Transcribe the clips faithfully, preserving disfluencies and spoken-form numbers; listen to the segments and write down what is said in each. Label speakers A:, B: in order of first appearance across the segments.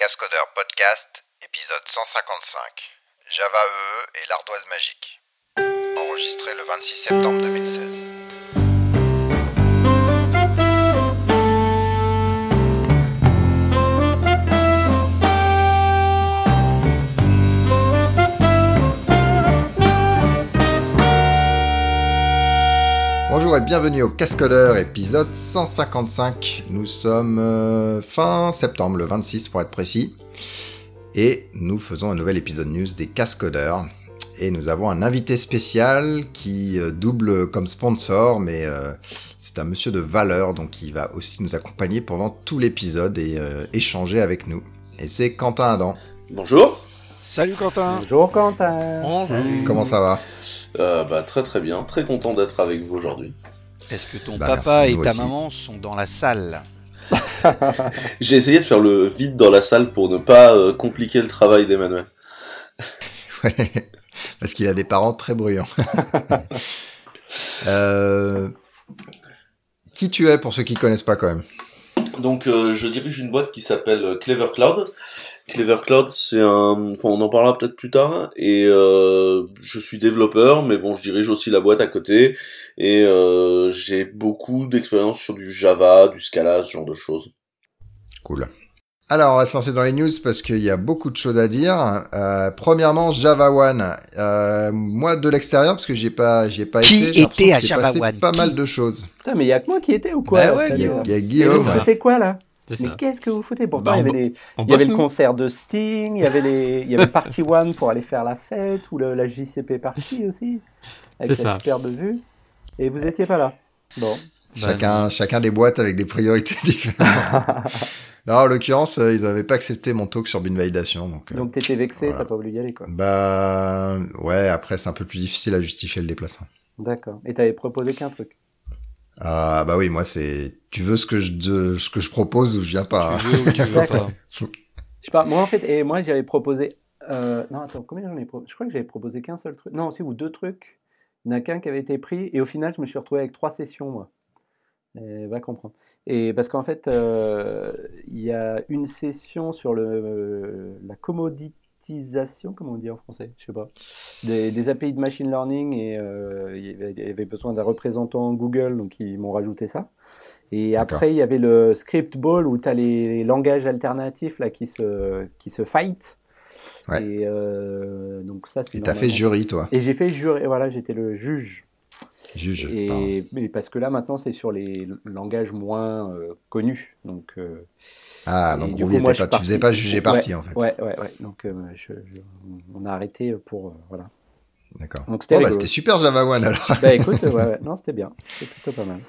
A: Cascodeur Podcast, épisode cent cinquante-cinq. Java E E et l'ardoise magique. Enregistré le vingt-six septembre deux mille seize. Bonjour et bienvenue au Cascodeur, épisode cent cinquante-cinq. Nous sommes euh, fin septembre, le vingt-six pour être précis. Et nous faisons un nouvel épisode news des Cascodeurs. Et nous avons un invité spécial qui euh, double comme sponsor, mais euh, c'est un monsieur de valeur, donc il va aussi nous accompagner pendant tout l'épisode et euh, échanger avec nous. Et c'est Quentin Adam.
B: Bonjour.
C: Salut Quentin.
D: Bonjour Quentin.
C: Bonjour.
A: Comment ça va ?
B: Euh, bah, très très bien, très content d'être avec vous aujourd'hui.
C: Est-ce que ton
A: Bah,
C: papa
A: merci,
C: et
A: nous
C: ta
A: aussi.
C: maman sont dans la salle?
B: J'ai essayé de faire le vide dans la salle pour ne pas euh, compliquer le travail d'Emmanuel.
A: Ouais, parce qu'il a des parents très bruyants. euh... Qui tu es pour ceux qui connaissent pas quand même ?
B: Donc euh, je dirige une boîte qui s'appelle Clever Cloud. Clever Cloud, c'est un... Enfin, on en parlera peut-être plus tard. Et euh, je suis développeur, mais bon, je dirige aussi la boîte à côté. Et euh, j'ai beaucoup d'expérience sur du Java, du Scala, ce genre de choses.
A: Cool. Alors, on va se lancer dans les news parce qu'il y a beaucoup de choses à dire. Euh, premièrement, Java One. Euh, moi, de l'extérieur, parce que j'ai pas, j'y ai pas
C: Qui
A: été. j'ai l'impression
C: était
A: que
C: à
A: c'est
C: Java
A: passé
C: One
A: Pas
C: Qui
A: mal de choses.
D: Putain, mais il y a que moi qui étais ou quoi
C: Bah
D: là,
C: ouais,
D: tout à
A: Il y a,
D: l'heure
A: il y a
D: Mais
A: Guillaume.
D: vous foutez quoi là?
E: C'est
D: Mais
E: ça.
D: qu'est-ce que vous foutez? Pourtant,
E: Bah,
D: il y
E: on
D: avait, des,
E: On
D: il y avait
E: bosse,
D: le
E: nous.
D: concert de Sting, il y avait les, il y avait Party One pour aller faire la fête, ou le- la J C P Party aussi, avec
E: C'est
D: la
E: ça.
D: superbe vue. Et vous étiez pas là. Bon.
A: Chacun, chacun des boîtes avec des priorités différentes. Non, en l'occurrence, euh, ils n'avaient pas accepté mon talk sur Binvalidation. Donc, euh,
D: Donc t'étais vexé,
A: voilà.
D: t'as pas voulu y aller quoi.
A: bah, ouais, après, c'est un peu plus difficile à justifier le déplacement.
D: D'accord. Et t'avais proposé qu'un truc.
A: Ah, bah oui, moi, c'est, tu veux ce que je, de- ce que je propose ou je viens pas.
C: Tu veux ou tu veux
D: D'accord.
C: pas?
D: Je sais pas, moi en fait, et moi j'avais proposé. Euh, non, attends, combien j'en ai proposé? Je crois que j'avais proposé qu'un seul truc. Non, aussi, ou deux trucs. Il n'y en a qu'un qui avait été pris, et au final, je me suis retrouvé avec trois sessions, moi. Et va comprendre. Et parce qu'en fait, euh, il y a une session sur le, la commoditisation, comment on dit en français? Je sais pas. Des, des A P I de machine learning, et euh, il y avait, il y avait besoin d'un représentant Google, donc ils m'ont rajouté ça. Et
A: D'accord.
D: après, il y avait le script ball où tu as les langages alternatifs là, qui, se, qui se fight.
A: Ouais.
D: Et euh, donc ça, c'est
A: Et t'as fait
D: normalement-
A: jury, toi.
D: Et j'ai fait jury, voilà, j'étais le juge.
A: Juge. pardon.
D: Et, mais parce que là, maintenant, c'est sur les langages moins euh, connus. Donc, euh,
A: Ah,
D: et
A: donc
D: du
A: gros,
D: coup,
A: il était
D: moi, je
A: pas,
D: suis
A: tu faisais pas
D: parti.
A: juger
D: Ouais,
A: parti, en fait.
D: Ouais, ouais, ouais. Donc, euh, je- je- on a arrêté pour. euh, voilà.
A: D'accord.
D: Donc, c'était
A: Bon, bah,
D: rigolo.
A: c'était super Java One, alors.
D: Bah, écoute, euh, ouais, ouais. Non, c'était bien. C'était plutôt pas mal.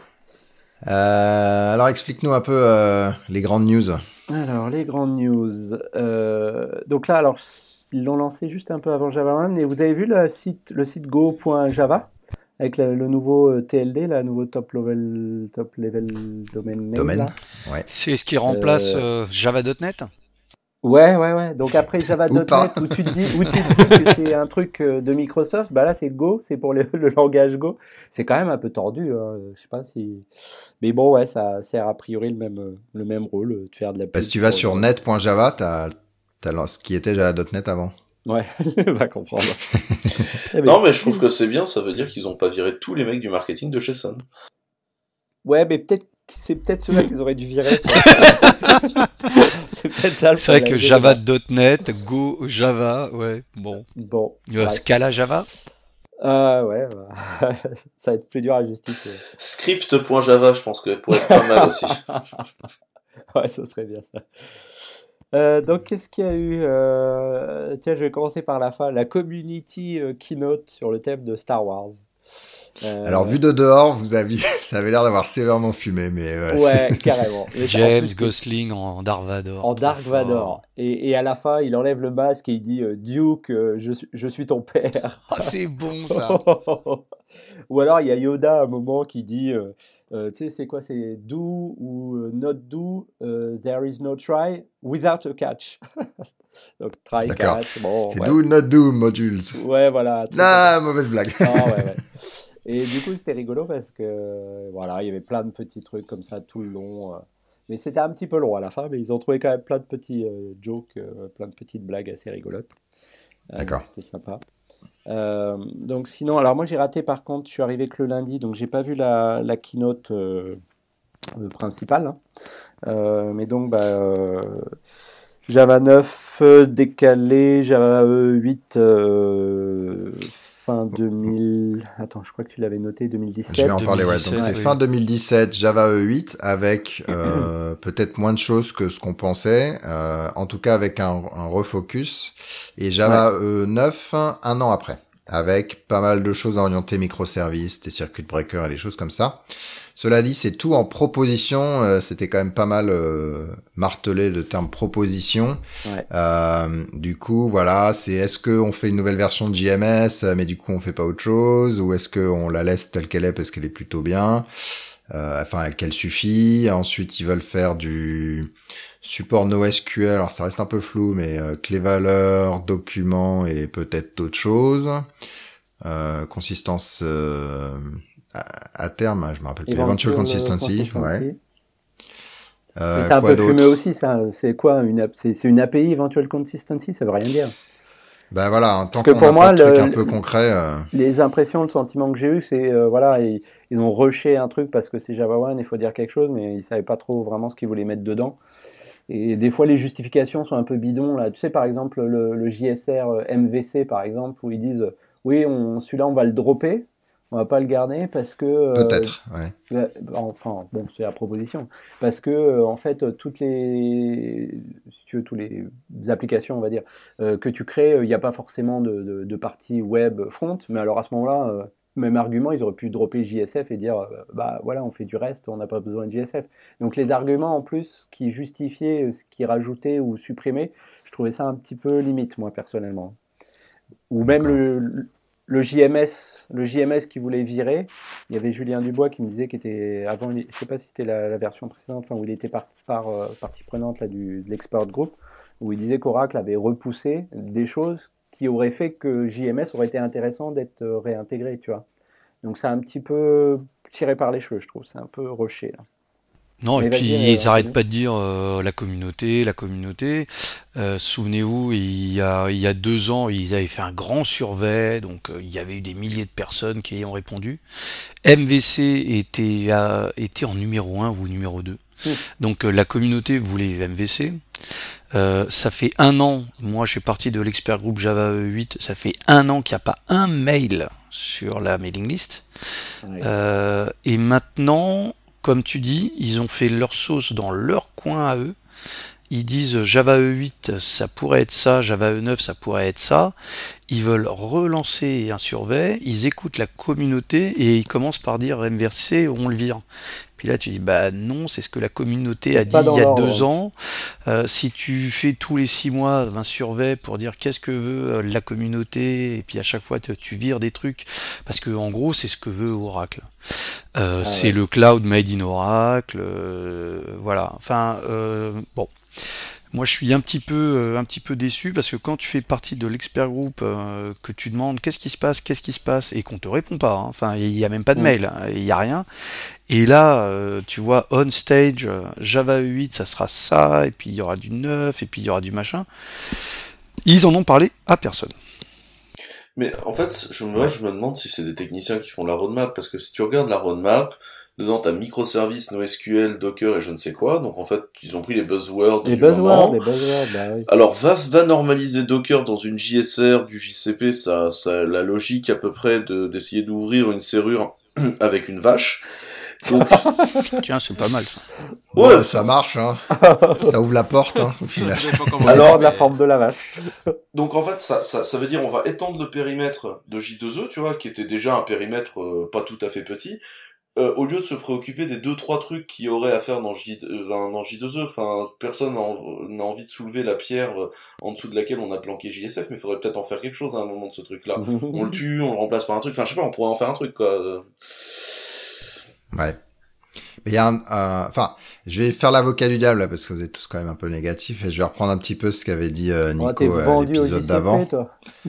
A: Euh, alors, explique-nous un peu euh, les grandes news.
D: Alors, les grandes news. Euh, donc là, alors, ils l'ont lancé juste un peu avant Java One. Et vous avez vu le site, le site go.java avec le, le nouveau euh, T L D, là, nouveau top level, top level domain name.
A: Domaine.
D: là.
A: Ouais.
C: C'est ce qui remplace euh, Java point net?
D: Ouais, ouais, ouais. Donc après Java
A: Ou
D: point net,
A: pas.
D: où tu te dis, où tu te dis que c'est un truc euh, de Microsoft, bah là c'est Go, c'est pour le, le langage Go. C'est quand même un peu tordu, hein. Je sais pas si. Mais bon, ouais, ça sert a priori le même, euh, le même rôle, euh, de faire de la.
A: Parce que
D: pub
A: tu vas
D: pour
A: sur
D: le-
A: net.java, t'as, t'as lancé- ce qui était Java point net avant.
D: Ouais, va comprendre. Eh ben,
B: Non, mais je trouve que c'est bien, ça veut dire qu'ils ont pas viré tous les mecs du marketing de chez Sun.
D: Ouais, mais peut-être que c'est peut-être ceux-là qu'ils auraient dû virer. quoi. c'est peut-être ça le
C: C'est vrai
D: problème.
C: que
D: Je sais
C: Java
D: pas.
C: point net, Go, Java, ouais, bon.
D: Bon.
C: Euh,
D: ouais.
C: Scala Java?
D: Ah ouais, bah, ça va être plus dur à justifier.
B: Script.java, je pense que pourrait être pas mal aussi.
D: Ouais, ça serait bien ça. Euh, donc, qu'est-ce qu'il y a eu euh, Tiens, je vais commencer par la fin. La community euh, keynote sur le thème de Star Wars. Euh,
A: Alors, vu de dehors, vous aviez, ça avait l'air d'avoir sévèrement fumé, mais voilà.
D: Ouais,
A: c'est-
D: carrément. Mais en
C: James
D: plus, c'est
C: Gosling en Dark Vador.
D: en
C: trop
D: Dark
C: fort.
D: Vador. Et, et à la fin, il enlève le masque et il dit euh, Duke, euh, je, suis- je suis ton père.
C: Ah, c'est bon ça.
D: Ou alors il y a Yoda à un moment qui dit, euh, euh, tu sais, c'est quoi, c'est do ou euh, not do, euh, there is no try without a catch. Donc try,
A: D'accord.
D: catch, bon,
A: C'est
D: ouais.
A: do, not do modules.
D: Ouais, voilà. un truc
A: Ah, mauvaise blague.
D: comme ça. Ah, ouais, ouais. Et du coup, c'était rigolo parce que voilà, il y avait plein de petits trucs comme ça tout le long. euh. Mais c'était un petit peu long à la fin, mais ils ont trouvé quand même plein de petits euh, jokes, euh, plein de petites blagues assez rigolotes. Euh, donc
A: D'accord.
D: c'était sympa. Euh, donc sinon, alors moi j'ai raté par contre, je suis arrivé que le lundi, donc j'ai pas vu la, la keynote euh, euh, principale, hein. Euh, mais donc bah, euh, Java neuf euh, décalé, Java euh, huit euh, fin deux mille. Attends, je crois que tu l'avais noté
A: Je vais
D: deux mille dix-sept.
A: en parler, ouais. Donc
C: deux mille dix-sept,
A: c'est
C: oui.
A: fin deux mille dix-sept, Java E huit, avec euh, peut-être moins de choses que ce qu'on pensait, euh, en tout cas avec un, un refocus, et Java E neuf un an après, avec pas mal de choses orientées microservices, des circuit breakers et des choses comme ça. Cela dit, c'est tout en proposition. Euh, c'était quand même pas mal euh, martelé le terme proposition.
D: Ouais.
A: Euh, du coup, voilà, c'est est-ce que on fait une nouvelle version de J M S, mais du coup on fait pas autre chose, ou est-ce que on la laisse telle qu'elle est parce qu'elle est plutôt bien, euh, enfin qu'elle suffit. Ensuite, ils veulent faire du support NoSQL. Alors ça reste un peu flou, mais euh, clé valeur, document et peut-être d'autres choses. Euh, consistance euh, à, à terme, je me rappelle plus. Eventual consistency, ouais. Euh,
D: Mais c'est un
A: quoi
D: peu fumé
A: d'autre
D: aussi, ça. C'est quoi une app- c'est, c'est une A P I Eventual Consistency, ça veut rien dire.
A: Ben voilà, en tant
D: Parce que
A: qu'on
D: pour
A: n'a
D: moi,
A: pas de truc
D: le-
A: un peu concret. Euh...
D: Les impressions, le sentiment que j'ai eu, c'est euh, voilà, ils, ils ont rushé un truc parce que c'est Java un, il faut dire quelque chose, mais ils savaient pas trop vraiment ce qu'ils voulaient mettre dedans. Et des fois, les justifications sont un peu bidons. Là. Tu sais, par exemple, le, le J S R M V C, par exemple, où ils disent euh, oui, on, celui-là, on va le dropper, on va pas le garder parce que. euh,
A: Peut-être, ouais.
D: euh, Enfin, bon, c'est la proposition. Parce que, euh, en fait, toutes les. Si tu veux, toutes les applications, on va dire, euh, que tu crées, il n'y a pas forcément de, de, de partie web front, mais alors à ce moment-là. euh, même argument, ils auraient pu dropper J S F et dire euh, bah voilà, on fait du reste, on n'a pas besoin de J S F. Donc les arguments en plus qui justifiaient ce qui rajoutaient ou supprimaient, je trouvais ça un petit peu limite, moi personnellement. Ou même
A: D'accord.
D: le, le J M S, le J M S qui voulait virer, il y avait Julien Dubois qui me disait qu'il était avant, je sais pas si c'était la, la version précédente, enfin où il était parti, par euh, partie prenante là, du, de l'expert group, où il disait qu'Oracle avait repoussé des choses qui auraient fait que J M S aurait été intéressant d'être euh, réintégré, tu vois. Donc c'est un petit peu tiré par les cheveux, je trouve, c'est un peu rushé là.
C: Non, et
D: Mais
C: puis
D: vas-y, euh,
C: ils arrêtent
D: Anthony.
C: pas de dire euh, la communauté, la communauté. Euh, souvenez-vous, il y a, il y a deux ans, ils avaient fait un grand survey, donc euh, il y avait eu des milliers de personnes qui y ont répondu. M V C était, à- était en numéro un ou numéro deux.
D: Hmm.
C: Donc euh, la communauté voulait M V C. Euh, ça fait un an, moi je suis parti de l'expert groupe Java E huit, ça fait un an qu'il n'y a pas un mail sur la mailing list.
D: Ouais.
C: Euh, et maintenant, comme tu dis, ils ont fait leur sauce dans leur coin à eux. Ils disent Java E huit, ça pourrait être ça, Java E neuf, ça pourrait être ça. Ils veulent relancer un survey, ils écoutent la communauté et ils commencent par dire M V C, on le vire. Puis là, tu dis, bah non, c'est ce que la communauté a dit
D: Pas
C: il
D: dans
C: y a
D: l'ordre.
C: deux ans. Euh, si tu fais tous les six mois un survey pour dire qu'est-ce que veut euh, la communauté, et puis à chaque fois tu, tu vires des trucs, parce que en gros, c'est ce que veut Oracle. Euh,
D: Ah
C: c'est
D: ouais.
C: le cloud made in Oracle, euh, voilà. Enfin, euh, bon. Moi, je suis un petit peu, euh, un petit peu déçu parce que quand tu fais partie de l'expert group, euh, que tu demandes qu'est-ce qui se passe, qu'est-ce qui se passe, et qu'on te répond pas, hein. Enfin, il y a même pas de
D: Hmm.
C: mail, hein, il y a rien. Et là, euh, tu vois, on stage, euh, Java E huit, ça sera ça, et puis il y aura du neuf, et puis il y aura du machin. Ils en ont parlé à personne.
B: Mais en fait, je, moi,
A: Ouais.
B: je me demande si c'est des techniciens qui font la roadmap, parce que si tu regardes la roadmap, dedans t'as microservices, NoSQL, Docker et je ne sais quoi, donc en fait, ils ont pris les buzzwords
D: Les
B: du
D: buzzwords,
B: moment.
D: les buzzwords, bah oui.
B: Alors, va, va normaliser Docker dans une J S R, du J C P, ça, ça a la logique à peu près de, d'essayer d'ouvrir une serrure avec une vache. Donc,
C: Tiens, c'est pas mal. Ça.
A: Bon,
B: ouais,
A: ça
B: ça-
A: marche, hein. Ça ouvre la porte, hein, au final.
C: Je sais pas comment
B: Alors,
C: dire,
D: Alors, de la
C: mais-
D: forme de la vache.
B: Donc en fait, ça, ça, ça veut dire on va étendre le périmètre de J deux E, tu vois, qui était déjà un périmètre euh, pas tout à fait petit, euh, au lieu de se préoccuper des deux trois trucs qu'il y aurait à faire dans, J, euh, dans J deux E. Enfin, personne n'a en- n'a envie de soulever la pierre euh, en dessous de laquelle on a planqué J S F, mais il faudrait peut-être en faire quelque chose à un moment de ce truc-là. On le tue, on le remplace par un truc, enfin je sais pas, on pourrait en faire un truc, quoi.
A: Ouais. Mais il y a un, euh, enfin, je vais faire l'avocat du diable là, parce que vous êtes tous quand même un peu négatifs et je vais reprendre un petit peu ce qu'avait dit euh, Nico
D: Oh, t'es
A: à
D: vendu au
A: l'épisode
D: J C P,
A: d'avant.
D: toi.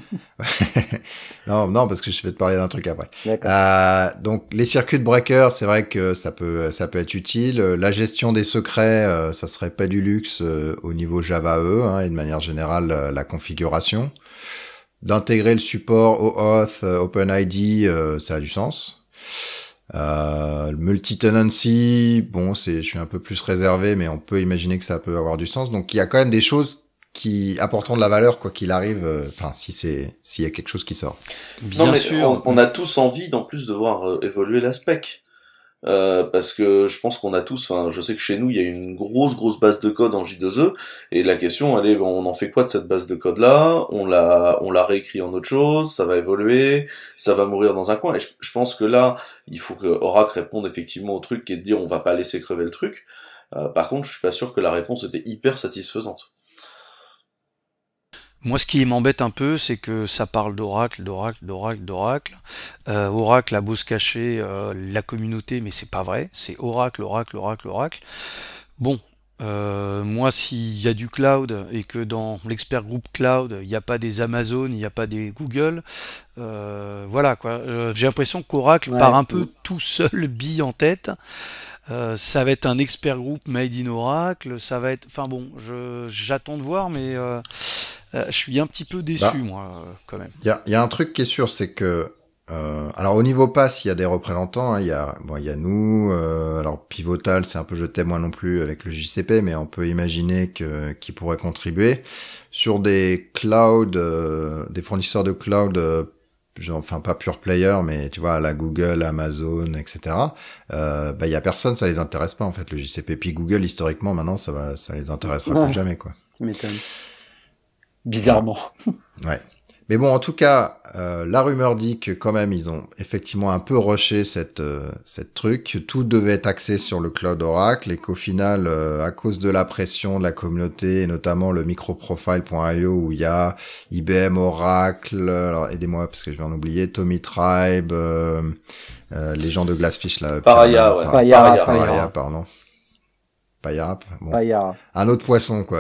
A: non, non, parce que je vais te parler d'un truc après.
D: D'accord.
A: Euh, donc les circuit breakers, c'est vrai que ça peut, ça peut être utile. La gestion des secrets, euh, ça serait pas du luxe euh, au niveau Java E, hein, et de manière générale euh, la configuration. D'intégrer le support OAuth, euh, OpenID, euh, ça a du sens. Euh, le multi-tenancy, bon, c'est, je suis un peu plus réservé, mais on peut imaginer que ça peut avoir du sens. Donc, il y a quand même des choses qui apporteront de la valeur, quoi qu'il arrive. Enfin, euh, si c'est, s'il y a quelque chose qui sort.
C: Bien
B: non, mais
C: sûr.
B: On, on a tous envie, en plus, de voir euh, évoluer la spec. Euh, parce que je pense qu'on a tous, enfin, je sais que chez nous, il y a une grosse, grosse base de code en J deux E, et la question, elle est, bon, on en fait quoi de cette base de code-là? On l'a, on l'a réécrit en autre chose, ça va évoluer, ça va mourir dans un coin, et je, je pense que là, il faut que Oracle réponde effectivement au truc et de dire, on va pas laisser crever le truc. Euh, par contre, je suis pas sûr que la réponse était hyper satisfaisante.
C: Moi, ce qui m'embête un peu, c'est que ça parle d'Oracle, d'Oracle, d'Oracle, d'Oracle. Euh, Oracle a beau se cacher euh, la communauté, mais c'est pas vrai. C'est Oracle, Oracle, Oracle, Oracle. Bon, euh, moi, s'il y a du cloud et que dans l'expert group cloud, il n'y a pas des Amazon, il n'y a pas des Google, euh, voilà quoi. Euh, j'ai l'impression qu'Oracle
D: Ouais.
C: part un peu tout seul, bille en tête. Euh, ça va être un expert group made in Oracle. Ça va être, enfin bon, je, j'attends de voir, mais euh, euh, je suis un petit peu déçu,
A: Bah,
C: moi, euh, quand même.
A: Il y a, y a un truc qui est sûr, c'est que euh, alors au niveau pass, il y a des représentants. Il hein, y a bon, il y a nous. Euh, alors Pivotal, c'est un peu je t'aime moi non plus avec le J C P, mais on peut imaginer que qui pourrait contribuer sur des clouds, euh, des fournisseurs de cloud. Euh, genre, enfin pas pure player, mais tu vois la Google, Amazon, et cetera. Euh, bah il y a personne, ça les intéresse pas en fait le J C P. Puis Google historiquement maintenant, ça va, ça les intéressera
D: Ouais.
A: plus jamais quoi.
D: Tu m'étonnes. Bizarrement.
A: Ouais. Mais bon, en tout cas, euh, la rumeur dit que quand même ils ont effectivement un peu rushé cette euh, cette truc. Tout devait être axé sur le cloud Oracle et qu'au final, euh, à cause de la pression de la communauté, et notamment le microprofile point i o où il y a I B M, Oracle, alors aidez-moi parce que je vais en oublier, Tommy Tribe, euh, euh, les gens de Glassfish là.
B: Pariah,
A: Par-
B: ouais.
A: Par-
D: Payara,
B: Pariah.
A: Pariah,
D: Payara.
A: pardon. Payara, bon.
D: Payara.
A: Un autre poisson quoi.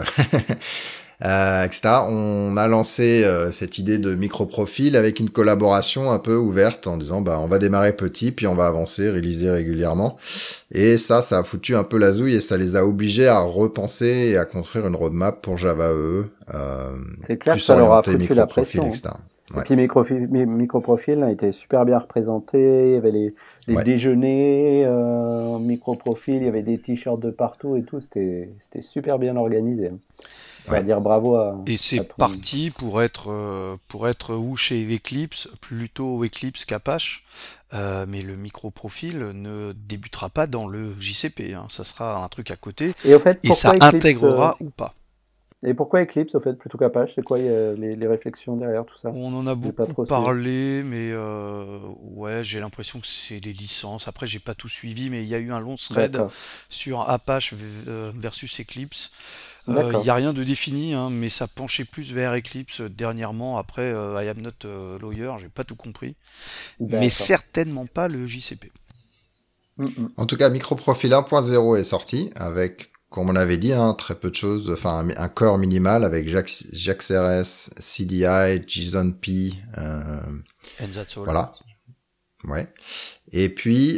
A: Euh, et cetera. On a lancé euh, cette idée de micro-profil avec une collaboration un peu ouverte en disant bah on va démarrer petit puis on va avancer, réaliser régulièrement. Et ça, ça a foutu un peu la zouille et ça les a obligés à repenser et à construire une roadmap pour Java E E. Euh,
D: C'est clair
A: plus
D: que ça leur a
A: orientée
D: foutu la
A: micro-profil,
D: pression.
A: et cetera.
D: Et
A: Ouais.
D: puis Microfi- Mi- Microprofil a été super bien représenté. Il y avait les, les
A: Ouais.
D: déjeuners, euh, Microprofil, il y avait des t-shirts de partout et tout. C'était c'était super bien organisé. Je vais
A: Ouais.
D: dire bravo à.
C: Et c'est
D: à tout le monde.
C: parti pour être euh, pour être où chez Eclipse, plutôt Eclipse qu'Apache. Euh, mais le micro-profil ne débutera pas dans le J C P. Hein. Ça sera un truc à côté
D: Et au fait,
C: et
D: pourquoi
C: ça
D: Eclipse,
C: intégrera ou pas.
D: euh, Et pourquoi Eclipse au fait plutôt qu'Apache? C'est quoi euh, les, les réflexions derrière tout ça?
C: On en a
D: J'ai pas
C: beaucoup
D: trop suivi.
C: parlé, mais euh, ouais, j'ai l'impression que c'est les licences. Après, j'ai pas tout suivi, mais il y a eu un long thread
D: D'accord.
C: sur Apache v- euh, versus Eclipse. Il
D: D'accord.
C: n'y a rien de défini, hein, mais ça penchait plus vers Eclipse dernièrement. Après, euh, I am not euh, lawyer, j'ai pas tout compris. Mais
D: D'accord.
C: certainement pas le J C P.
D: Mm, mm.
A: En tout cas, microprofil un point zéro est sorti avec, comme on avait dit, hein, très peu de choses, enfin un, un core minimal avec Jax, JaxRS, C D I, JSON-P, euh,
C: And that's all.
A: voilà. Ouais. Et puis,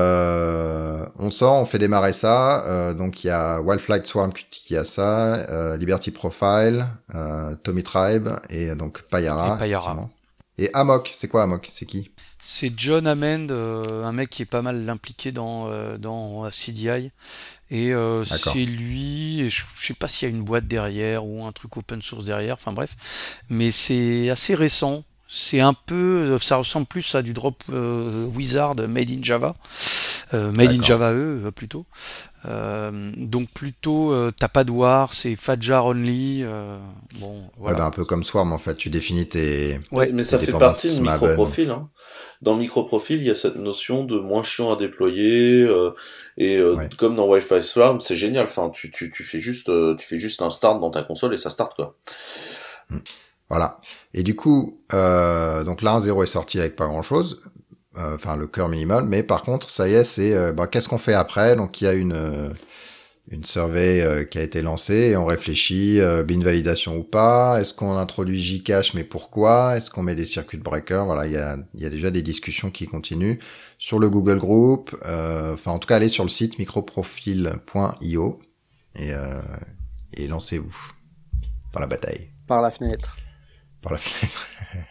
A: euh, on sort, on fait démarrer ça. Euh, donc, il y a Wildflight Swarm qui a ça, euh, Liberty Profile, euh, Tommy Tribe et donc Payara.
C: Et Payara.
A: effectivement. Et Amok, c'est quoi Amok? C'est qui?
C: C'est John Amend, euh, un mec qui est pas mal impliqué dans, euh, dans C D I. Et euh,
A: D'accord.
C: c'est lui, et je, je sais pas s'il y a une boîte derrière ou un truc open source derrière, enfin bref. Mais c'est assez récent. C'est un peu, ça ressemble plus à du drop euh, wizard made in Java, euh, made in
A: D'accord.
C: Java E plutôt. Euh, donc plutôt, euh, t'as pas de war, c'est Fajar only. Euh, bon, voilà.
A: Ouais, bah, un peu comme Swarm en fait. Tu définis tes.
C: Ouais.
B: Mais, mais ça
A: tes
B: fait
A: dépendances
B: partie de
A: Maven.
B: microprofil. Hein. Dans microprofil, il y a cette notion de moins chiant à déployer euh, et euh,
A: Ouais.
B: comme dans Wi-Fi Swarm, c'est génial. Enfin, tu tu tu fais juste euh, tu fais juste un start dans ta console et ça start quoi.
A: Voilà. Et du coup, euh, donc là, un zéro est sorti avec pas grand chose. enfin le cœur minimal, mais par contre, ça y est, c'est euh, bah, qu'est-ce qu'on fait après? Donc il y a une euh, une survey euh, qui a été lancée et on réfléchit euh, bin validation ou pas. Est-ce qu'on introduit Gcache, mais pourquoi? Est-ce qu'on met des circuit breakers? Voilà, il y a il y a déjà des discussions qui continuent sur le Google Group. Euh, enfin, en tout cas, allez sur le site microprofil point io et euh, et lancez-vous dans la bataille.
D: Par la fenêtre.
A: Par la fenêtre.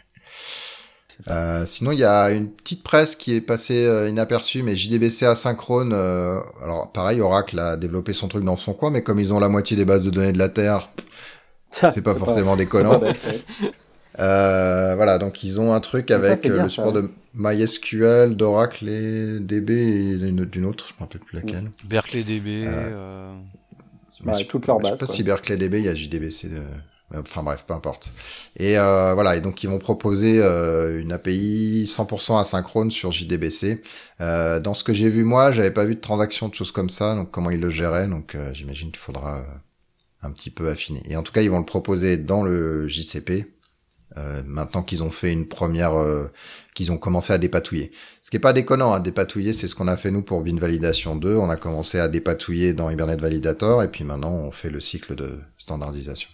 A: Euh, sinon, il y a une petite presse qui est passée euh, inaperçue, mais J D B C asynchrone. Euh, alors, pareil, Oracle a développé son truc dans son coin, mais comme ils ont la moitié des bases de données de la Terre, c'est pas forcément déconnant.
D: Pas bête, ouais.
A: Euh, voilà, donc ils ont un truc
D: Mais ça,
A: avec
D: c'est
A: euh,
D: bien,
A: le
D: ça.
A: support de MySQL, d'Oracle et D B et d'une autre, d'une autre, je me rappelle plus laquelle.
C: Berkeley D B.
A: Euh,
C: euh,
A: Mais
D: Ouais,
A: je,
D: toutes leurs
A: je sais
D: bases,
A: pas
D: quoi.
A: si Berkeley D B, il y a J D B C. De... Enfin bref, peu importe. Et euh, voilà, et donc ils vont proposer euh, une A P I cent pour cent asynchrone sur J D B C. Euh, dans ce que j'ai vu moi, j'avais pas vu de transaction de choses comme ça, donc comment ils le géraient, donc euh, j'imagine qu'il faudra euh, un petit peu affiner. Et en tout cas, ils vont le proposer dans le J C P, euh, maintenant qu'ils ont fait une première, euh, qu'ils ont commencé à dépatouiller. Ce qui est pas déconnant, à dépatouiller, c'est ce qu'on a fait nous pour Bin Validation deux. On a commencé à dépatouiller dans Hibernate Validator, et puis maintenant on fait le cycle de standardisation.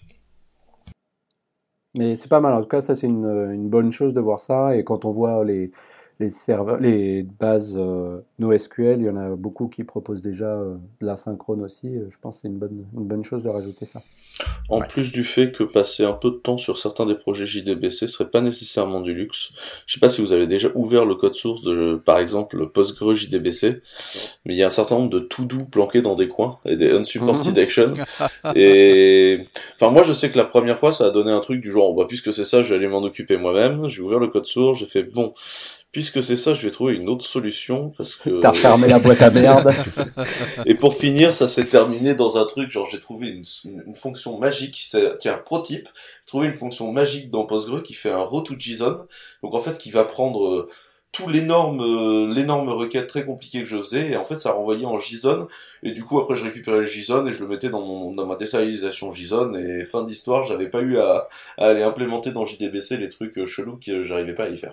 D: Mais c'est pas mal. En tout cas, ça, c'est une, une bonne chose de voir ça. Et quand on voit les, les serveurs, les bases euh, NoSQL, il y en a beaucoup qui proposent déjà euh, de l'asynchrone aussi. Euh, Je pense que c'est une bonne, une bonne chose de rajouter ça.
B: En
A: Ouais.
B: plus du fait que passer un peu de temps sur certains des projets J D B C serait pas nécessairement du luxe. Je sais pas si vous avez déjà ouvert le code source de, par exemple, Postgre J D B C, mais il y a un certain nombre de to-do planqués dans des coins et des unsupported actions. Et, enfin, moi, je sais que la première fois, ça a donné un truc du genre, bah, puisque c'est ça, je vais aller m'en occuper moi-même. J'ai ouvert le code source, j'ai fait, bon, puisque c'est ça, je vais trouver une autre solution, parce que...
D: T'as refermé la boîte à merde.
B: Et pour finir, ça s'est terminé dans un truc, genre j'ai trouvé une, une, une fonction magique, c'est, tiens, pro tip, j'ai trouvé une fonction magique dans Postgre qui fait un row to JSON, donc en fait qui va prendre euh, tout l'énorme, euh, l'énorme requête très compliquée que je faisais, et en fait ça renvoyait en JSON, et du coup après je récupérais le JSON et je le mettais dans mon, dans ma désérialisation JSON, et fin d'histoire, j'avais pas eu à, à aller implémenter dans J D B C les trucs euh, chelous que j'arrivais pas à y faire.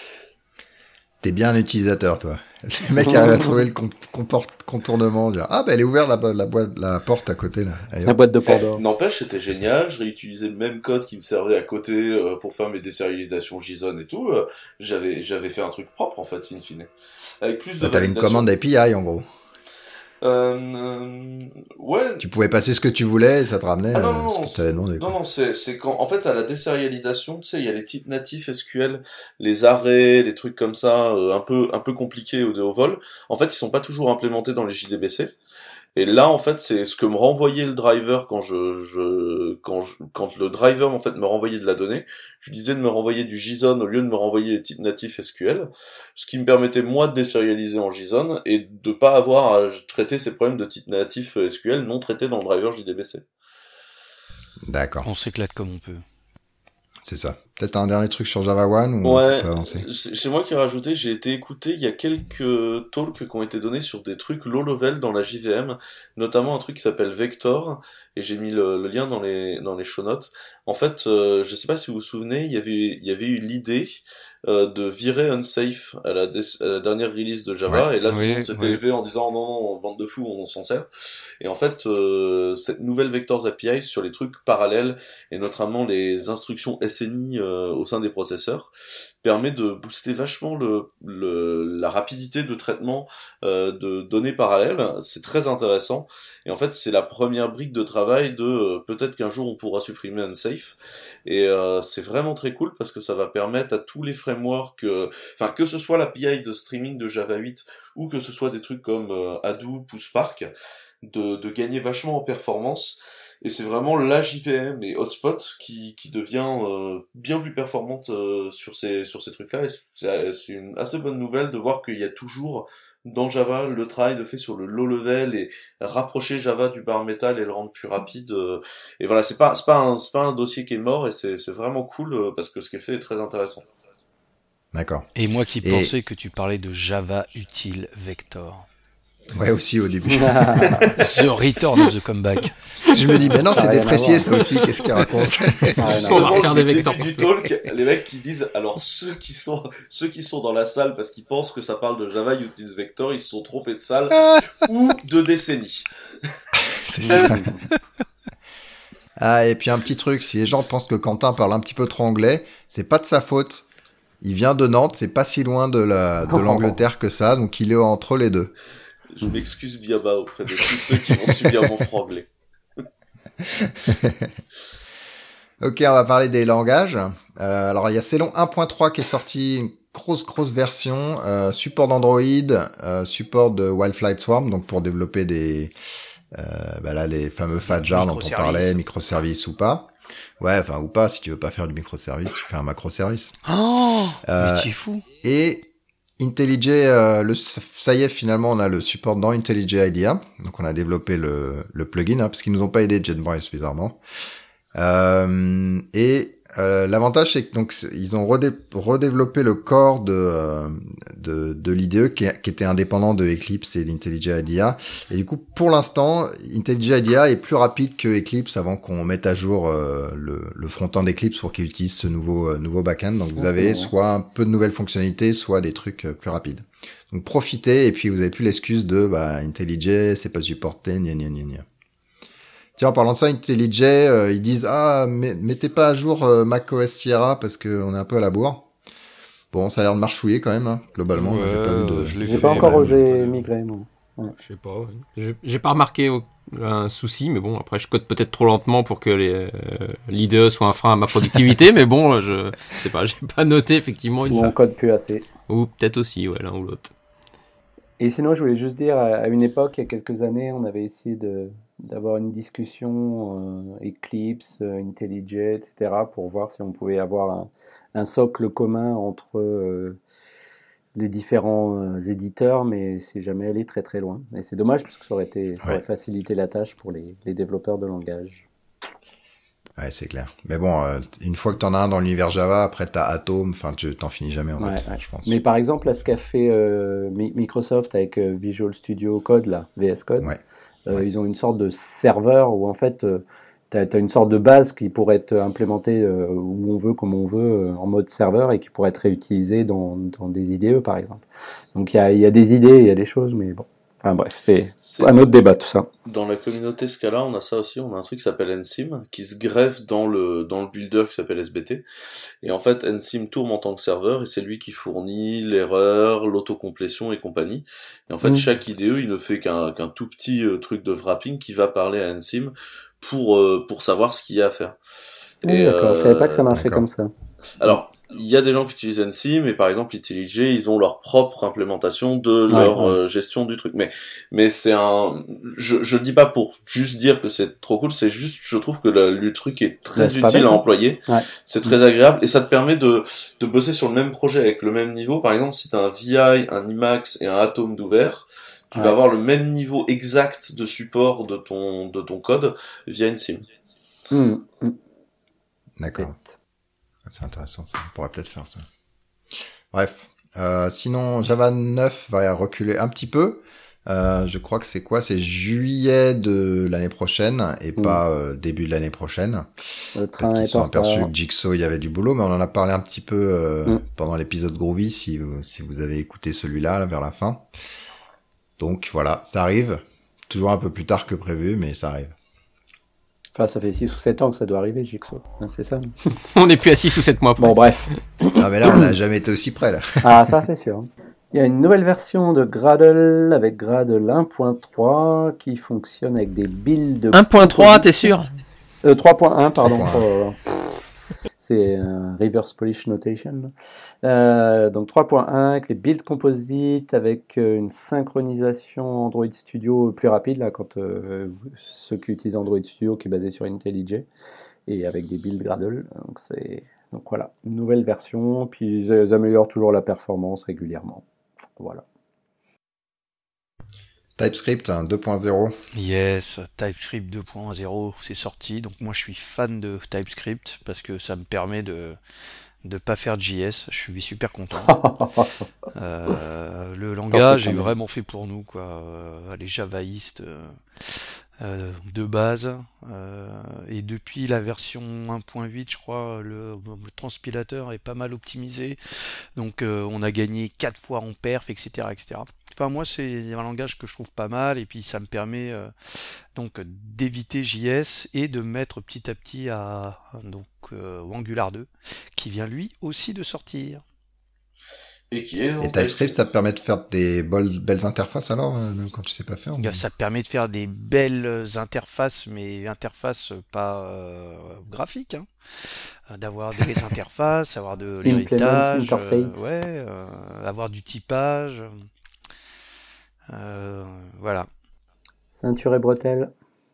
A: T'es bien un utilisateur, toi. Le mec arrive à trouver le con- comport- contournement, dire ah bah elle est ouverte la, bo- la boîte, la porte à côté là. Allez,
D: La
A: hop.
D: boîte de
B: Eh,
D: Pandore.
B: N'empêche, c'était génial. Je réutilisais le même code qui me servait à côté euh, pour faire mes désérialisations JSON et tout. Euh, j'avais, j'avais fait un truc propre en fait, in fine, avec plus de
A: Bah, t'avais une
B: validation.
A: commande A P I en gros.
B: Euh, euh, ouais.
A: Tu pouvais passer ce que tu voulais et ça te ramenait
B: Ah non,
A: euh,
B: non, non,
A: ce que t'avais demandé.
B: non,
A: Quoi.
B: non, c'est, c'est quand, en fait, à la désérialisation, tu sais, il y a les types natifs S Q L, les arrêts, les trucs comme ça, euh, un peu, un peu compliqués au, au vol. En fait, ils sont pas toujours implémentés dans les J D B C. Et là, en fait, c'est ce que me renvoyait le driver quand je, je, quand je, quand le driver, en fait, me renvoyait de la donnée. Je lui disais de me renvoyer du JSON au lieu de me renvoyer les types natifs S Q L. Ce qui me permettait, moi, de désérialiser en JSON et de pas avoir à traiter ces problèmes de types natifs S Q L non traités dans le driver J D B C.
A: D'accord,
C: On s'éclate comme on peut.
A: c'est ça. Peut-être un dernier truc sur Java One ou on
B: Ouais,
A: peut avancer.
B: c'est c'est moi qui ai rajouté, j'ai été écouté, il y a quelques talks qui ont été donnés sur des trucs low level dans la J V M, notamment un truc qui s'appelle Vector, et j'ai mis le, le lien dans les dans les show notes. En fait, euh, je sais pas si vous vous souvenez, il y avait il y avait eu l'idée euh, de virer unsafe à la, dé- à la dernière release de Java,
A: Ouais.
B: et là tout
C: Oui,
B: le monde s'était
C: oui.
B: élevé en disant non non bande de fous, on s'en sert. Et en fait, euh, cette nouvelle Vectors A P I sur les trucs parallèles et notamment les instructions S N I euh, au sein des processeurs permet de booster vachement le, le la rapidité de traitement euh, de données parallèles. C'est très intéressant et en fait c'est la première brique de travail de euh, peut-être qu'un jour on pourra supprimer unsafe et euh, c'est vraiment très cool parce que ça va permettre à tous les frameworks, euh, enfin que ce soit l'A P I de streaming de Java huit ou que ce soit des trucs comme euh, Hadoop ou Spark, de, de gagner vachement en performance. Et c'est vraiment la J V M et Hotspot qui, qui devient euh, bien plus performante euh, sur ces, sur ces trucs-là. Et c'est, c'est une assez bonne nouvelle de voir qu'il y a toujours dans Java le travail de fait sur le low level et rapprocher Java du bare metal et le rendre plus rapide. Euh, et voilà, c'est pas, c'est pas un, c'est pas un dossier qui est mort et c'est, c'est vraiment cool euh, parce que ce qui est fait est très intéressant.
A: D'accord.
C: Et moi qui
A: Et-
C: pensais que tu parlais de Java Util Vector.
A: Ouais, aussi au début.
C: The Return of the Comeback.
A: Je me dis, mais non,
D: Ça
A: c'est
D: a rien à
A: déprécié,
D: voir.
A: ça aussi, qu'est-ce qu'il raconte?
D: Ah,
B: C'est
D: non.
B: justement
E: On va faire des
B: le
E: vecteurs
B: début du
E: partout.
B: talk, les mecs qui disent, alors ceux qui sont, ceux qui sont dans la salle parce qu'ils pensent que ça parle de Java Utility Vector, ils se sont trompés de salle ou de décennie.
A: C'est ça. Ah, et puis un petit truc, si les gens pensent que Quentin parle un petit peu trop anglais, c'est pas de sa faute. Il vient de Nantes, c'est pas si loin de la, de l'Angleterre que ça, donc il est entre les deux.
B: Je m'excuse bien bas auprès de tous ceux qui vont subir mon franglais.
A: Ok, on va parler des langages. Euh, alors, il y a Célon un point trois qui est sorti, une grosse, grosse version, euh, support d'Android, euh, support de Wildfly Swarm, donc pour développer des, euh, bah là, les fameux Fadjar dont on
C: Microservices.
A: parlait, microservices ou pas. Ouais, enfin, ou pas, si tu veux pas faire du microservice, tu fais un macroservice.
C: Oh,
A: Euh,
C: mais t'es fou.
A: Et IntelliJ, euh, le, ça y est, finalement, on a le support dans IntelliJ I D E A. Donc, on a développé le, le plugin, hein, parce qu'ils nous ont pas aidé, JetBrains, bizarrement. Euh, et euh, l'avantage, c'est que donc ils ont redé- redéveloppé le corps de euh, de, de l'I D E qui, qui était indépendant de Eclipse et d'IntelliJ I D E A. Et du coup, pour l'instant, IntelliJ I D E A est plus rapide que Eclipse avant qu'on mette à jour euh, le, le front-end d'Eclipse pour qu'il utilise ce nouveau euh, nouveau back-end. Donc vous avez soit un peu de nouvelles fonctionnalités, soit des trucs euh, plus rapides. Donc profitez et puis vous avez plus l'excuse de bah IntelliJ c'est pas supporté, gna gna gna gna. Tiens, en parlant de ça, IntelliJ, euh, ils disent ah, mais, mettez pas à jour euh, macOS Sierra parce que on est un peu à la bourre. Bon, ça a l'air de marchouiller quand même, hein, globalement. moi, j'ai pas vu de.
C: Ouais, je l'ai
D: J'ai
C: fait,
D: pas encore
C: bah,
D: osé
C: j'ai pas de-
D: migrer, moi.
E: Je sais pas. Ouais. J'ai, j'ai pas remarqué au- un souci, mais bon, après, je code peut-être trop lentement pour que les euh, l'I D E soit un frein à ma productivité, mais bon, je sais pas, j'ai pas noté effectivement une
D: Ou on code plus assez.
E: Ou peut-être aussi, ouais, l'un ou l'autre.
D: Et sinon, je voulais juste dire, à à une époque, il y a quelques années, on avait essayé de d'avoir une discussion euh, Eclipse, euh, IntelliJ, et cetera, pour voir si on pouvait avoir un, un socle commun entre euh, les différents euh, éditeurs, mais c'est jamais allé très très loin. Et c'est dommage parce que ça aurait été, ça aurait
A: Ouais.
D: facilité la tâche pour les, les développeurs de langage.
A: Ouais, c'est clair. Mais bon, euh, une fois que t'en as un dans l'univers Java, après t'as Atom, enfin tu t'en finis jamais en
D: Ouais,
A: fait,
D: ouais.
A: je pense.
D: Mais par exemple, là, ce qu'a fait euh, Mi- Microsoft avec euh, Visual Studio Code, là, V S Code,
A: Ouais.
D: euh,
A: Ouais.
D: ils ont une sorte de serveur où en fait, euh, tu as une sorte de base qui pourrait être implémentée euh, où on veut, comme on veut, euh, en mode serveur et qui pourrait être réutilisée dans, dans des I D E, par exemple. Donc il y a, il y a des idées, il y a des choses, mais bon. Enfin bref, c'est
B: C'est-
D: un autre débat tout ça.
B: Dans la communauté Scala, on a ça aussi, on a un truc qui s'appelle Ncim, qui se greffe dans le, dans le builder qui s'appelle S B T. Et en fait, Ncim tourne en tant que serveur, et c'est lui qui fournit l'erreur, l'autocomplétion et compagnie. Et en fait,
D: Mm.
B: chaque I D E, il ne fait qu'un, qu'un tout petit euh, truc de wrapping qui va parler à Ncim pour, euh, pour savoir ce qu'il y a à faire.
D: Oui,
B: Et,
D: d'accord, je savais pas que ça
B: euh,
D: marchait
A: d'accord.
D: comme ça.
B: Alors, il y a des gens qui utilisent Ncim, et par exemple, IntelliJ, ils ont leur propre implémentation de
D: Ouais,
B: leur
D: ouais.
B: euh, gestion du truc. Mais, mais c'est un, je, je le dis pas pour juste dire que c'est trop cool, c'est juste, je trouve que le, le truc est très
D: Ouais, c'est pas
B: utile
D: bête,
B: à
D: hein.
B: employer.
D: Ouais.
B: C'est très agréable, et ça te permet de, de bosser sur le même projet avec le même niveau. Par exemple, si t'as un V I, un Emacs et un Atom d'ouvert, tu
D: Ouais.
B: vas avoir le même niveau exact de support de ton, de ton code via Ncim.
D: Mm, mm.
A: D'accord. C'est intéressant ça. On pourrait peut-être faire ça. Bref. Euh, sinon, Java neuf va reculer un petit peu. Euh, je crois que c'est quoi? C'est juillet de l'année prochaine et
D: Mm.
A: pas euh, début de l'année prochaine.
D: Le
A: Parce
D: train
A: qu'ils
D: est
A: se sont
D: en retard.
A: aperçus que Jigsaw, il y avait du boulot, mais on en a parlé un petit peu euh,
D: Mm.
A: pendant l'épisode Groovy, si vous, si vous avez écouté celui-là, là, vers la fin. Donc voilà, ça arrive. Toujours un peu plus tard que prévu, mais ça arrive.
D: Enfin, ça fait six ou sept ans que ça doit arriver, Jigsaw. Hein, c'est ça.
E: On est plus à six ou sept mois près.
D: Bon, bref.
A: Ah mais là, on n'a jamais été aussi près, là.
D: Ah, ça, c'est sûr. Il y a une nouvelle version de Gradle avec Gradle un point trois qui fonctionne avec des builds.
E: un point trois, t'es sûr?
D: euh, trois point un, pardon.
A: trois point un.
D: Oh, c'est un reverse polish notation. Euh, donc trois point un avec les builds composites, avec euh, une synchronisation Android Studio plus rapide, là, quand euh, ceux qui utilisent Android Studio qui est basé sur IntelliJ, et avec des builds Gradle. Donc, c'est... donc voilà, une nouvelle version, puis ils, ils améliorent toujours la performance régulièrement. Voilà.
A: TypeScript hein, deux point zéro.
C: Yes, TypeScript deux point zéro, c'est sorti. Donc moi je suis fan de TypeScript parce que ça me permet de de pas faire de J S. Je suis super content. euh, le langage est vraiment fait pour nous, quoi. Euh, les javaïstes euh, euh, de base. Euh, et depuis la version un point huit, je crois, le, le transpilateur est pas mal optimisé. Donc euh, on a gagné quatre fois en perf, et cetera, et cetera. Enfin, moi, c'est un langage que je trouve pas mal, et puis ça me permet euh, donc d'éviter J S et de mettre petit à petit à donc euh, Angular deux, qui vient lui aussi de sortir.
B: Et qui est.
A: Et TypeScript, ça te permet de faire des belles, belles interfaces alors, euh, même quand tu sais pas faire. Mais...
C: Ça te permet de faire des belles interfaces, mais interfaces pas euh, graphiques, hein. D'avoir des interfaces, avoir de l'héritage, euh, ouais, euh, avoir du typage. Euh, voilà.
D: Ceinture et bretelles.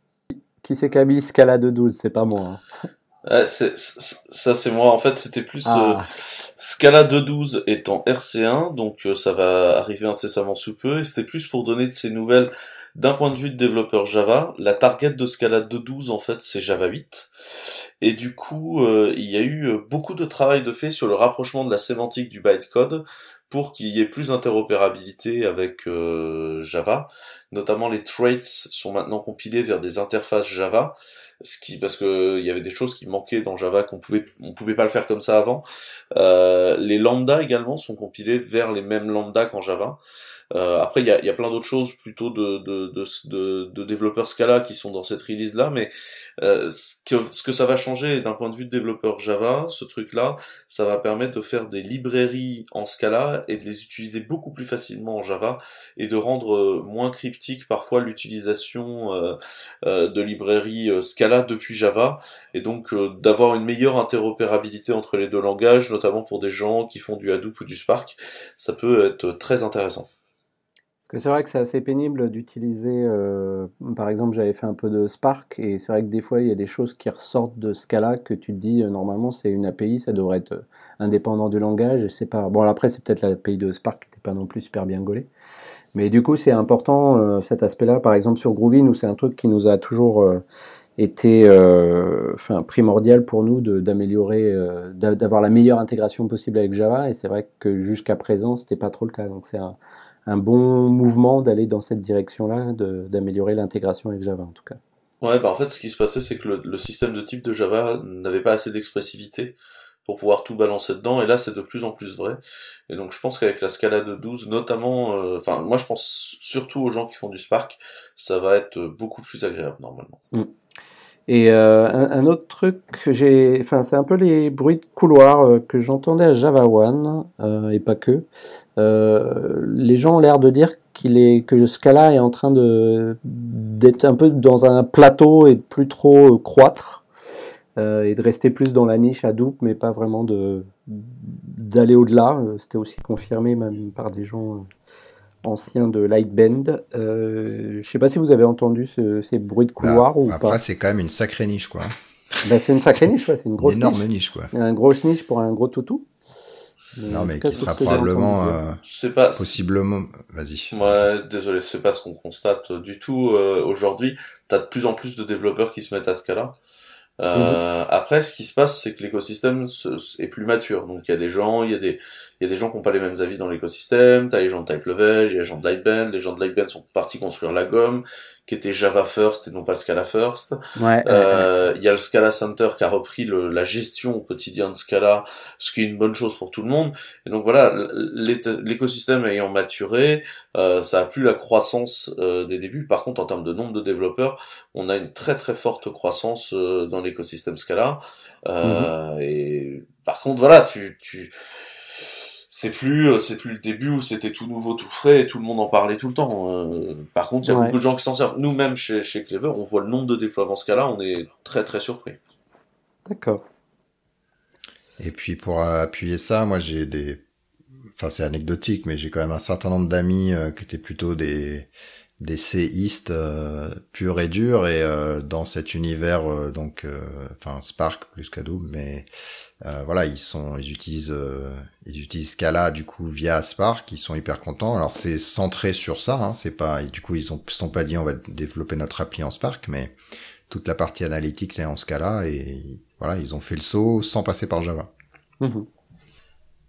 D: Qui c'est qui a mis Scala deux douze? C'est pas moi. Hein.
B: Ouais, c'est, c'est, ça c'est moi. En fait, c'était plus ah. euh, Scala deux douze est en R C un, donc euh, ça va arriver incessamment sous peu. Et c'était plus pour donner de ces nouvelles d'un point de vue de développeur Java. La target de Scala deux douze, en fait, c'est Java huit. Et du coup, euh, il y a eu beaucoup de travail de fait sur le rapprochement de la sémantique du bytecode pour qu'il y ait plus d'interopérabilité avec euh, Java. Notamment, les traits sont maintenant compilés vers des interfaces Java, ce qui parce que il y avait des choses qui manquaient dans Java qu'on pouvait on pouvait pas le faire comme ça avant. Euh, les lambdas également sont compilés vers les mêmes lambdas qu'en Java. Euh, après, il y a, y a plein d'autres choses plutôt de, de, de, de, de développeurs Scala qui sont dans cette release-là, mais euh, ce, que, ce que ça va changer d'un point de vue de développeur Java, ce truc-là, ça va permettre de faire des librairies en Scala et de les utiliser beaucoup plus facilement en Java et de rendre euh, moins cryptique parfois l'utilisation euh, euh, de librairies euh, Scala depuis Java, et donc euh, d'avoir une meilleure interopérabilité entre les deux langages, notamment pour des gens qui font du Hadoop ou du Spark. Ça peut être très intéressant.
D: Parce que c'est vrai que c'est assez pénible d'utiliser, euh, par exemple, j'avais fait un peu de Spark, et c'est vrai que des fois, il y a des choses qui ressortent de Scala que tu te dis, euh, normalement, c'est une A P I, ça devrait être euh, indépendant du langage, et c'est pas... Bon, après, c'est peut-être l'A P I de Spark qui n'était pas non plus super bien gaulée. Mais du coup, c'est important, euh, cet aspect-là, par exemple, sur Groovy, nous, c'est un truc qui nous a toujours euh, été euh, enfin, primordial pour nous de, d'améliorer, euh, d'avoir la meilleure intégration possible avec Java, et c'est vrai que jusqu'à présent, c'était pas trop le cas, donc c'est un... un bon mouvement d'aller dans cette direction-là, de, d'améliorer l'intégration avec Java en tout cas.
B: Ouais, bah en fait, ce qui se passait, c'est que le, le système de type de Java n'avait pas assez d'expressivité pour pouvoir tout balancer dedans, et là, c'est de plus en plus vrai. Et donc, je pense qu'avec la Scala deux douze, notamment, enfin, euh, moi, je pense surtout aux gens qui font du Spark, ça va être beaucoup plus agréable, normalement.
D: Mm. Et euh, un, un autre truc que j'ai, enfin, c'est un peu les bruits de couloir euh, que j'entendais à Java One, euh, et pas que. Euh, les gens ont l'air de dire qu'il est, que Scala est en train de, d'être un peu dans un plateau et de plus trop euh, croître, euh, et de rester plus dans la niche Hadoop, mais pas vraiment de, d'aller au-delà. C'était aussi confirmé même par des gens euh, anciens de Lightbend. Euh, je sais pas si vous avez entendu ce, ces bruits de couloir bah, ou
A: après,
D: pas.
A: Après, c'est quand même une sacrée niche, quoi.
D: Bah, c'est une sacrée niche, ouais, c'est une grosse
A: une énorme
D: niche.
A: niche, quoi.
D: Un grosse niche pour un gros toutou.
A: Mais non, mais qui sera probablement, euh,
B: c'est pas,
A: possiblement, vas-y.
B: Ouais, désolé, c'est pas ce qu'on constate du tout euh, aujourd'hui. T'as de plus en plus de développeurs qui se mettent à Scala. Euh, mm-hmm. Après, ce qui se passe, c'est que l'écosystème est plus mature. Donc, il y a des gens, il y a des, il y a des gens qui n'ont pas les mêmes avis dans l'écosystème. T'as les gens de TypeLevel, il y a les gens de Lightbend. Les gens de Lightbend sont partis construire la gomme, qui était Java First et non pas Scala First.
D: Ouais.
B: Euh, il y a le Scala Center qui a repris le, la gestion au quotidien de Scala, ce qui est une bonne chose pour tout le monde. Et donc voilà, l'écosystème ayant maturé, euh, ça a plus la croissance euh, des débuts. Par contre, en termes de nombre de développeurs, on a une très très forte croissance euh, dans l'écosystème Scala. Euh, mmh. Et par contre, voilà, tu, tu, c'est plus, c'est plus le début où c'était tout nouveau, tout frais, et tout le monde en parlait tout le temps. Euh, par contre, il y a ouais. beaucoup de gens qui s'en servent. Nous-mêmes, chez, chez Clever, on voit le nombre de déploiements Scala, on est très très surpris.
D: D'accord.
A: Et puis pour appuyer ça, moi j'ai des, enfin c'est anecdotique, mais j'ai quand même un certain nombre d'amis euh, qui étaient plutôt des des C-istes euh, purs et durs, et euh, dans cet univers euh, donc enfin euh, Spark plus qu'Hadoop, mais euh, voilà, ils sont ils utilisent euh, ils utilisent Scala du coup via Spark, ils sont hyper contents. Alors c'est centré sur ça, hein, c'est pas, du coup ils ont sont pas dit on va développer notre appli en Spark, mais toute la partie analytique c'est en Scala, et voilà, ils ont fait le saut sans passer par Java.
D: Mmh.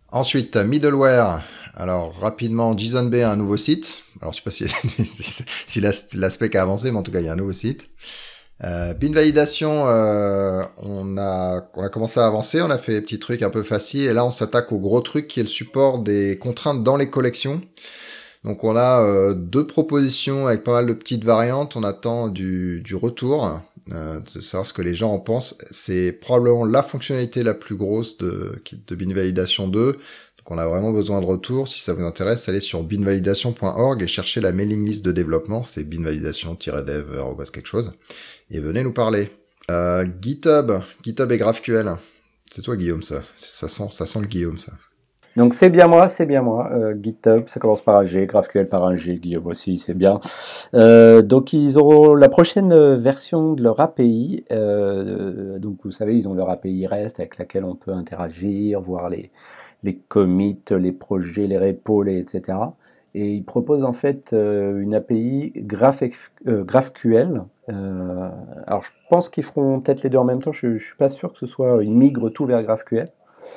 A: Ensuite, middleware. Alors, rapidement, JSONB a un nouveau site. Alors, je sais pas si, si l'aspect a avancé, mais en tout cas, il y a un nouveau site. Euh, bin validation, euh, on a, on a commencé à avancer, on a fait des petits trucs un peu faciles, et là, on s'attaque au gros truc qui est le support des contraintes dans les collections. Donc, on a euh, deux propositions avec pas mal de petites variantes. On attend du, du retour, euh, de savoir ce que les gens en pensent. C'est probablement la fonctionnalité la plus grosse de, de bin validation deux. Donc, on a vraiment besoin de retour. Si ça vous intéresse, allez sur bin validation point org et cherchez la mailing list de développement. C'est binvalidation-dev, arobase quelque chose. Et venez nous parler. Euh, GitHub, GitHub et GraphQL. C'est toi, Guillaume, ça. Ça sent, ça sent le Guillaume, ça.
D: Donc c'est bien moi, c'est bien moi. Euh, GitHub, ça commence par un G, GraphQL par un G, Guillaume aussi, c'est bien. Euh, donc ils auront la prochaine version de leur A P I. Euh, donc vous savez, ils ont leur A P I REST avec laquelle on peut interagir, voir les les commits, les projets, les repos, les, et cetera. Et ils proposent en fait euh, une A P I Graph, euh, GraphQL. Euh, alors je pense qu'ils feront peut-être les deux en même temps. Je, je suis pas sûr que ce soit ils migrent tout vers GraphQL.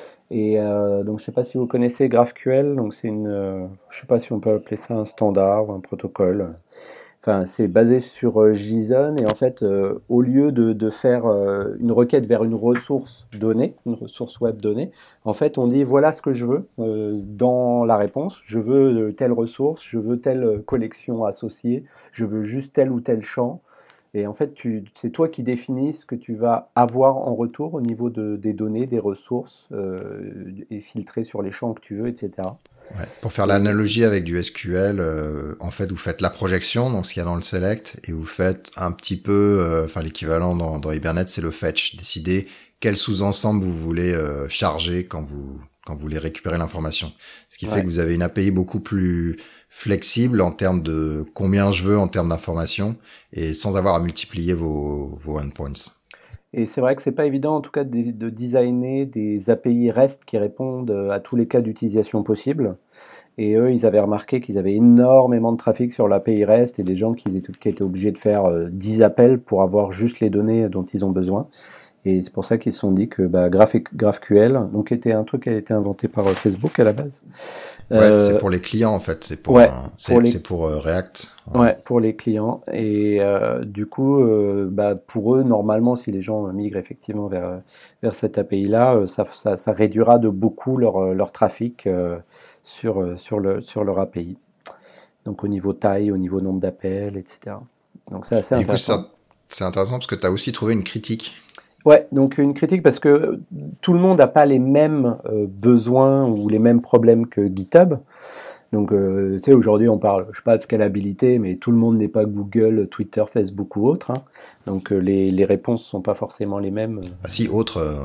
D: Et euh, donc je sais pas si vous connaissez GraphQL. Donc c'est une, euh, je sais pas si on peut appeler ça un standard ou un protocole. Enfin, c'est basé sur euh, JSON et en fait, euh, au lieu de, de faire euh, une requête vers une ressource donnée, une ressource web donnée, en fait, on dit voilà ce que je veux euh, dans la réponse. Je veux euh, telle ressource, je veux telle collection associée, je veux juste tel ou tel champ. Et en fait, tu, c'est toi qui définis ce que tu vas avoir en retour au niveau de, des données, des ressources, euh, et filtrer sur les champs que tu veux, et cetera.
A: Ouais, pour faire l'analogie avec du S Q L, euh, en fait, vous faites la projection, donc ce qu'il y a dans le select, et vous faites un petit peu, euh, enfin l'équivalent dans, dans Hibernate, c'est le fetch, décider quel sous-ensemble vous voulez euh, charger quand vous quand vous voulez récupérer l'information. Ce qui ouais. fait que vous avez une A P I beaucoup plus flexible en termes de combien je veux en termes d'informations, et sans avoir à multiplier vos, vos endpoints.
D: Et c'est vrai que c'est pas évident en tout cas de, de designer des A P I REST qui répondent à tous les cas d'utilisation possibles. Et eux, ils avaient remarqué qu'ils avaient énormément de trafic sur l'A P I REST et des gens qui étaient, qui étaient obligés de faire euh, dix appels pour avoir juste les données dont ils ont besoin. Et c'est pour ça qu'ils se sont dit que bah, Graph, GraphQL, donc était un truc qui a été inventé par euh, Facebook à la base.
A: Ouais, euh, c'est pour les clients en fait, c'est pour,
D: ouais,
A: un, c'est,
D: pour les...
A: c'est pour euh, React.
D: Ouais. ouais, pour les clients. Et euh, du coup, euh, bah, pour eux, normalement, si les gens migrent effectivement vers, vers cette A P I-là, ça, ça, ça réduira de beaucoup leur, leur trafic euh, sur, sur, le, sur leur A P I. Donc au niveau taille, au niveau nombre d'appels, et cetera. Donc c'est assez
A: et
D: intéressant.
A: Du coup, ça, c'est intéressant parce que tu as aussi trouvé une critique.
D: Ouais, donc une critique parce que tout le monde n'a pas les mêmes euh, besoins ou les mêmes problèmes que GitHub. Donc, euh, tu sais, aujourd'hui, on parle, je sais pas, de scalabilité, mais tout le monde n'est pas Google, Twitter, Facebook ou autre. Hein. Donc, euh, les, les réponses sont pas forcément les mêmes.
A: Ah si, autre. Euh...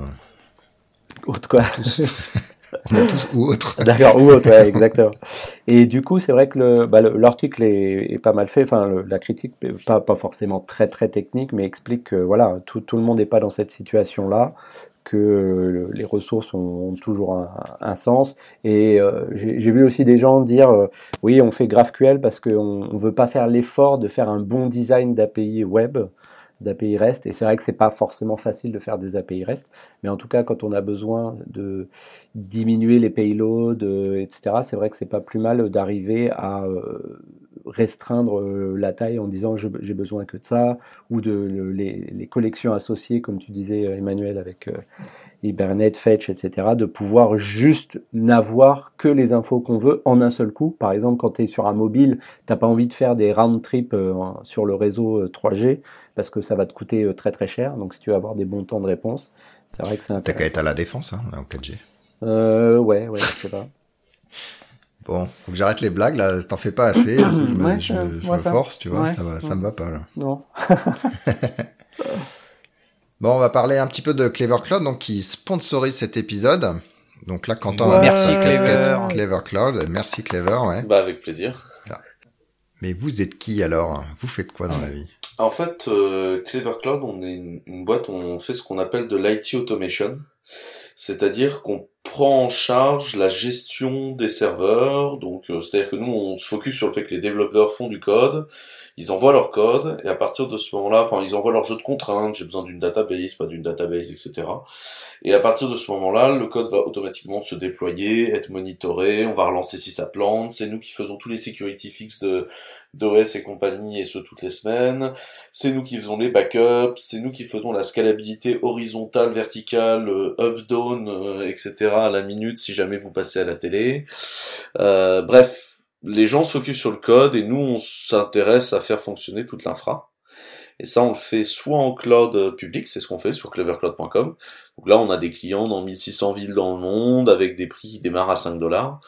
D: Autre quoi.
A: On a tous ou autre.
D: D'accord, ou autre, ouais, exactement. Et du coup, c'est vrai que le, bah, le, l'article est, est pas mal fait. Enfin, le, la critique, pas, pas forcément très très technique, mais explique que voilà, tout, tout le monde n'est pas dans cette situation-là, que euh, les ressources ont, ont toujours un, un sens. Et euh, j'ai, j'ai vu aussi des gens dire, euh, oui, on fait GraphQL parce qu'on ne veut pas faire l'effort de faire un bon design d'A P I web, d'A P I REST, et c'est vrai que c'est pas forcément facile de faire des A P I REST, mais en tout cas quand on a besoin de diminuer les payloads, euh, et cetera, c'est vrai que c'est pas plus mal d'arriver à euh, restreindre euh, la taille en disant je, j'ai besoin que de ça, ou de le, les, les collections associées, comme tu disais Emmanuel avec euh, Hibernate, Fetch, et cetera, de pouvoir juste n'avoir que les infos qu'on veut en un seul coup. Par exemple, quand tu es sur un mobile, tu n'as pas envie de faire des round trips euh, sur le réseau euh, trois G, parce que ça va te coûter euh, très très cher. Donc si tu veux avoir des bons temps de réponse, c'est vrai que c'est intéressant.
A: T'as qu'à être à la défense, hein, là, en quatre G.
D: Euh, ouais, ouais, je sais pas.
A: Bon, faut que j'arrête les blagues, là, t'en fais pas assez. Je me,
D: ouais,
A: je,
D: euh,
A: je me
D: ça.
A: force, tu vois,
D: ouais,
A: ça, va,
D: ouais.
A: ça me va pas, là.
D: Non.
A: Bon, on va parler un petit peu de Clever Cloud, donc qui sponsorise cet épisode. Donc là, Quentin
C: ouais,
A: va
C: merci
A: mettre
C: Clever.
A: casquette Clever Cloud. Merci Clever, ouais.
B: Bah avec plaisir.
A: Mais vous êtes qui alors ? Vous faites quoi dans la vie ?
B: En fait, euh, Clever Cloud, on est une, une boîte, on fait ce qu'on appelle de l'I T automation. C'est-à-dire qu'on prend en charge la gestion des serveurs. Donc, euh, c'est-à-dire que nous, on se focus sur le fait que les développeurs font du code, ils envoient leur code, et à partir de ce moment-là, enfin, ils envoient leur jeu de contraintes, j'ai besoin d'une database, pas d'une database, et cetera. Et à partir de ce moment-là, le code va automatiquement se déployer, être monitoré, on va relancer si ça plante, c'est nous qui faisons tous les security fixes de d'O S et compagnie, et ce toutes les semaines, c'est nous qui faisons les backups, c'est nous qui faisons la scalabilité horizontale, verticale, up-down, euh, et cetera à la minute si jamais vous passez à la télé. Euh, bref, les gens se focus sur le code, et nous on s'intéresse à faire fonctionner toute l'infra. Et ça, on le fait soit en cloud public, c'est ce qu'on fait sur clever cloud point com. Donc là, on a des clients dans mille six cents villes dans le monde, avec des prix qui démarrent à cinq dollars.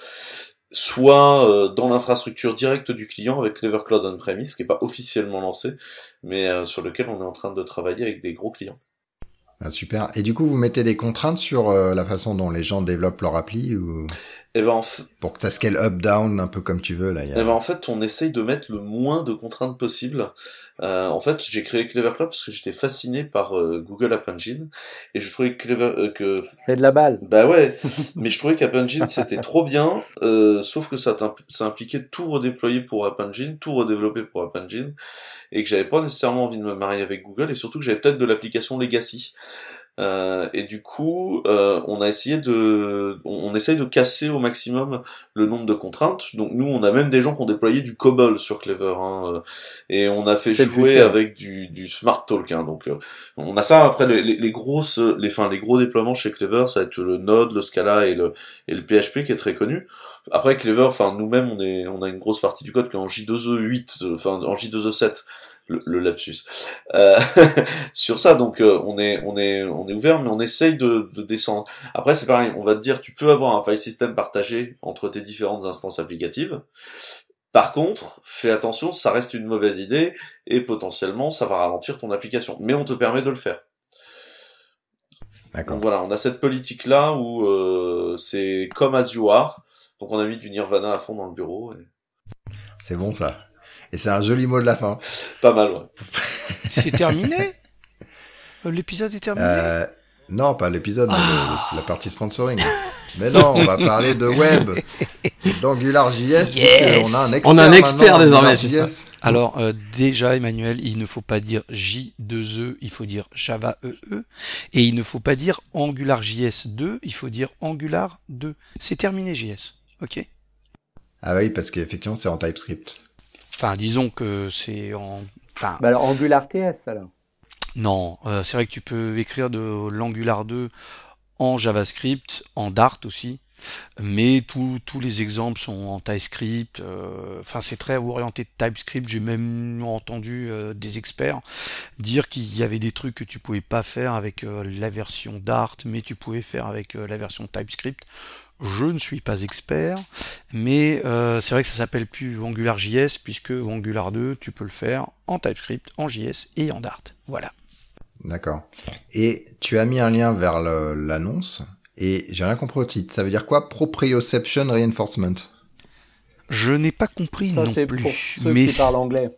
B: Soit euh, dans l'infrastructure directe du client avec Clever Cloud On-Premise, qui n'est pas officiellement lancé, mais euh, sur lequel on est en train de travailler avec des gros clients.
A: Ah, super. Et du coup, vous mettez des contraintes sur euh, la façon dont les gens développent leur appli ou...
B: Et ben en fait,
A: pour que ça scale up, down, un peu comme tu veux là. Y a...
B: Et ben en fait, on essaye de mettre le moins de contraintes possible. Euh, en fait, j'ai créé Clever Cloud parce que j'étais fasciné par euh, Google App Engine et je trouvais que Clever euh, que
D: c'est de la balle.
B: Bah ouais, mais je trouvais qu'App Engine c'était trop bien, euh, sauf que ça, ça impliquait tout redéployer pour App Engine, tout redévelopper pour App Engine, et que j'avais pas nécessairement envie de me marier avec Google, et surtout que j'avais peut-être de l'application legacy. Euh, et du coup, euh, on a essayé de, on, on essaye de casser au maximum le nombre de contraintes. Donc nous, on a même des gens qui ont déployé du COBOL sur Clever, hein, et on a fait
D: C'est
B: jouer avec du, du Smart Talk. Hein, donc, euh, on a ça. Après, les, les, les grosses, les, enfin, les gros déploiements chez Clever, ça va être le Node, le Scala et le et le P H P qui est très connu. Après, Clever, enfin, nous-mêmes, on est, on a une grosse partie du code qui est en J deux E huit, enfin, en J deux E sept. Le, le lapsus euh, sur ça, donc euh, on est on est on est ouvert, mais on essaye de, de descendre. Après c'est pareil, on va te dire tu peux avoir un file system partagé entre tes différentes instances applicatives. Par contre, fais attention, ça reste une mauvaise idée et potentiellement ça va ralentir ton application, mais on te permet de le faire.
A: D'accord.
B: Donc voilà, on a cette politique là où euh, c'est comme as you are, donc on a mis du Nirvana à fond dans le bureau. Et...
A: c'est bon ça. Et c'est un joli mot de la fin.
B: Pas mal, ouais.
C: C'est terminé? L'épisode est terminé?
A: euh, Non, pas l'épisode, ah. mais le, le, la partie sponsoring. Mais non, on va parler de web, d'AngularJS.
C: Yes.
A: On a un expert,
E: on a un expert désormais. C'est ça.
C: Alors euh, déjà, Emmanuel, il ne faut pas dire J deux E, il faut dire Java E E. Et il ne faut pas dire AngularJS deux, il faut dire Angular deux. C'est terminé J S, ok?
A: Ah oui, parce qu'effectivement, c'est en TypeScript.
C: Enfin, disons que c'est en... Enfin...
D: Bah alors, Angular T S, alors.
C: Non, euh, c'est vrai que tu peux écrire de l'Angular deux en JavaScript, en Dart aussi, mais tous les exemples sont en TypeScript. Enfin, euh, c'est très orienté de TypeScript. J'ai même entendu euh, des experts dire qu'il y avait des trucs que tu pouvais pas faire avec euh, la version Dart, mais tu pouvais faire avec euh, la version TypeScript. Je ne suis pas expert, mais euh, c'est vrai que ça s'appelle plus AngularJS, puisque Angular deux, tu peux le faire en TypeScript, en J S et en Dart. Voilà.
A: D'accord. Et tu as mis un lien vers l'annonce, et j'ai rien compris au titre. Ça veut dire quoi? Proprioception Reinforcement.
C: Je n'ai pas compris
D: ça,
C: non
D: c'est
C: plus.
D: Pour ceux
C: mais
D: qui parlent anglais.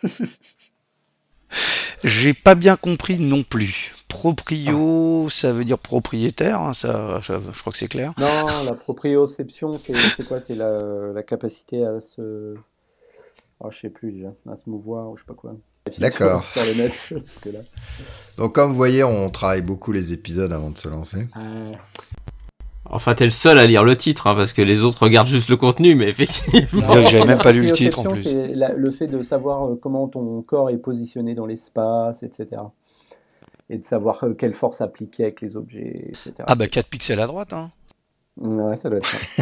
C: J'ai pas bien compris non plus. Proprio, ah. ça veut dire propriétaire, hein, ça, je, je crois que c'est clair.
D: Non, la proprioception, c'est quoi? C'est la, la capacité à se... Oh, je sais plus déjà, à se mouvoir ou je sais pas quoi.
A: D'accord.
D: Sur le net, parce que là...
A: Donc comme vous voyez, on travaille beaucoup les épisodes avant de se lancer.
D: Euh...
E: Enfin, t'es le seul à lire le titre, hein, parce que les autres regardent juste le contenu, mais effectivement...
C: Non, j'avais même pas lu le titre en plus.
D: C'est la, le fait de savoir comment ton corps est positionné dans l'espace, et cetera. Et de savoir quelle force appliquer avec les objets, et cetera.
C: Ah bah quatre pixels à droite, hein.
D: Ouais, ça doit être ça.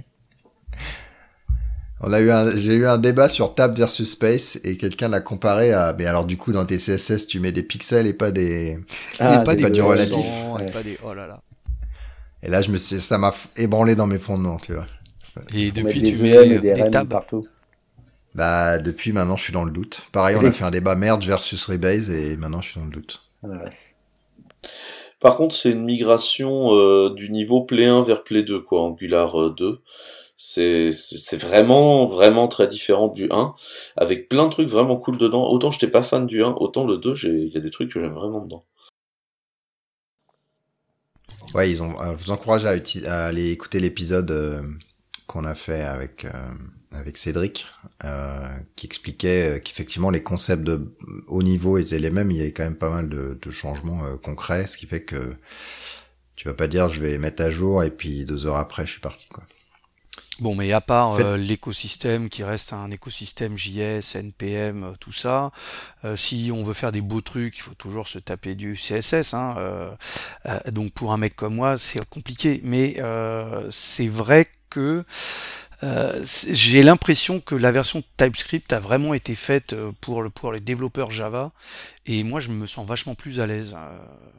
A: On a eu un, j'ai eu un débat sur Tab versus Space et quelqu'un l'a comparé à, mais alors du coup dans tes C S S tu mets des pixels et pas des,
C: ah, et pas
A: des,
C: des
A: du relatif.
C: Ouais. Et pas des, oh là là.
A: Et là je me suis, ça m'a ébranlé dans mes fondements, tu vois.
C: Et
D: Faut
C: depuis
D: des
C: tu mets des,
D: des,
C: des tabs
D: partout.
A: Bah depuis maintenant je suis dans le doute. Pareil, on a fait un débat merge versus Rebase et maintenant je suis dans le doute.
D: Ouais.
B: Par contre, c'est une migration euh, du niveau Play un vers Play deux, quoi, Angular deux. C'est, c'est vraiment, vraiment très différent du un, avec plein de trucs vraiment cool dedans. Autant j'étais pas fan du un, autant le deux, il y a des trucs que j'aime vraiment dedans.
A: Ouais, ils ont. Euh, vous encourage à, uti- à aller écouter l'épisode euh, qu'on a fait avec euh, avec Cédric, euh, qui expliquait euh, qu'effectivement les concepts de haut niveau étaient les mêmes. Il y avait quand même pas mal de, de changements euh, concrets, ce qui fait que tu vas pas dire je vais mettre à jour et puis deux heures après je suis parti, quoi.
C: Bon, mais à part
A: Faites-
C: euh, l'écosystème qui reste un écosystème J S, N P M, euh, tout ça, euh, si on veut faire des beaux trucs, il faut toujours se taper du C S S. Hein, euh, euh, donc pour un mec comme moi, c'est compliqué. Mais euh, c'est vrai que euh, c'est- j'ai l'impression que la version TypeScript a vraiment été faite euh, pour, le, pour les développeurs Java. Et moi, je me sens vachement plus à l'aise. euh.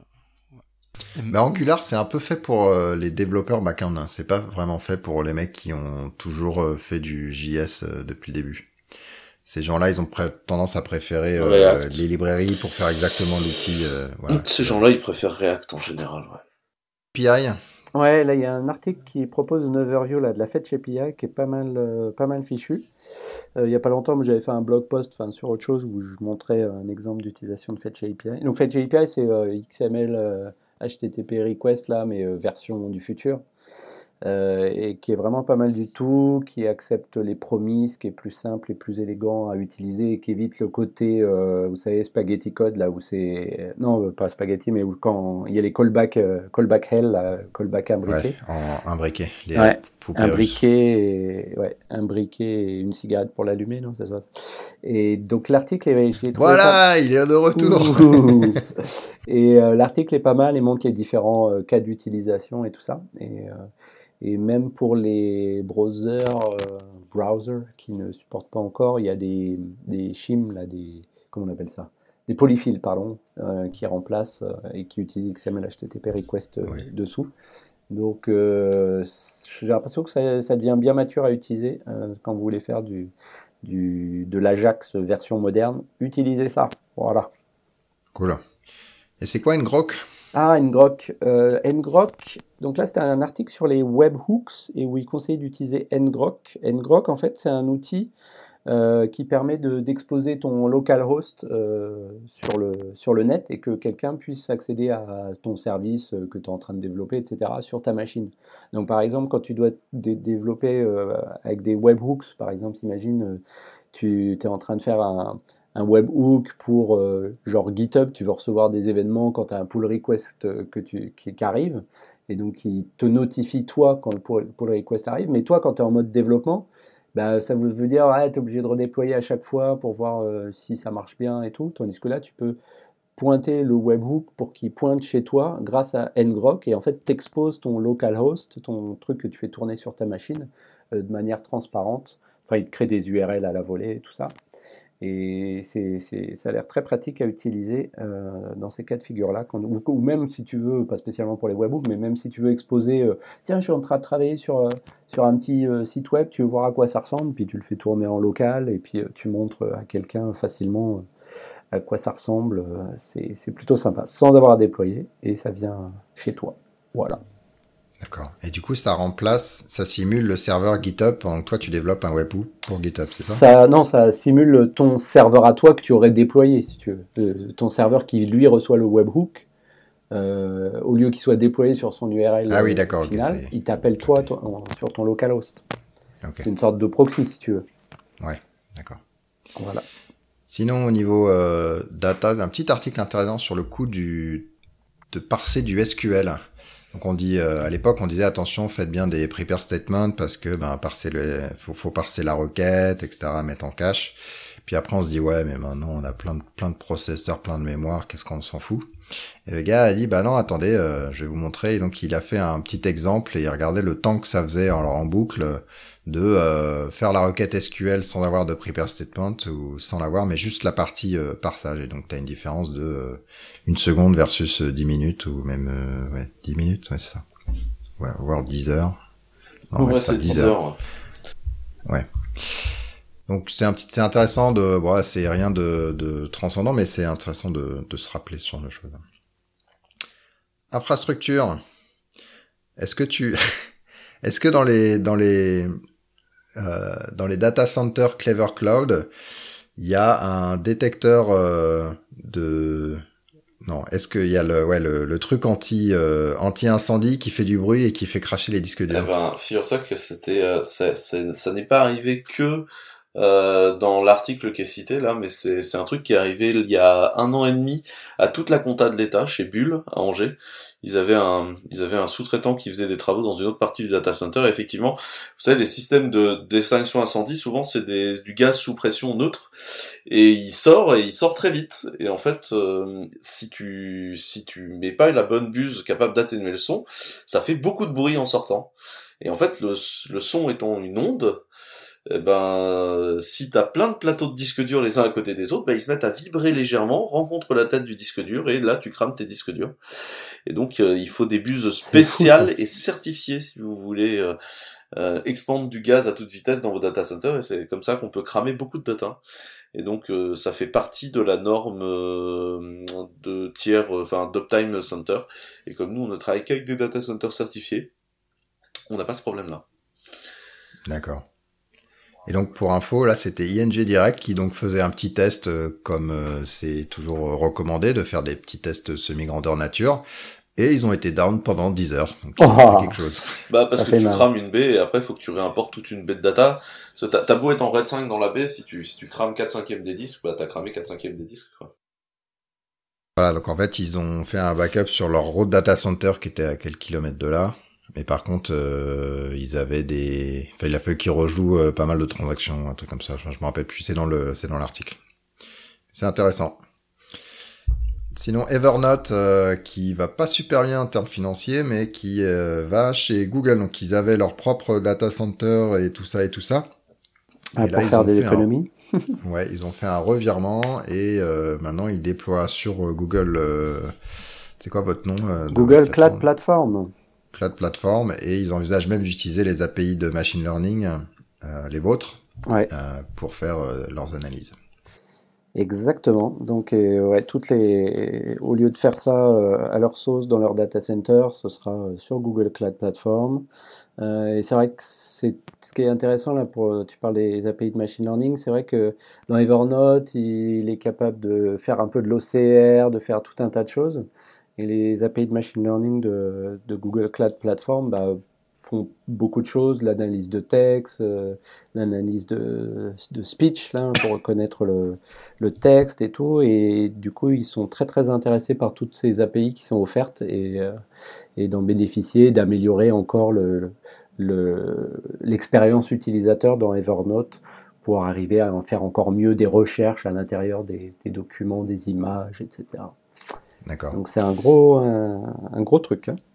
A: Mais Angular, c'est un peu fait pour euh, les développeurs back-end. Hein. C'est pas vraiment fait pour les mecs qui ont toujours euh, fait du J S euh, depuis le début. Ces gens-là, ils ont pré- tendance à préférer euh,
B: React.
A: les librairies pour faire exactement l'outil. Euh, voilà.
B: Ces gens-là, ils préfèrent React en général, ouais.
A: P I.
D: Ouais, là il y a un article qui propose une overview là, de la fetch A P I qui est pas mal, euh, pas mal fichu. Euh, il y a pas longtemps, moi, j'avais fait un blog post enfin, sur autre chose où je montrais un exemple d'utilisation de fetch A P I. Donc fetch A P I c'est euh, X M L euh, H T T P request là, mais euh, version du futur. Euh, et qui est vraiment pas mal du tout, qui accepte les promises, qui est plus simple et plus élégant à utiliser et qui évite le côté, euh, vous savez, spaghetti code, là où c'est. Non, pas spaghetti, mais où quand il y a les callback, euh, callback hell, là, callback imbriqué.
A: Ouais, en imbriqué. Les
D: Ouais,
A: poupées
D: un
A: russes.
D: briquet, et, ouais, un briquet et une cigarette pour l'allumer, non, ça se passe. Et donc l'article, est- je l'ai trouvé pas-
A: Voilà, il est de retour.
D: Ouh. Et euh, l'article est pas mal et montre les différents euh, cas d'utilisation et tout ça. Et, euh, et même pour les browsers, euh, browsers qui ne supportent pas encore, il y a des, des shims, là, des, comment on appelle ça? Des polyfills, pardon, euh, qui remplacent euh, et qui utilisent X M L H T T P request euh,
A: Oui.
D: dessous. Donc euh, j'ai l'impression que ça, ça devient bien mature à utiliser euh, quand vous voulez faire du, du, de l'Ajax version moderne. Utilisez ça, voilà.
A: Cool. Et c'est quoi une grok?
D: Ah, ngrok. Euh, ngrok, donc là c'était un article sur les webhooks et où il conseille d'utiliser ngrok. Ngrok, en fait, c'est un outil euh, qui permet de, d'exposer ton localhost euh, sur, le, sur le net et que quelqu'un puisse accéder à ton service euh, que tu es en train de développer, et cetera, sur ta machine. Donc par exemple, quand tu dois dé- développer euh, avec des webhooks, par exemple, imagine, euh, tu es en train de faire un, un webhook pour euh, genre GitHub, tu veux recevoir des événements quand tu as un pull request euh, que tu, qui, qui arrive, et donc il te notifie toi quand le pull, pull request arrive, mais toi quand tu es en mode développement, bah, ça veut dire ouais, tu es obligé de redéployer à chaque fois pour voir euh, si ça marche bien et tout, tandis que là tu peux pointer le webhook pour qu'il pointe chez toi grâce à ngrok et en fait t'exposes ton localhost, ton truc que tu fais tourner sur ta machine euh, de manière transparente. Enfin, il te crée des U R L à la volée et tout ça. Et c'est, c'est, ça a l'air très pratique à utiliser euh, dans ces cas de figure-là. Quand, ou, ou même si tu veux, pas spécialement pour les webhooks, mais même si tu veux exposer, euh, tiens, je suis en train de travailler sur, euh, sur un petit euh, site web, tu veux voir à quoi ça ressemble, puis tu le fais tourner en local, et puis euh, tu montres à quelqu'un facilement euh, à quoi ça ressemble. Euh, c'est, c'est plutôt sympa, sans avoir à déployer, et ça vient chez toi. Voilà.
A: D'accord. Et du coup, ça remplace, ça simule le serveur GitHub pendant que toi tu développes un webhook pour GitHub, c'est ça?
D: Ça, non, ça simule ton serveur à toi que tu aurais déployé, si tu veux. Euh, ton serveur qui, lui, reçoit le webhook, euh, au lieu qu'il soit déployé sur son U R L
A: Ah oui, d'accord,
D: final,
A: ok, ça y est.
D: il t'appelle toi, toi en- sur ton localhost.
A: Ok.
D: C'est une sorte de proxy, si tu veux.
A: Ouais, d'accord.
D: Voilà.
A: Sinon, au niveau euh, data, un petit article intéressant sur le coût du de parser du S Q L. Donc on dit euh, à l'époque on disait attention, faites bien des prepare statements parce que ben parser le faut faut parser la requête, et cetera, mettre en cache. Puis après on se dit ouais mais maintenant on a plein de plein de processeurs, plein de mémoire, qu'est-ce qu'on s'en fout? Et le gars a dit bah non attendez, euh, je vais vous montrer. Et donc il a fait un petit exemple et il regardait le temps que ça faisait alors en boucle de euh, faire la requête S Q L sans avoir de prepare statement ou sans l'avoir, mais juste la partie euh, parsage. Et donc t'as une différence de euh, une seconde versus euh, dix minutes ou même euh, ouais dix minutes, ouais c'est ça. Ouais, voire dix heures. Non,
B: ouais,
A: ouais, c'est
B: c'est
A: dix
B: dix
A: heures.
B: heures.
A: Ouais. Donc c'est un petit, c'est intéressant de, bon, c'est rien de, de transcendant, mais c'est intéressant de, de se rappeler sur le chose. Infrastructure. Est-ce que tu, est-ce que dans les, dans les, euh, dans les data centers Clever Cloud, il y a un détecteur euh, de Non. Est-ce qu'il y a le, ouais, le, le truc anti, euh, anti-incendie qui fait du bruit et qui fait cracher les disques
B: Eh
A: durs?
B: ben, figure-toi que c'était, euh, c'est, c'est- ça n'est pas arrivé que euh, dans l'article qui est cité là, mais c'est c'est un truc qui est arrivé il y a un an et demi à toute la compta de l'État chez Bull à Angers. Ils avaient un ils avaient un sous-traitant qui faisait des travaux dans une autre partie du data center. Et effectivement, vous savez, les systèmes de d'extinction incendie, souvent c'est des du gaz sous pression neutre et il sort et il sort très vite. Et en fait, euh, si tu si tu mets pas la bonne buse capable d'atténuer le son, ça fait beaucoup de bruit en sortant. Et en fait, le le son étant une onde, eh ben, si t'as plein de plateaux de disques durs les uns à côté des autres, ben, ils se mettent à vibrer légèrement, rencontrent la tête du disque dur, et là, tu crames tes disques durs. Et donc, euh, il faut des buses spéciales et certifiées si vous voulez euh, euh, expandre du gaz à toute vitesse dans vos data centers, et c'est comme ça qu'on peut cramer beaucoup de data. Et donc, euh, ça fait partie de la norme euh, de tiers, enfin, euh, d'Uptime Center. Et comme nous, on ne travaille qu'avec des data centers certifiés, on n'a pas ce problème-là.
A: D'accord. Et donc pour info, là c'était I N G Direct qui donc faisait un petit test, euh, comme euh, c'est toujours recommandé de faire des petits tests semi-grandeur nature, et ils ont été down pendant dix heures. Donc ils ont
D: Oh.
A: fait quelque chose.
B: Bah parce
D: Ça
B: que
D: fait
B: tu
D: mal.
B: crames une baie et après il faut que tu réimportes toute une baie de data. Parce que T'as t'as beau être en RAID cinq dans la baie, si tu si tu crames quatre cinquièmes des disques, bah t'as cramé quatre cinquièmes des disques quoi.
A: Voilà, donc en fait ils ont fait un backup sur leur road data center qui était à quelques kilomètres de là. Mais par contre, euh, ils avaient des, enfin, il a fallu qu'ils rejouent euh, pas mal de transactions, un truc comme ça. Je, je me rappelle plus. C'est dans le, c'est dans l'article. C'est intéressant. Sinon, Evernote, euh, qui va pas super bien en termes financiers, mais qui euh, va chez Google. Donc, ils avaient leur propre data center et tout ça et tout ça.
D: Ah,
A: Et là,
D: pour
A: ils
D: faire
A: ont
D: des
A: fait un-
D: économies.
A: Ouais, ils ont fait un revirement et euh, maintenant ils déploient sur euh, Google. Euh, c'est quoi votre nom euh, de
D: Google
A: votre
D: Cloud
A: plateforme
D: Platform.
A: Cloud Platform, et ils envisagent même d'utiliser les A P I de machine learning, euh, les vôtres,
D: Ouais,
A: euh, pour faire euh, leurs analyses.
D: exactement. Donc, euh, ouais, toutes les, au lieu de faire ça euh, à leur sauce dans leur data center, ce sera euh, sur Google Cloud Platform. Euh, et c'est vrai que c'est ce qui est intéressant là pour tu parles des A P I de machine learning, c'est vrai que dans Evernote, il est capable de faire un peu de l'O C R, de faire tout un tas de choses. Et les A P I de machine learning de, de Google Cloud Platform bah, font beaucoup de choses, l'analyse de texte, euh, l'analyse de, de speech là, pour reconnaître le, le texte et tout. Et du coup, ils sont très très intéressés par toutes ces A P I qui sont offertes et, euh, et d'en bénéficier, d'améliorer encore le, le, l'expérience utilisateur dans Evernote pour arriver à en faire encore mieux des recherches à l'intérieur des, des documents, des images, et cetera.
A: D'accord.
D: Donc c'est un gros, un, un gros truc. Hein.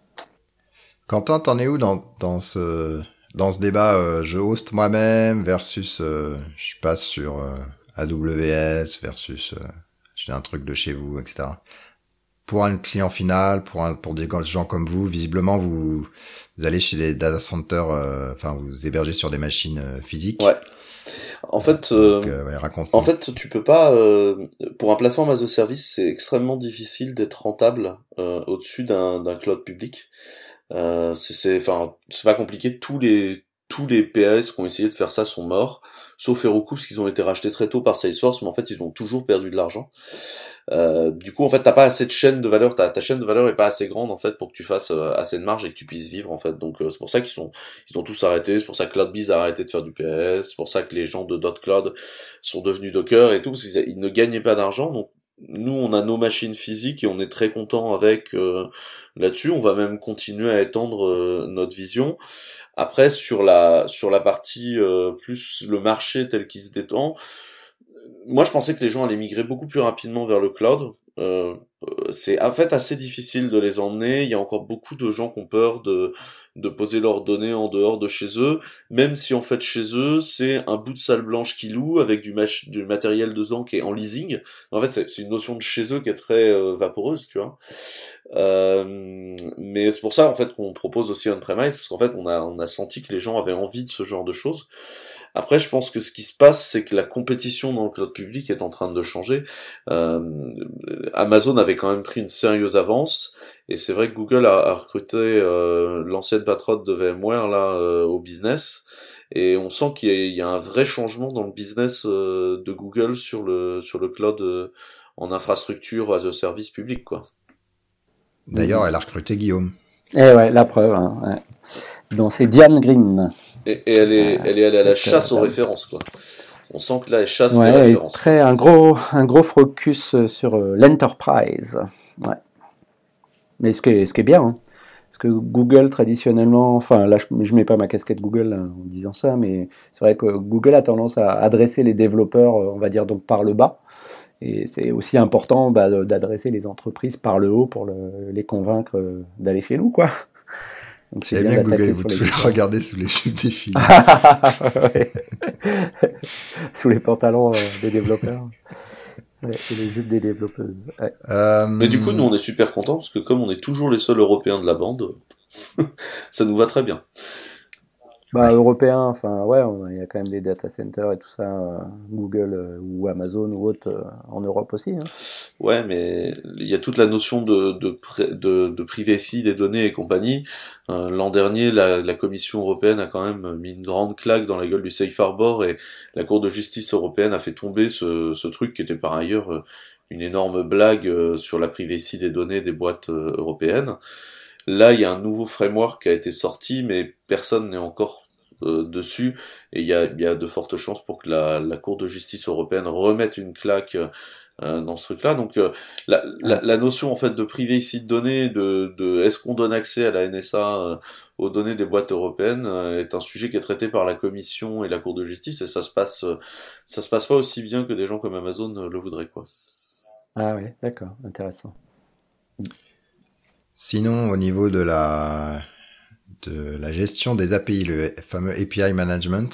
A: Quentin, t'en es où dans, dans ce dans ce débat euh, je host moi-même versus euh, je passe sur euh, A W S versus euh, j'ai un truc de chez vous, et cetera. Pour un client final, pour un, pour des gens comme vous, visiblement vous, vous allez chez les data centers, euh, enfin vous hébergez sur des machines euh, physiques.
B: Ouais. En fait, euh,
A: Donc, euh, ouais, raconte-nous.
B: en fait, tu peux pas. Euh, pour un plateforme as a service, c'est extrêmement difficile d'être rentable euh, au-dessus d'un d'un cloud public. Euh, c'est, c'est, enfin, c'est pas compliqué. Tous les tous les P A S qui ont essayé de faire ça sont morts, sauf Heroku parce qu'ils ont été rachetés très tôt par Salesforce, mais en fait ils ont toujours perdu de l'argent. Euh, du coup, en fait, t'as pas assez de chaîne de valeur, ta, ta chaîne de valeur est pas assez grande en fait pour que tu fasses euh, assez de marge et que tu puisses vivre en fait. Donc euh, c'est pour ça qu'ils sont, ils ont tous arrêté. C'est pour ça que CloudBees a arrêté de faire du P A S. C'est pour ça que les gens de .cloud sont devenus Docker et tout. Parce qu'ils, ils ne gagnaient pas d'argent. Donc nous, on a nos machines physiques et on est très content avec euh, là-dessus. On va même continuer à étendre euh, notre vision. Après, sur la sur la partie euh, plus le marché tel qu'il se détend. Moi, je pensais que les gens allaient migrer beaucoup plus rapidement vers le cloud. Euh, c'est en fait assez difficile de les emmener. Il y a encore beaucoup de gens qui ont peur de de poser leurs données en dehors de chez eux, même si en fait chez eux c'est un bout de salle blanche qu'ils louent avec du, mach- du matériel dedans qui est en leasing. En fait, c'est, c'est une notion de chez eux qui est très euh, vaporeuse, tu vois. Euh, mais c'est pour ça en fait qu'on propose aussi on-premise parce qu'en fait on a on a senti que les gens avaient envie de ce genre de choses. Après, je pense que ce qui se passe, c'est que la compétition dans le cloud public est en train de changer. Euh, Amazon avait quand même pris une sérieuse avance, et c'est vrai que Google a, a recruté euh, l'ancienne patronne de VMware là euh, au business, et on sent qu'il y a, il y a un vrai changement dans le business euh, de Google sur le sur le cloud euh, en infrastructure as a service public, quoi.
A: D'ailleurs, elle a recruté Guillaume.
D: Eh ouais, la preuve. Hein, ouais. Donc c'est Diane Green.
B: Et, et elle est,
D: euh,
B: elle est allée à la
D: c'est,
B: chasse
D: euh,
B: aux références, quoi. On sent que là, elle chasse
D: ouais,
B: les
D: et
B: références.
D: très un gros, un gros focus sur euh, l'enterprise. Ouais. Mais ce qui est, ce qui est bien. Hein. Parce que Google, traditionnellement, enfin là je ne mets pas ma casquette Google hein, en disant ça, mais c'est vrai que Google a tendance à adresser les développeurs, on va dire donc par le bas, et c'est aussi important bah, d'adresser les entreprises par le haut pour le, les convaincre d'aller chez nous, quoi. Donc
A: c'est bien, bien Google, vous devez regarder sous les jupes des filles.
D: Sous les pantalons euh, des développeurs. Ouais, et les jupes des développeuses. Ouais.
B: Euh... Mais du coup, nous, on est super contents parce que comme on est toujours les seuls Européens de la bande, ça nous va très bien.
D: Bah, ouais. Européens, enfin, ouais, il y a quand même des data centers et tout ça, euh, Google euh, ou Amazon ou autre euh, en Europe aussi. Hein.
B: Ouais, mais il y a toute la notion de, de, de, de privacy des données et compagnie. Euh, l'an dernier, la, la Commission européenne a quand même mis une grande claque dans la gueule du Safe Harbor et la Cour de justice européenne a fait tomber ce, ce truc qui était par ailleurs euh, une énorme blague euh, sur la privacy des données des boîtes euh, européennes. Là, il y a un nouveau framework qui a été sorti, mais personne n'est encore euh, dessus, et il y a, il y a de fortes chances pour que la, la Cour de justice européenne remette une claque euh, dans ce truc-là. Donc, euh, la, la, la notion en fait de privacy de données, de, de est-ce qu'on donne accès à la N S A euh, aux données des boîtes européennes, euh, est un sujet qui est traité par la Commission et la Cour de justice, et ça se passe, euh, ça se passe pas aussi bien que des gens comme Amazon le voudraient, quoi.
D: Ah oui, d'accord, intéressant.
A: Sinon, au niveau de la, de la gestion des A P I, le fameux A P I management,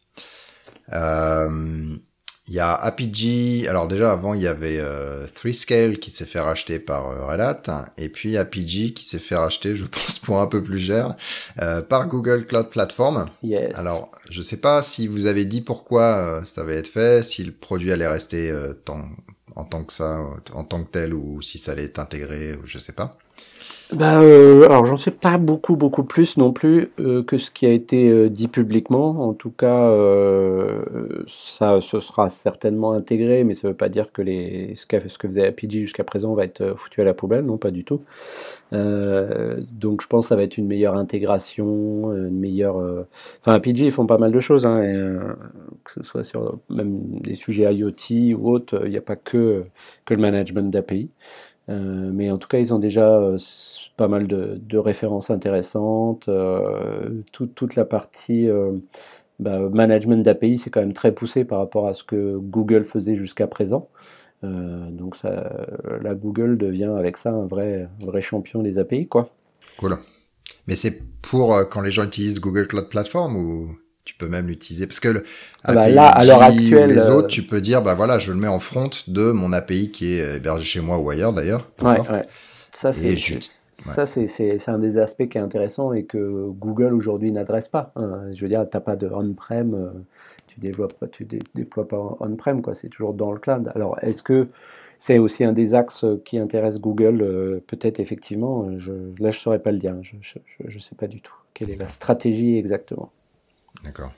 A: euh, il y a A P G. Alors déjà, avant, il y avait euh, Threescale qui s'est fait racheter par euh, Red Hat, et puis A P G qui s'est fait racheter, je pense, pour un peu plus cher, euh, par Google Cloud Platform.
D: Yes.
A: Alors, je sais pas si vous avez dit pourquoi euh, ça va être fait, si le produit allait rester euh, tant, en tant que ça, en tant que tel, ou si ça allait être intégré, je sais pas.
D: Bah, euh, alors j'en sais pas beaucoup beaucoup plus non plus euh, que ce qui a été euh, dit publiquement. En tout cas, euh, ça ce sera certainement intégré, mais ça veut pas dire que les ce, ce que faisait A P G jusqu'à présent va être foutu à la poubelle, non, pas du tout. Euh, donc je pense que ça va être une meilleure intégration, une meilleure. Euh... Enfin, A P G ils font pas mal de choses, hein, et, euh, que ce soit sur même des sujets IoT ou autres. Il n'y a pas que que le management d'A P I. Euh, mais en tout cas, ils ont déjà euh, pas mal de, de références intéressantes. Euh, tout, toute la partie euh, bah, management d'A P I, c'est quand même très poussé par rapport à ce que Google faisait jusqu'à présent. Euh, donc ça, là, Google devient avec ça un vrai, un vrai champion des A P I, quoi.
A: Cool. Mais c'est pour euh, quand les gens utilisent Google Cloud Platform ou tu peux même l'utiliser parce que le
D: ah bah là, à l'heure actuelle,
A: les autres,
D: euh...
A: tu peux dire bah voilà, je le mets en front de mon A P I qui est hébergé chez moi ou ailleurs d'ailleurs.
D: Ouais, ouais. Ça c'est,
A: juste,
D: ouais. ça c'est, c'est, c'est un des aspects qui est intéressant et que Google aujourd'hui n'adresse pas. Hein. Je veux dire, t'as pas de on-prem, euh, tu développes pas, tu dé- déploies pas on-prem quoi. C'est toujours dans le cloud. Alors est-ce que c'est aussi un des axes qui intéresse Google euh, peut-être effectivement. Je, là, je saurais pas le dire. Je, je, je, je sais pas du tout quelle est la stratégie exactement.
A: D'accord.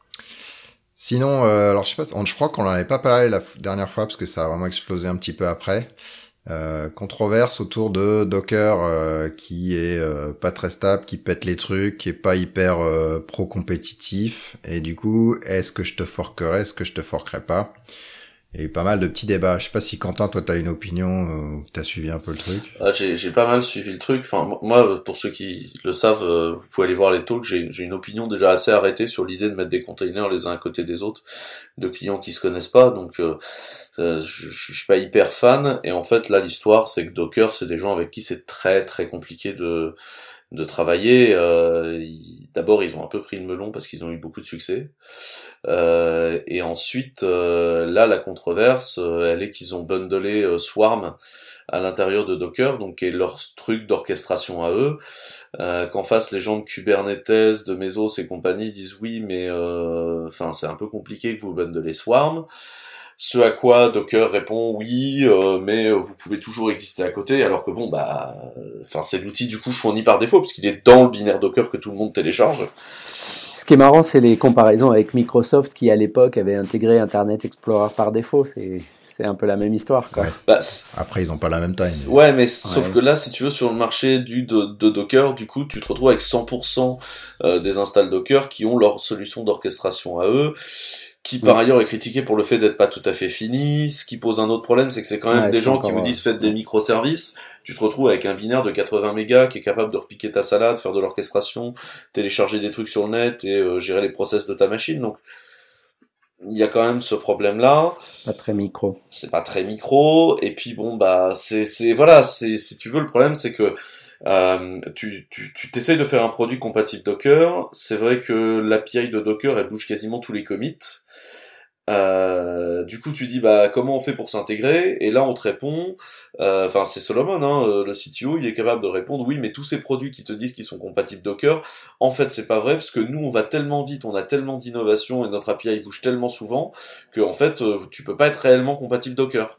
A: Sinon, euh, alors je sais pas, on, je crois qu'on en avait pas parlé la f- dernière fois parce que ça a vraiment explosé un petit peu après. Euh, controverse autour de Docker euh, qui est euh, pas très stable, qui pète les trucs, qui est pas hyper euh, pro-compétitif. Et du coup, est-ce que je te forquerai, est-ce que je te forquerai pas? Il y a eu pas mal de petits débats. Je sais pas si Quentin, toi, t'as une opinion, euh, t'as suivi un peu le truc.
B: Ah, j'ai, j'ai pas mal suivi le truc. Enfin, moi, pour ceux qui le savent, euh, vous pouvez aller voir les talks. J'ai, j'ai une opinion déjà assez arrêtée sur l'idée de mettre des containers les uns à côté des autres, de clients qui se connaissent pas. Donc, euh, euh, je, je suis pas hyper fan. Et en fait, là, l'histoire, c'est que Docker, c'est des gens avec qui c'est très très compliqué de de travailler. Euh, ils, d'abord, ils ont un peu pris le melon parce qu'ils ont eu beaucoup de succès. Euh, et ensuite, euh, là, la controverse, euh, elle est qu'ils ont bundlé euh, Swarm à l'intérieur de Docker, donc qui est leur truc d'orchestration à eux. Euh, qu'en face, les gens de Kubernetes, de Mesos et compagnie disent oui, mais enfin, euh, c'est un peu compliqué que vous bundlez Swarm. Ce à quoi Docker répond oui, euh, mais vous pouvez toujours exister à côté, alors que bon, bah, enfin, c'est l'outil du coup fourni par défaut, parce qu'il est dans le binaire Docker que tout le monde télécharge.
D: Ce qui est marrant, c'est les comparaisons avec Microsoft qui, à l'époque, avait intégré Internet Explorer par défaut. C'est, c'est un peu la même histoire, quoi.
A: Ouais.
B: Bah,
A: Après, ils ont pas la même taille.
B: Mais... Ouais, mais sauf
D: ouais.
B: que là, si tu veux, sur le marché du de, de Docker, du coup, tu te retrouves avec cent pour cent des installs Docker qui ont leur solution d'orchestration à eux, qui par
D: ouais.
B: ailleurs est critiqué pour le fait d'être pas tout à fait fini. Ce qui pose un autre problème, c'est que c'est quand même
D: Ouais,
B: des gens
D: encore,
B: qui vous disent
D: ouais.
B: faites des microservices. Tu te retrouves avec un binaire de quatre-vingts mégas qui est capable de repiquer ta salade, faire de l'orchestration, télécharger des trucs sur le net et euh, gérer les process de ta machine. Donc, il y a quand même ce problème-là.
D: Pas très micro.
B: C'est pas très micro. Et puis bon, bah, c'est, c'est, voilà, c'est, si tu veux, le problème, c'est que euh, tu, tu, tu t'essayes de faire un produit compatible Docker. C'est vrai que l'A P I de Docker, elle bouge quasiment tous les commits. Euh, du coup, tu dis bah comment on fait pour s'intégrer? Et là, on te répond, enfin euh, c'est Solomon, hein, le C T O, il est capable de répondre oui, mais tous ces produits qui te disent qu'ils sont compatibles Docker, en fait, c'est pas vrai parce que nous, on va tellement vite, on a tellement d'innovation et notre A P I bouge tellement souvent que en fait, euh, tu peux pas être réellement compatible Docker.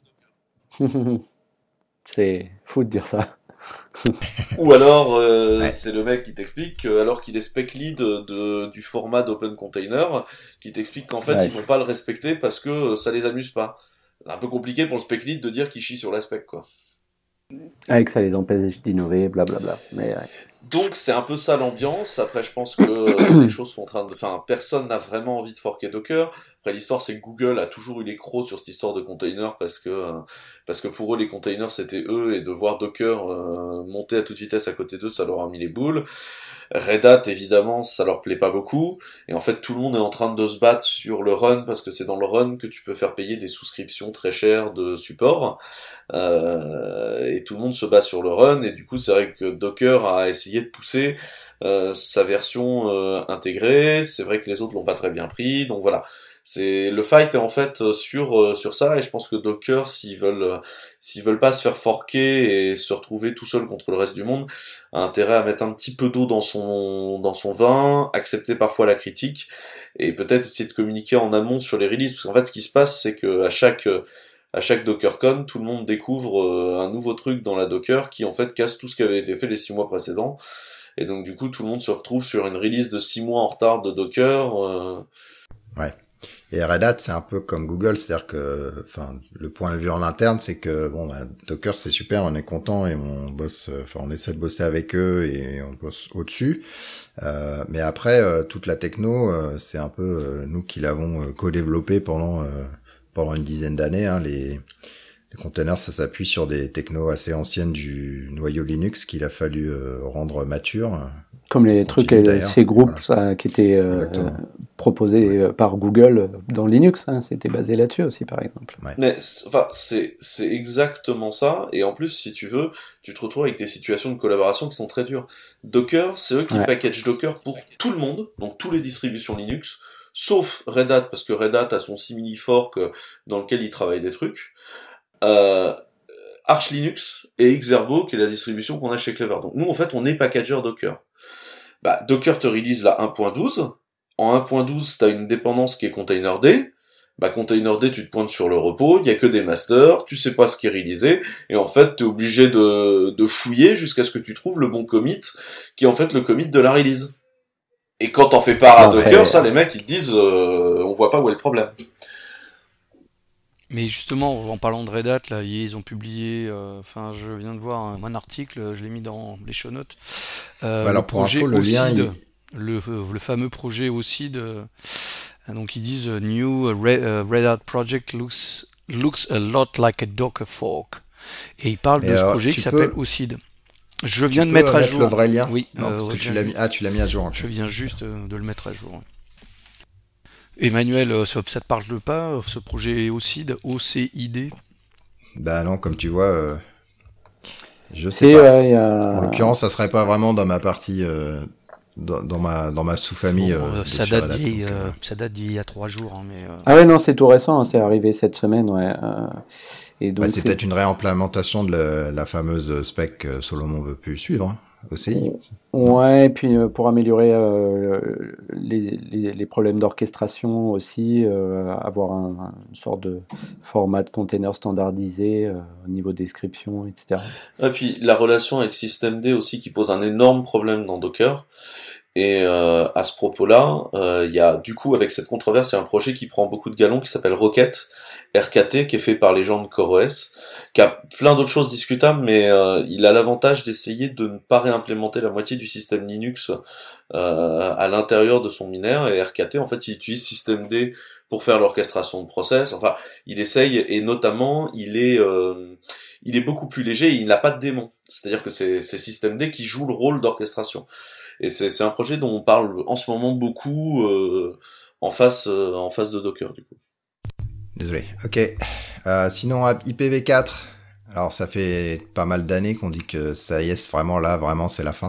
D: C'est fou de dire ça.
B: Ou alors, euh,
A: ouais.
B: c'est le mec qui t'explique que, alors qu'il est spec lead de, de, du format d'open container, qui t'explique qu'en fait,
D: ouais.
B: ils vont pas le respecter parce que ça les amuse pas. C'est un peu compliqué pour le spec lead de dire qu'il chie sur la spec, quoi.
D: Avec ça les empêche d'innover, blablabla. Mais ouais.
B: Donc c'est un peu ça l'ambiance. Après, je pense que euh, les choses sont en train de... Enfin, personne n'a vraiment envie de forker Docker. Après, l'histoire, c'est que Google a toujours eu les crocs sur cette histoire de container parce que euh, parce que pour eux, les containers, c'était eux, et de voir Docker euh, monter à toute vitesse à côté d'eux, ça leur a mis les boules. Red Hat, évidemment, ça leur plaît pas beaucoup. Et en fait, tout le monde est en train de se battre sur le run parce que c'est dans le run que tu peux faire payer des souscriptions très chères de support. Euh, et tout le monde se bat sur le run. Et du coup, c'est vrai que Docker a essayé de pousser euh, sa version euh, intégrée. C'est vrai que les autres l'ont pas très bien pris. Donc voilà. C'est le fight est en fait sur euh, sur ça, et je pense que Docker, s'ils veulent euh, s'ils veulent pas se faire forquer et se retrouver tout seul contre le reste du monde, a intérêt à mettre un petit peu d'eau dans son dans son vin, accepter parfois la critique et peut-être essayer de communiquer en amont sur les releases, parce qu'en fait ce qui se passe, c'est que à chaque à chaque DockerCon, tout le monde découvre euh, un nouveau truc dans la Docker qui en fait casse tout ce qui avait été fait les six mois précédents, et donc du coup tout le monde se retrouve sur une release de six mois en retard de Docker. Euh...
A: Ouais. Et Red Hat, c'est un peu comme Google, c'est-à-dire que, enfin, le point de vue en interne, c'est que bon, bah, Docker, c'est super, on est content et on bosse, enfin, on essaie de bosser avec eux et on bosse au-dessus. Euh, mais après, euh, toute la techno, euh, c'est un peu euh, nous qui l'avons euh, co-développé pendant euh, pendant une dizaine d'années. Hein, les les containers, ça s'appuie sur des technos assez anciennes du noyau Linux qu'il a fallu euh, rendre mature.
D: Comme les trucs, ces groupes voilà. ça, qui étaient euh, proposés ouais. par Google dans Linux, hein, c'était basé là-dessus aussi, par exemple.
B: Ouais. Mais enfin, c'est c'est exactement ça. Et en plus, si tu veux, tu te retrouves avec des situations de collaboration qui sont très dures. Docker, c'est eux qui ouais. packagent Docker pour tout le monde, donc toutes les distributions Linux, sauf Red Hat, parce que Red Hat a son simili fork dans lequel il travaille des trucs. Euh, Arch Linux et Xerbo, qui est la distribution qu'on a chez Clever. Donc nous, en fait, on est packager Docker. Bah, Docker te release la un point douze. En un point douze, t'as une dépendance qui est Containerd. Bah, Containerd, tu te pointes sur le repos, il y a que des masters, tu sais pas ce qui est releasé, et en fait, t'es obligé de, de fouiller jusqu'à ce que tu trouves le bon commit, qui est en fait le commit de la release. Et quand t'en fais part à Docker, ouais. ça, les mecs, ils te disent, euh, on voit pas où est le problème.
C: Mais justement, en parlant de Red Hat, là, ils ont publié, enfin, euh, je viens de voir un, un article, je l'ai mis dans les show notes. Euh,
A: Alors
C: le projet
A: pour info, le lien,
C: OSID,
A: il...
C: le, le fameux projet OSID. Euh, donc ils disent New Red, uh, Red Hat project looks looks a lot like a Docker fork. Et ils parlent Et de alors, ce projet qui peux... s'appelle OSID. Je viens
A: tu
C: de mettre à
A: mettre
C: jour.
A: Le vrai lien
C: oui.
A: Non, parce euh, que tu l'as mis. Ah, tu l'as mis à jour.
C: Je viens juste de le mettre à jour. Emmanuel, ça, ça te parle pas, ce projet OSID, O C I D?
A: Bah non, comme tu vois, euh, je sais Et pas. Ouais, a... En l'occurrence, ça serait pas vraiment dans ma partie, euh, dans, dans ma dans ma sous-famille.
C: Bon,
A: euh,
C: ça, date d'il, euh, ça date d'il y a trois jours. Hein, mais, euh...
D: Ah ouais, non, c'est tout récent, hein, c'est arrivé cette semaine, ouais. Euh,
A: et donc bah, c'est, c'est peut-être une réimplémentation de la, la fameuse spec que Solomon veut plus suivre. Hein. O C I.
D: Ouais, et puis euh, pour améliorer euh, les, les, les problèmes d'orchestration aussi, euh, avoir un, un, une sorte de format de container standardisé euh, au niveau description, et cetera.
B: Et puis la relation avec systemd aussi qui pose un énorme problème dans Docker. Et euh, à ce propos-là, il euh, y a du coup avec cette controverse, il y a un projet qui prend beaucoup de galons qui s'appelle Rocket, R K T, qui est fait par les gens de CoreOS, qui a plein d'autres choses discutables, mais euh, il a l'avantage d'essayer de ne pas réimplémenter la moitié du système Linux euh, à l'intérieur de son mineur. Et R K T, en fait, il utilise systemd pour faire l'orchestration de process. Enfin, il essaye, et notamment, il est euh, il est beaucoup plus léger, et il n'a pas de démon. C'est-à-dire que c'est, c'est systemd qui joue le rôle d'orchestration. Et c'est, c'est un projet dont on parle en ce moment beaucoup euh, en face euh, en face de Docker, du coup.
A: Désolé. Ok. Euh, sinon, I P v quatre. Alors, ça fait pas mal d'années qu'on dit que ça y est, vraiment là, vraiment, c'est la fin.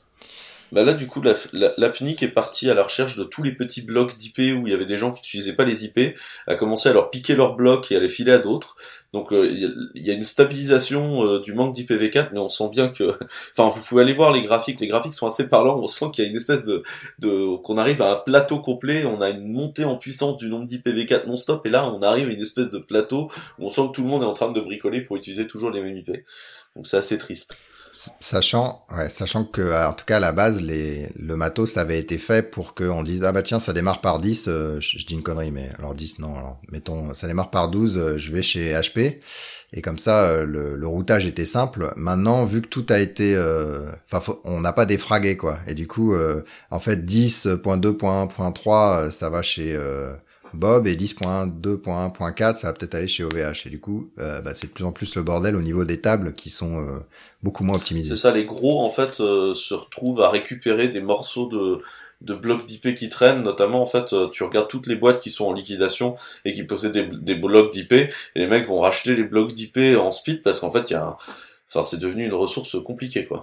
B: Bah là, du coup, la, la, la P N I C est partie à la recherche de tous les petits blocs d'I P où il y avait des gens qui n'utilisaient pas les I P, a commencé à leur piquer leurs blocs et à les filer à d'autres. Donc il euh, y, y a une stabilisation euh, du manque d'I P v quatre, mais on sent bien que... Enfin, vous pouvez aller voir les graphiques, les graphiques sont assez parlants, on sent qu'il y a une espèce de... de qu'on arrive à un plateau complet, on a une montée en puissance du nombre d'I P v quatre non-stop, et là, on arrive à une espèce de plateau où on sent que tout le monde est en train de bricoler pour utiliser toujours les mêmes I P. Donc c'est assez triste.
A: Sachant, ouais, sachant que, en tout cas, à la base, les, le matos avait été fait pour qu'on dise, ah bah tiens, ça démarre par dix, euh, je, je dis une connerie, mais alors dix, non, alors, mettons, ça démarre par douze, euh, je vais chez H P, et comme ça, euh, le, le routage était simple. Maintenant, vu que tout a été, enfin, euh, on n'a pas défragué, quoi, et du coup, euh, en fait, dix point deux point un point trois, ça va chez euh, Bob, et dix point deux point un point quatre, ça va peut-être aller chez O V H, et du coup, euh, bah, c'est de plus en plus le bordel au niveau des tables qui sont euh, beaucoup moins optimisées.
B: C'est ça, les gros, en fait, euh, se retrouvent à récupérer des morceaux de de blocs d'I P qui traînent, notamment, en fait, euh, tu regardes toutes les boîtes qui sont en liquidation et qui possèdent des, des blocs d'I P, et les mecs vont racheter les blocs d'I P en speed parce qu'en fait, il y a un... enfin, c'est devenu une ressource compliquée, quoi.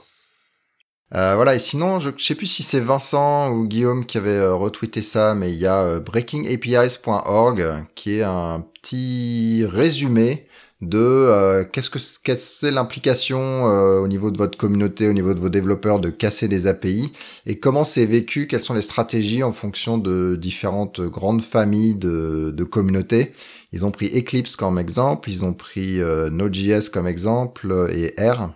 A: Euh, voilà, et sinon, je, je sais plus si c'est Vincent ou Guillaume qui avait euh, retweeté ça, mais il y a euh, breaking A P Is point org qui est un petit résumé de euh, qu'est-ce que qu'est-ce que c'est l'implication euh, au niveau de votre communauté, au niveau de vos développeurs de casser des A P I, et comment c'est vécu, quelles sont les stratégies en fonction de différentes grandes familles de, de communautés. Ils ont pris Eclipse comme exemple, ils ont pris euh, Node.js comme exemple et R,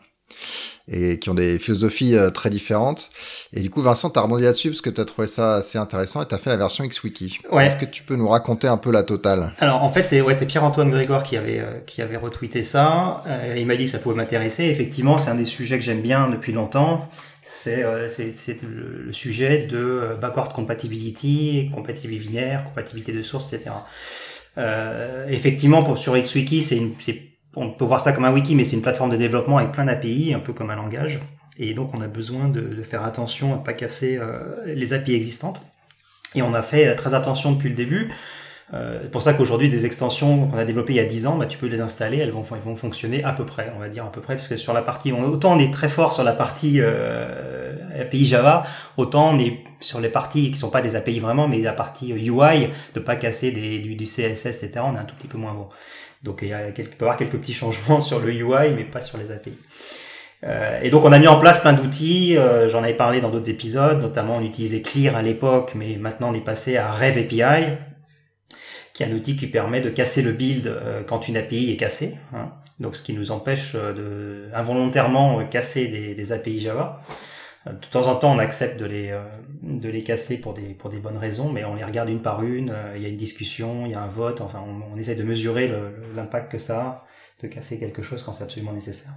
A: et qui ont des philosophies euh, très différentes. Et du coup, Vincent, t'as rebondi là-dessus parce que t'as trouvé ça assez intéressant et t'as fait la version XWiki.
F: Ouais.
A: Est-ce que tu peux nous raconter un peu la totale ?
F: Alors, en fait, c'est, ouais, c'est Pierre-Antoine Grégoire qui avait, euh, qui avait retweeté ça. Euh, il m'a dit que ça pouvait m'intéresser. Effectivement, c'est un des sujets que j'aime bien depuis longtemps. C'est, euh, c'est, c'est le, le sujet de backward compatibility, compatibilité binaire, compatibilité de source, et cetera. Euh, effectivement, pour, sur XWiki, c'est une, c'est on peut voir ça comme un wiki, mais c'est une plateforme de développement avec plein d'A P I, un peu comme un langage. Et donc, on a besoin de, de faire attention à ne pas casser euh, les A P I existantes. Et on a fait très attention depuis le début. Euh, c'est pour ça qu'aujourd'hui, des extensions qu'on a développées il y a dix ans, bah, tu peux les installer, elles vont, elles vont fonctionner à peu près, on va dire à peu près, parce que sur la partie, on, autant on est très fort sur la partie euh, A P I Java, autant on est sur les parties qui sont pas des A P I vraiment, mais la partie U I, de pas casser des, du, du C S S, et cetera, on est un tout petit peu moins bon. Donc il y a quelques, peut y avoir quelques petits changements sur le U I, mais pas sur les A P I. Euh, et donc on a mis en place plein d'outils, euh, j'en avais parlé dans d'autres épisodes, notamment on utilisait Clear à l'époque, mais maintenant on est passé à Rev A P I, qui est un outil qui permet de casser le build euh, quand une A P I est cassée, hein. Donc ce qui nous empêche de involontairement casser des, des A P I Java. De temps en temps, on accepte de les euh, de les casser pour des pour des bonnes raisons, mais on les regarde une par une. Euh, il y a une discussion, il y a un vote. Enfin, on, on essaie de mesurer le, l'impact que ça a de casser quelque chose quand c'est absolument nécessaire.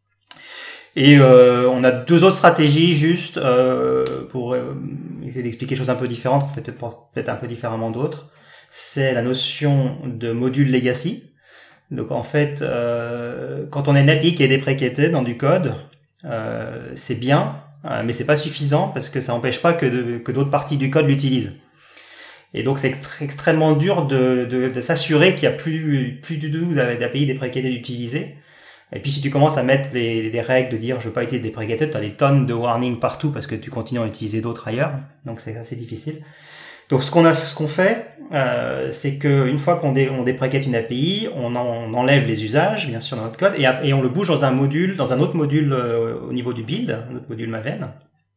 F: Et euh, on a deux autres stratégies juste euh, pour euh, essayer d'expliquer des choses un peu différentes, qu'on fait peut-être peut-être un peu différemment d'autres. C'est la notion de module legacy. Donc en fait, euh, quand on a une A P I qui est dépréciée dans du code, euh, c'est bien. Euh, mais c'est pas suffisant parce que ça n'empêche pas que, de, que d'autres parties du code l'utilisent. Et donc c'est extré- extrêmement dur de, de, de s'assurer qu'il y a plus, plus du tout d'A P I dépréciées d'utiliser. Et puis si tu commences à mettre les, les règles de dire je veux pas utiliser dépréciées, tu as des tonnes de warnings partout parce que tu continues à utiliser d'autres ailleurs. Donc c'est assez difficile. Donc ce qu'on a, ce qu'on fait, euh, c'est que une fois qu'on dé, on déprécie une A P I, on, en, on enlève les usages, bien sûr, dans notre code, et, et on le bouge dans un module, dans un autre module euh, au niveau du build, un autre module Maven,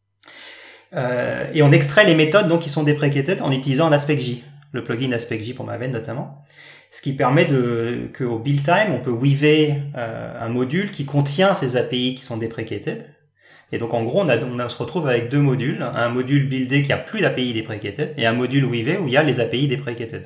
F: euh, et on extrait les méthodes donc qui sont dépréciées en utilisant un AspectJ, le plugin AspectJ pour Maven notamment, ce qui permet de qu'au build time, on peut weaver euh, un module qui contient ces A P I qui sont dépréciées. Et donc en gros, on, a, on, a, on se retrouve avec deux modules, un module buildé qui a plus d'A P I deprecated et un module Weave où il y a les A P I deprecated.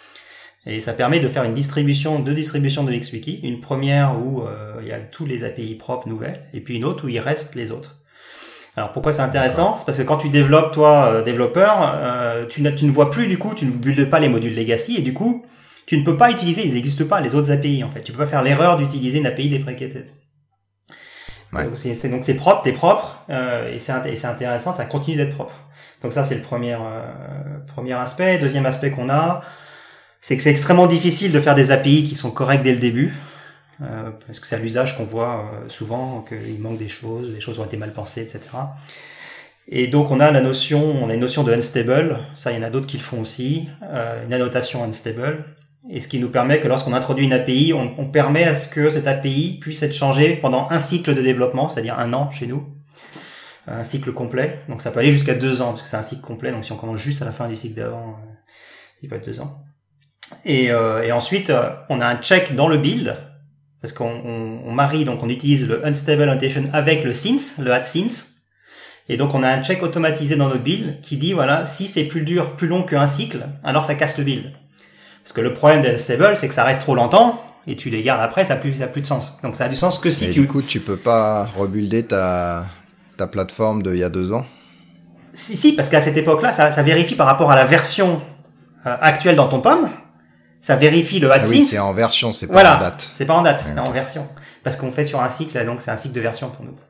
F: Et ça permet de faire une distribution, deux distributions de XWiki, une première où euh, il y a tous les A P I propres nouvelles, et puis une autre où il reste les autres. Alors pourquoi c'est intéressant ? C'est parce que quand tu développes, toi, euh, développeur, euh, tu, tu ne vois plus du coup, tu ne buildes pas les modules legacy, et du coup, tu ne peux pas utiliser, ils n'existent pas, les autres A P I en fait. Tu peux pas faire l'erreur d'utiliser une A P I deprecated. Ouais. Donc c'est, c'est donc c'est propre, t'es propre, euh, et, c'est, et c'est intéressant, ça continue d'être propre. Donc ça c'est le premier euh, premier aspect. Deuxième aspect qu'on a, c'est que c'est extrêmement difficile de faire des A P I qui sont corrects dès le début, euh, parce que c'est à l'usage qu'on voit euh, souvent qu'il manque des choses, les choses ont été mal pensées, et cetera. Et donc on a la notion, on a une notion de unstable, ça il y en a d'autres qui le font aussi, euh, une annotation unstable. Et ce qui nous permet que lorsqu'on introduit une A P I, on, on permet à ce que cette A P I puisse être changée pendant un cycle de développement, c'est-à-dire un an chez nous, un cycle complet. Donc ça peut aller jusqu'à deux ans, parce que c'est un cycle complet, donc si on commence juste à la fin du cycle d'avant, euh, il peut être deux ans. Et, euh, et ensuite, euh, on a un check dans le build, parce qu'on on, on marie, donc on utilise le unstable annotation avec le since, le add since. Et donc on a un check automatisé dans notre build qui dit, voilà, si c'est plus dur, plus long qu'un cycle, alors ça casse le build. Parce que le problème d'unstable, c'est que ça reste trop longtemps, et tu les gardes après, ça n'a plus, ça a plus de sens. Donc ça a du sens que si
A: et
F: tu...
A: du coup, tu peux pas rebuilder ta, ta plateforme d'il y a deux ans?
F: Si, si, parce qu'à cette époque-là, ça, ça vérifie par rapport à la version euh, actuelle dans ton P O M, ça vérifie le add
A: ah
F: since.
A: Oui, c'est en version, c'est pas
F: voilà,
A: en date.
F: C'est pas en date,
A: ouais,
F: c'est
A: okay.
F: en version. Parce qu'on fait sur un cycle, donc c'est un cycle de version pour nous.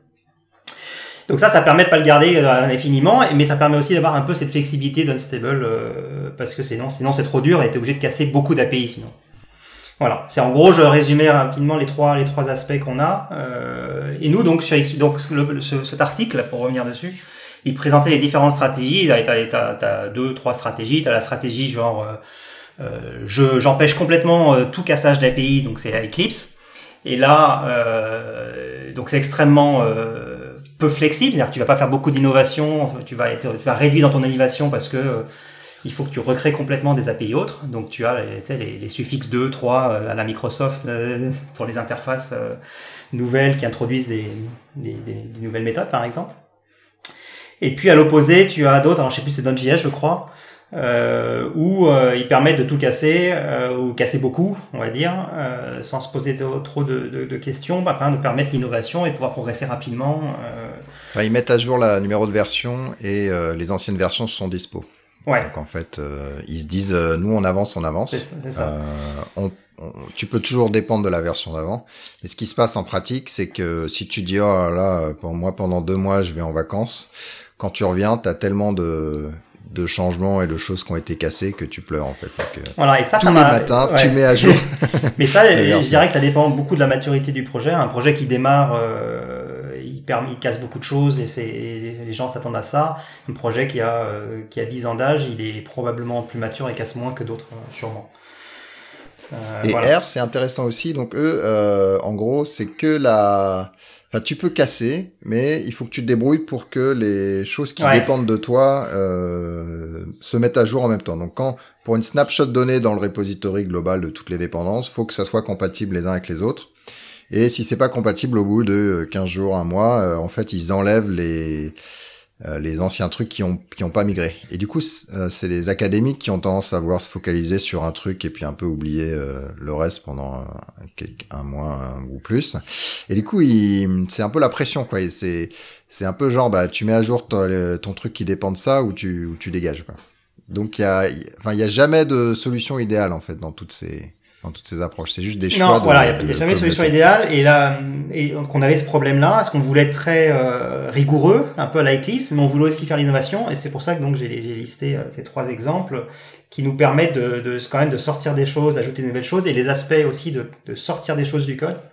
F: Donc ça, ça permet de pas le garder euh, indéfiniment, mais ça permet aussi d'avoir un peu cette flexibilité d'unstable, euh, parce que sinon, sinon c'est trop dur et t'es obligé de casser beaucoup d'A P I sinon. Voilà, c'est en gros, je résumais rapidement les trois les trois aspects qu'on a. Euh, et nous, donc, chez, donc le, ce, cet article, pour revenir dessus, il présentait les différentes stratégies. T'as, t'as, t'as, t'as deux, trois stratégies. T'as la stratégie genre, euh, euh, je j'empêche complètement euh, tout cassage d'A P I, donc c'est la Eclipse. Et là, euh, donc c'est extrêmement euh, peu flexible, c'est-à-dire que tu vas pas faire beaucoup d'innovation, tu vas être, tu vas réduire dans ton innovation parce que euh, il faut que tu recrées complètement des A P I autres. Donc tu as tu sais, les, les suffixes deux, trois euh, à la Microsoft euh, pour les interfaces euh, nouvelles qui introduisent des, des, des, des nouvelles méthodes par exemple. Et puis à l'opposé, tu as d'autres, alors je sais plus c'est Node.js je crois, euh, où euh, ils permettent de tout casser euh, ou casser beaucoup, on va dire, euh, sans se poser de, trop de, de, de questions, bah, afin de permettre l'innovation et pouvoir progresser rapidement. Euh...
A: Enfin, ils mettent à jour la numéro de version et euh, les anciennes versions sont dispo.
F: Ouais.
A: Donc en fait, euh, ils se disent, euh, nous on avance, on avance.
F: C'est, c'est ça.
A: Euh, on, on, tu peux toujours dépendre de la version d'avant. Et ce qui se passe en pratique, c'est que si tu dis, oh là, pour moi pendant deux mois je vais en vacances, quand tu reviens, t'as tellement de de changements et de choses qui ont été cassées que tu pleures en fait. Donc, euh,
F: voilà, et ça,
A: tous
F: ça
A: les
F: m'a...
A: matins,
F: ouais.
A: tu mets à jour.
F: Mais ça, je dirais que ça dépend beaucoup de la maturité du projet. Un projet qui démarre, euh, il, permet, il casse beaucoup de choses et, c'est, et les gens s'attendent à ça. Un projet qui a euh, qui a dix ans d'âge, il est probablement plus mature et casse moins que d'autres, euh, sûrement.
A: Euh, et voilà. R, c'est intéressant aussi. Donc eux, euh, en gros, c'est que la... Enfin, tu peux casser, mais il faut que tu te débrouilles pour que les choses qui ouais. dépendent de toi euh, se mettent à jour en même temps. Donc, quand pour une snapshot donnée dans le repository global de toutes les dépendances, faut que ça soit compatible les uns avec les autres. Et si c'est pas compatible au bout de quinze jours, un mois, euh, en fait, ils enlèvent les euh, les anciens trucs qui ont qui ont pas migré. Et du coup, c'est, euh, c'est les académiques qui ont tendance à vouloir se focaliser sur un truc et puis un peu oublier euh, le reste pendant euh, un mois un, ou plus. Et du coup, il, c'est un peu la pression, quoi. Et c'est c'est un peu genre, bah, tu mets à jour ton, ton truc qui dépend de ça ou tu ou tu dégages, quoi. Donc il y a, enfin il y a jamais de solution idéale en fait dans toutes ces dans toutes ces approches. C'est juste des choix.
F: Non,
A: de,
F: voilà, il n'y a,
A: de
F: jamais de solution idéale. Et là, et qu'on avait ce problème-là, parce qu'on voulait être très euh, rigoureux, un peu à la Eclipse, mais on voulait aussi faire l'innovation. Et c'est pour ça que donc j'ai, j'ai listé euh, ces trois exemples qui nous permettent de, de quand même de sortir des choses, d'ajouter de nouvelles choses, et les aspects aussi de, de sortir des choses du code,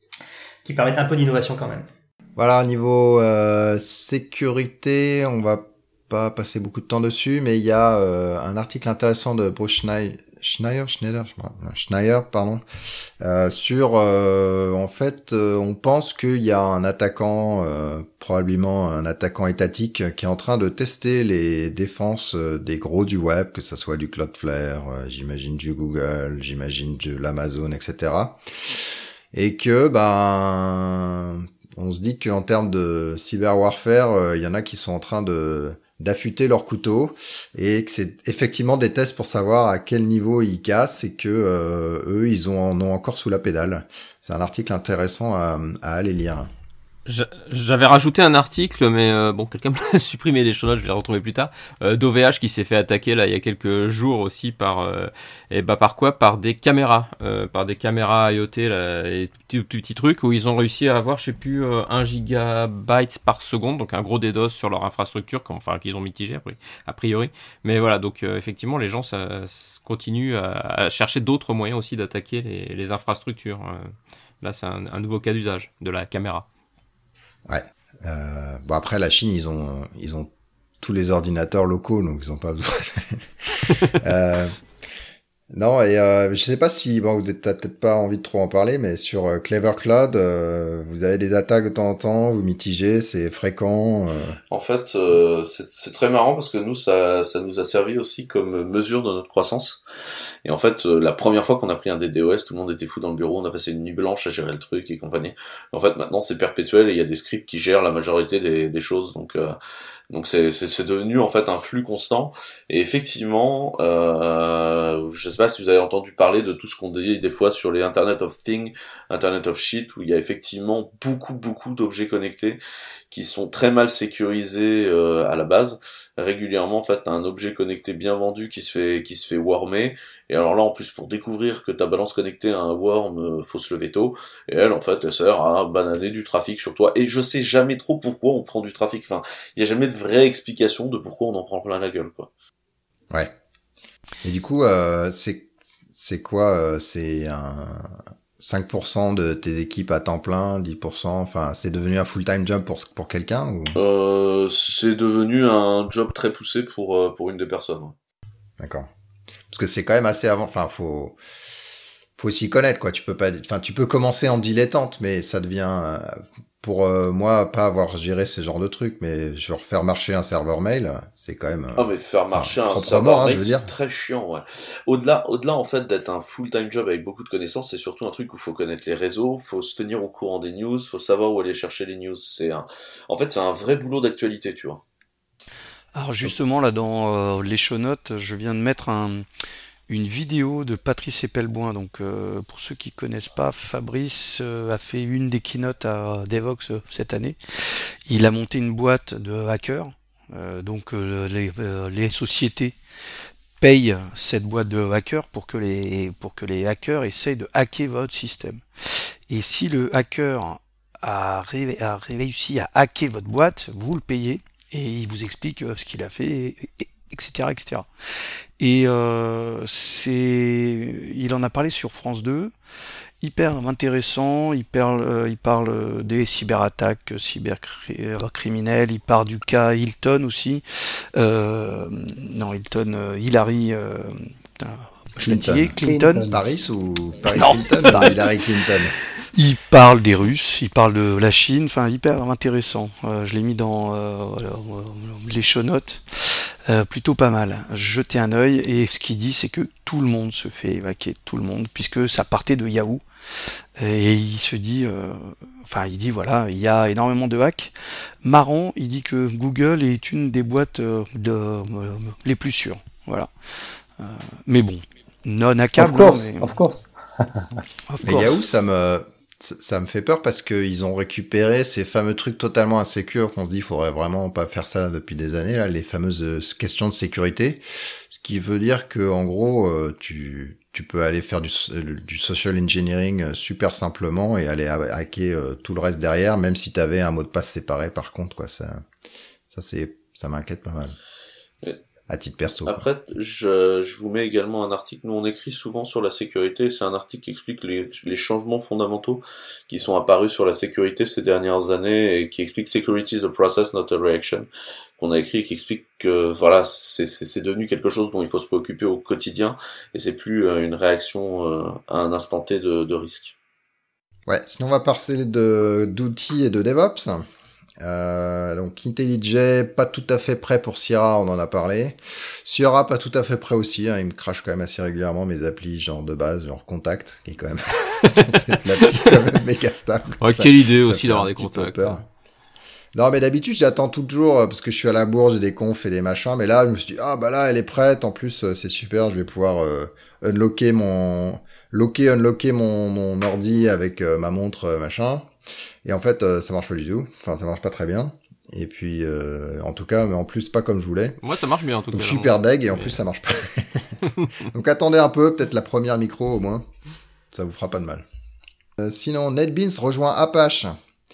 F: qui permettent un peu d'innovation quand même.
A: Voilà, au niveau euh, sécurité, on va pas passer beaucoup de temps dessus, mais il y a euh, un article intéressant de Bruce Schneier. Schneier, Schneider, Schneier, pardon, euh, sur, euh, en fait, euh, on pense qu'il y a un attaquant, euh, probablement un attaquant étatique, qui est en train de tester les défenses euh, des gros du web, que ce soit du Cloudflare, euh, j'imagine du Google, j'imagine de l'Amazon, et cetera. Et que, ben, on se dit qu'en termes de cyber warfare, il y en a qui sont en train de d'affûter leur couteau et que c'est effectivement des tests pour savoir à quel niveau ils cassent et que euh, eux ils ont, en ont encore sous la pédale. C'est un article intéressant à, à aller lire.
E: J'avais rajouté un article, mais euh, bon, quelqu'un m'a supprimé les show notes, je vais les retrouver plus tard. Euh, D'O V H qui s'est fait attaquer là il y a quelques jours aussi par, euh, et bah par quoi? Par des caméras, euh, par des caméras I O T là, et petits petits trucs où ils ont réussi à avoir, je sais plus, euh, un gigabyte par seconde, donc un gros DDoS sur leur infrastructure, enfin qu'ils ont mitigé a priori. Mais voilà, donc euh, effectivement les gens ça, ça continuent à, à chercher d'autres moyens aussi d'attaquer les, les infrastructures. Euh, là c'est un, un nouveau cas d'usage de la caméra.
A: Ouais. Euh, bon après la Chine ils ont euh, ils ont tous les ordinateurs locaux donc ils ont pas besoin. euh, non et euh, je sais pas si bon vous t'as peut-être pas envie de trop en parler mais sur euh, Clever Cloud euh, vous avez des attaques de temps en temps, vous mitigez, c'est fréquent. Euh...
B: En fait euh, c'est, c'est très marrant parce que nous ça ça nous a servi aussi comme mesure de notre croissance. Et en fait, euh, la première fois qu'on a pris un D DoS, tout le monde était fou dans le bureau, on a passé une nuit blanche à gérer le truc et compagnie. En fait, maintenant, c'est perpétuel et il y a des scripts qui gèrent la majorité des, des choses, donc euh, donc c'est, c'est c'est devenu en fait un flux constant. Et effectivement, euh, je sais pas si vous avez entendu parler de tout ce qu'on dit des fois sur les Internet of Things, Internet of Shit, où il y a effectivement beaucoup beaucoup d'objets connectés qui sont très mal sécurisés euh, à la base. Régulièrement, en fait, t'as un objet connecté bien vendu qui se fait qui se fait wormer. Et alors là, en plus, pour découvrir que ta balance connectée à un worm, euh, faut se lever tôt. Et elle, en fait, elle sert à bananer du trafic sur toi. Et je sais jamais trop pourquoi on prend du trafic. Enfin, il y a jamais de vraie explication de pourquoi on en prend plein la gueule, quoi.
A: Ouais. Et du coup, euh, c'est c'est quoi euh, c'est un cinq pour cent de tes équipes à temps plein, dix pour cent, enfin, c'est devenu un full-time job pour pour quelqu'un ou...
B: Euh, c'est devenu un job très poussé pour euh, pour une des personnes. Ouais.
A: D'accord. Parce que c'est quand même assez avant, enfin, faut faut s'y connaître quoi. Tu peux pas, enfin, tu peux commencer en dilettante, mais ça devient euh, pour euh, moi pas avoir géré ce genre de trucs, mais genre faire marcher un serveur mail, c'est quand même. Euh,
B: ah mais faire marcher
A: enfin,
B: un serveur
A: hein,
B: mail,
A: je veux
B: c'est
A: dire.
B: très chiant. Ouais. Au-delà, au-delà en fait d'être un full-time job avec beaucoup de connaissances, c'est surtout un truc où faut connaître les réseaux, faut se tenir au courant des news, faut savoir où aller chercher les news. C'est un, en fait, c'est un vrai boulot d'actualité, tu vois.
C: Alors justement là dans euh, les show notes, je viens de mettre un une vidéo de Patrice Epelboin. Donc euh, pour ceux qui connaissent pas, Fabrice euh, a fait une des keynotes à Devox euh, cette année. Il a monté une boîte de hackers. Euh, donc euh, les, euh, les sociétés payent cette boîte de hackers pour que les pour que les hackers essayent de hacker votre système. Et si le hacker a, ré, a réussi à hacker votre boîte, vous le payez et il vous explique euh, ce qu'il a fait, et, et, etc., et cetera. Et euh, c'est, il en a parlé sur France deux, hyper intéressant. Il parle, euh, il parle des cyberattaques, cybercriminels. Il parle du cas Hilton aussi. Euh, non, Hilton, euh, Hillary. Euh,
A: Clinton.
C: Clinton.
A: Clinton. Paris ou Paris non. Clinton. Non, Hillary Clinton.
C: Il parle des Russes, il parle de la Chine, enfin hyper intéressant. Euh, je l'ai mis dans euh, les show notes. Euh, plutôt pas mal. Jetez un œil et ce qu'il dit c'est que tout le monde se fait évacuer, tout le monde, puisque ça partait de Yahoo. Et il se dit, euh, enfin il dit voilà, il y a énormément de hacks. Marrant, il dit que Google est une des boîtes euh, de, euh, les plus sûres. Voilà. Euh, mais bon, non hackable.
D: Of course,
C: mais...
D: of course.
A: of mais course. Yahoo, ça me ça me fait peur parce qu'ils ont récupéré ces fameux trucs totalement insécures qu'on se dit il faudrait vraiment pas faire ça depuis des années là, les fameuses questions de sécurité, ce qui veut dire que en gros euh, tu tu peux aller faire du du social engineering super simplement et aller hacker euh, tout le reste derrière, même si t'avais un mot de passe séparé. Par contre quoi, ça ça c'est ça m'inquiète pas mal.
B: Ouais.
A: À titre perso.
B: Après, je, je vous mets également un article. Nous, on écrit souvent sur la sécurité. C'est un article qui explique les, les changements fondamentaux qui sont apparus sur la sécurité ces dernières années et qui explique Security is a process, not a reaction. Qu'on a écrit et qui explique que voilà, c'est, c'est, c'est devenu quelque chose dont il faut se préoccuper au quotidien et c'est plus une réaction à un instant T de, de risque.
A: Ouais. Sinon, on va passer de d'outils et de DevOps. Euh, donc IntelliJ, pas tout à fait prêt pour Sierra, on en a parlé. Sierra, pas tout à fait prêt aussi, hein, il me crache quand même assez régulièrement mes applis genre de base, genre Contact, qui est quand même censé être l'appli quand même méga stable.
E: Ouais,
A: Ça-
E: quelle idée
A: ça
E: aussi
A: fait
E: d'avoir
A: un
E: des
A: petit peu
E: contacts.
A: peur. Non, mais d'habitude, j'attends toujours, euh, parce que je suis à la bourse, j'ai des confs et des machins, mais là, je me suis dit, ah, bah là, elle est prête, en plus, euh, c'est super, je vais pouvoir euh, unlocker mon... locker, unlocker mon, mon ordi avec euh, ma montre, euh, machin. Et en fait, euh, ça marche pas du tout. Enfin, ça marche pas très bien. Et puis, euh, en tout cas, mais en plus, pas comme je voulais.
E: Moi, ça marche bien en tout
A: Donc,
E: cas.
A: super
E: là,
A: deg, et en
E: mais-
A: plus, ça marche pas. Donc, attendez un peu, peut-être la première micro, au moins. Ça vous fera pas de mal. Euh, sinon, NetBeans rejoint Apache.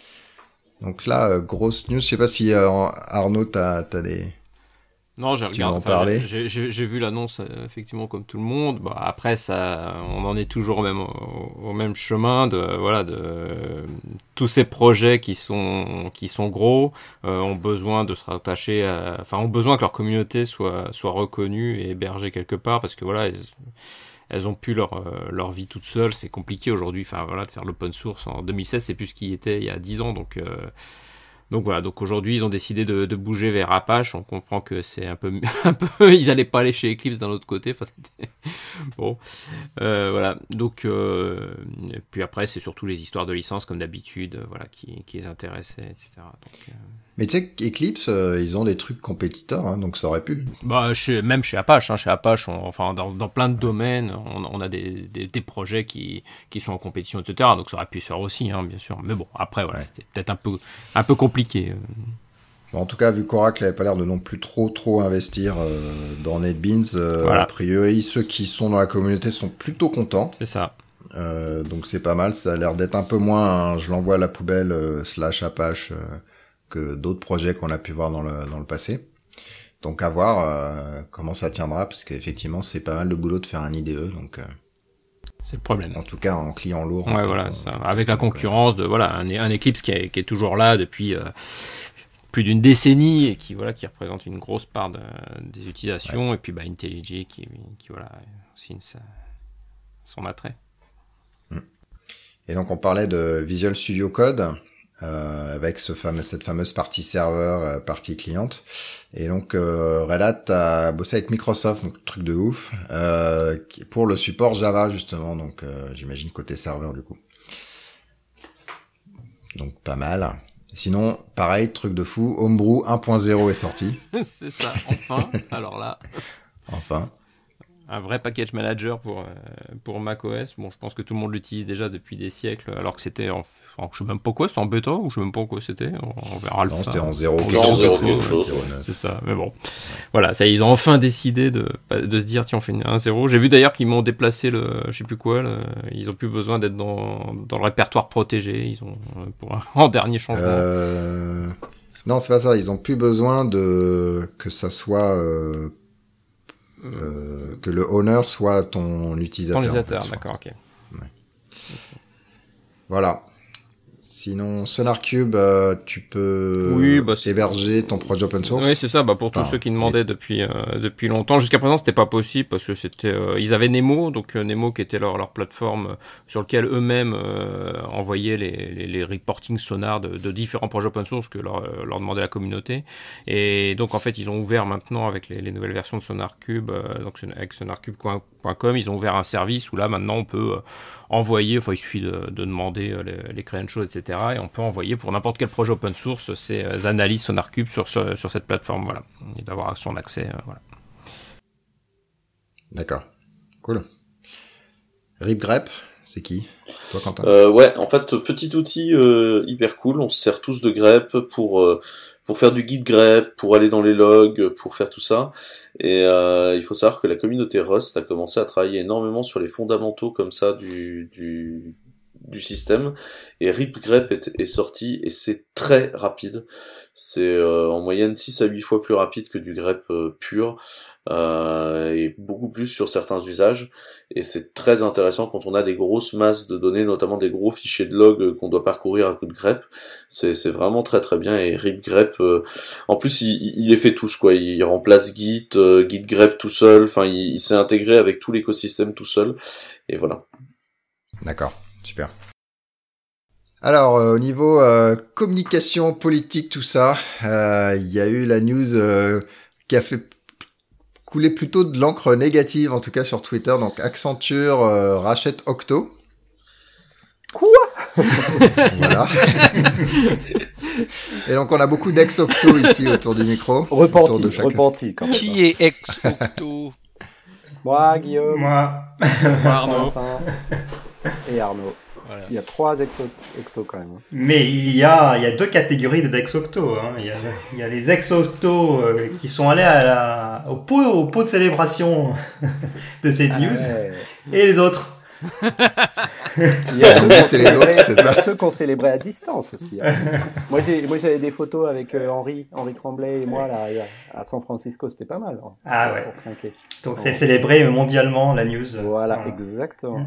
A: Donc là, euh, grosse news. Je sais pas si euh, Arnaud, t'as, t'as des...
E: Non, j'ai
A: Tu
E: regardé.
A: vas en
E: enfin,
A: parler
E: j'ai- j'ai j'ai vu l'annonce euh, effectivement comme tout le monde. Bah, après, ça, on en est toujours au même au, au même chemin de voilà de tous ces projets qui sont qui sont gros euh, ont besoin de se rattacher, à, enfin ont besoin que leur communauté soit soit reconnue et hébergée quelque part parce que voilà elles, elles ont pu leur euh, leur vie toute seule. C'est compliqué aujourd'hui. Enfin voilà de faire l'open source en deux mille seize, c'est plus ce qui était il y a dix ans donc. Euh, Donc voilà, donc aujourd'hui ils ont décidé de, de bouger vers Apache. On comprend que c'est un peu, un peu, ils allaient pas aller chez Eclipse d'un autre côté. Enfin, c'était bon, euh, voilà. Donc euh, et puis après c'est surtout les histoires de licence comme d'habitude, euh, voilà, qui, qui les intéressaient, et cetera. Donc, euh...
A: Mais tu sais qu'Eclipse, euh, ils ont des trucs compétiteurs, hein, donc ça aurait pu.
E: bah chez, même chez Apache, hein, chez Apache, on, enfin dans, dans plein de domaines, on, on a des, des, des projets qui, qui sont en compétition, et cetera. Donc ça aurait pu se faire aussi, hein, bien sûr. Mais bon, après voilà,
A: Ouais.
E: c'était peut-être un peu, un peu compliqué.
A: Bon, en tout cas, vu qu'Oracle n'avait pas l'air de non plus trop trop investir euh, dans NetBeans, euh,
E: Voilà.
A: a priori, ceux qui sont dans la communauté sont plutôt contents.
E: C'est ça.
A: Euh, donc c'est pas mal, ça a l'air d'être un peu moins un je l'envoie à la poubelle euh, slash Apache euh, que d'autres projets qu'on a pu voir dans le dans le passé. Donc à voir euh, comment ça tiendra, parce qu'effectivement c'est pas mal de boulot de faire un I D E, donc euh,
E: C'est le problème.
A: en tout cas en client lourd.
E: Ouais,
A: en
E: voilà,
A: tant-
E: ça. Avec la
A: donc, euh,
E: concurrence de voilà un, un Eclipse qui est, qui est toujours là depuis euh, plus d'une décennie et qui voilà qui représente une grosse part de, des utilisations et puis bah IntelliJ qui qui voilà aussi une, sa- son attrait.
A: Et donc on parlait de Visual Studio Code euh, avec ce fameux, cette fameuse partie serveur, euh, partie cliente. Et donc euh, Red Hat a bossé avec Microsoft, donc truc de ouf, euh, qui- pour le support Java justement. Donc euh, j'imagine côté serveur du coup. Donc pas mal. Sinon, pareil, truc de fou, Homebrew un point zéro est sorti.
E: C'est ça, enfin. Alors là,
A: Enfin.
E: un vrai package manager pour, euh, pour macOS. Bon, je pense que tout le monde l'utilise déjà depuis des siècles, alors que c'était en, en- je sais même pas quoi, c'était en bêta ou je sais même pas quoi c'était. On, on verra le
A: Non, c'était en zéro
B: Non,
A: quelque chose.
B: zéro
A: de
B: quelque
A: fou,
B: chose,
A: zéro
B: ouais.
A: neuf.
E: C'est ça, mais bon. Voilà, ça, ils ont enfin décidé de, de se dire, tiens, on fait une un zéro. J'ai vu d'ailleurs qu'ils m'ont déplacé le, je sais plus quoi, le- ils ont plus besoin d'être dans, dans le répertoire protégé. Ils ont, euh, pour un, en dernier changement.
A: Euh... Non, c'est pas ça. Ils ont plus besoin de que ça soit euh... Euh, que le owner soit ton utilisateur.
E: Ton utilisateur,
A: en fait.
E: d'accord, ok.
A: Voilà. Sinon, SonarCube, euh, tu peux
E: Oui, bah, c'est-
A: héberger ton projet open source.
E: Oui, c'est ça. Bah, pour tous
A: Enfin,
E: ceux qui demandaient depuis euh, depuis longtemps, jusqu'à présent, c'était pas possible parce que c'était euh, ils avaient Nemo, donc euh, Nemo qui était leur leur plateforme euh, sur lequel eux-mêmes euh, envoyaient les, les les reportings Sonar de, de différents projets open source que leur euh, leur demandait la communauté. Et donc en fait, ils ont ouvert maintenant avec les, les nouvelles versions de SonarCube, euh, donc avec sonarcube point com, ils ont ouvert un service où là maintenant on peut euh, envoyer, enfin il suffit de, de demander euh, les, les credentials, et cetera. Et on peut envoyer pour n'importe quel projet open source ces euh, analyses SonarCube sur, sur, sur cette plateforme, voilà. Et d'avoir son accès, euh, voilà.
A: D'accord. Cool. RipGrep, c'est qui? Toi, Quentin?
B: Euh, ouais, en fait, petit outil euh, hyper cool. On se sert tous de grep pour euh, pour faire du guide grep, pour aller dans les logs, pour faire tout ça. Et euh, il faut savoir que la communauté Rust a commencé à travailler énormément sur les fondamentaux comme ça du du du système. Et RipGrep est, est sorti et c'est très rapide. C'est euh, en moyenne six à huit fois plus rapide que du grep euh, pur euh, et beaucoup plus sur certains usages. Et c'est très intéressant quand on a des grosses masses de données, notamment des gros fichiers de log euh, qu'on doit parcourir à coup de grep. C'est, c'est vraiment très très bien. Et RipGrep, euh, en plus, il, il les fait tous, quoi. Il remplace Git, euh, Git grep tout seul. Enfin, il, il s'est intégré avec tout l'écosystème tout seul. Et voilà.
A: D'accord. Super. Alors, euh, au niveau euh, communication, politique, tout ça, euh, il y a eu la news euh, qui a fait couler plutôt de l'encre négative, en tout cas sur Twitter. Donc, Accenture euh, rachète Octo.
D: Quoi?
A: Voilà. Et donc, on a beaucoup d'ex-Octo ici autour du micro.
D: Repenti,
A: autour de chaque...
D: repenti quand même.
C: Qui est ex-Octo?
D: Moi, Guillaume.
F: Moi.
E: Arnaud.
D: Et Arnaud.
C: Voilà.
D: Il y a trois ex-Octo quand même.
F: Mais il y a, il y a deux catégories de d'ex-Octo. Hein. Il y a, il y a les ex-Octo euh, qui sont allés à la, au, pot, au pot de célébration de cette news,
D: Ah ouais.
F: et les autres.
D: Il y a ceux
A: Oui, c'est les autres, c'est ça.
D: il y a ceux qu'on célébrait à distance aussi. Hein. moi, j'ai, moi, j'avais des photos avec euh, Henri, Henri Tremblay et moi là, à San Francisco. C'était pas mal. Hein,
F: Ah
D: pour,
F: ouais.
D: pour trinquer.
F: Donc c'est célébré mondialement la news.
D: Voilà,
F: Voilà.
D: exactement.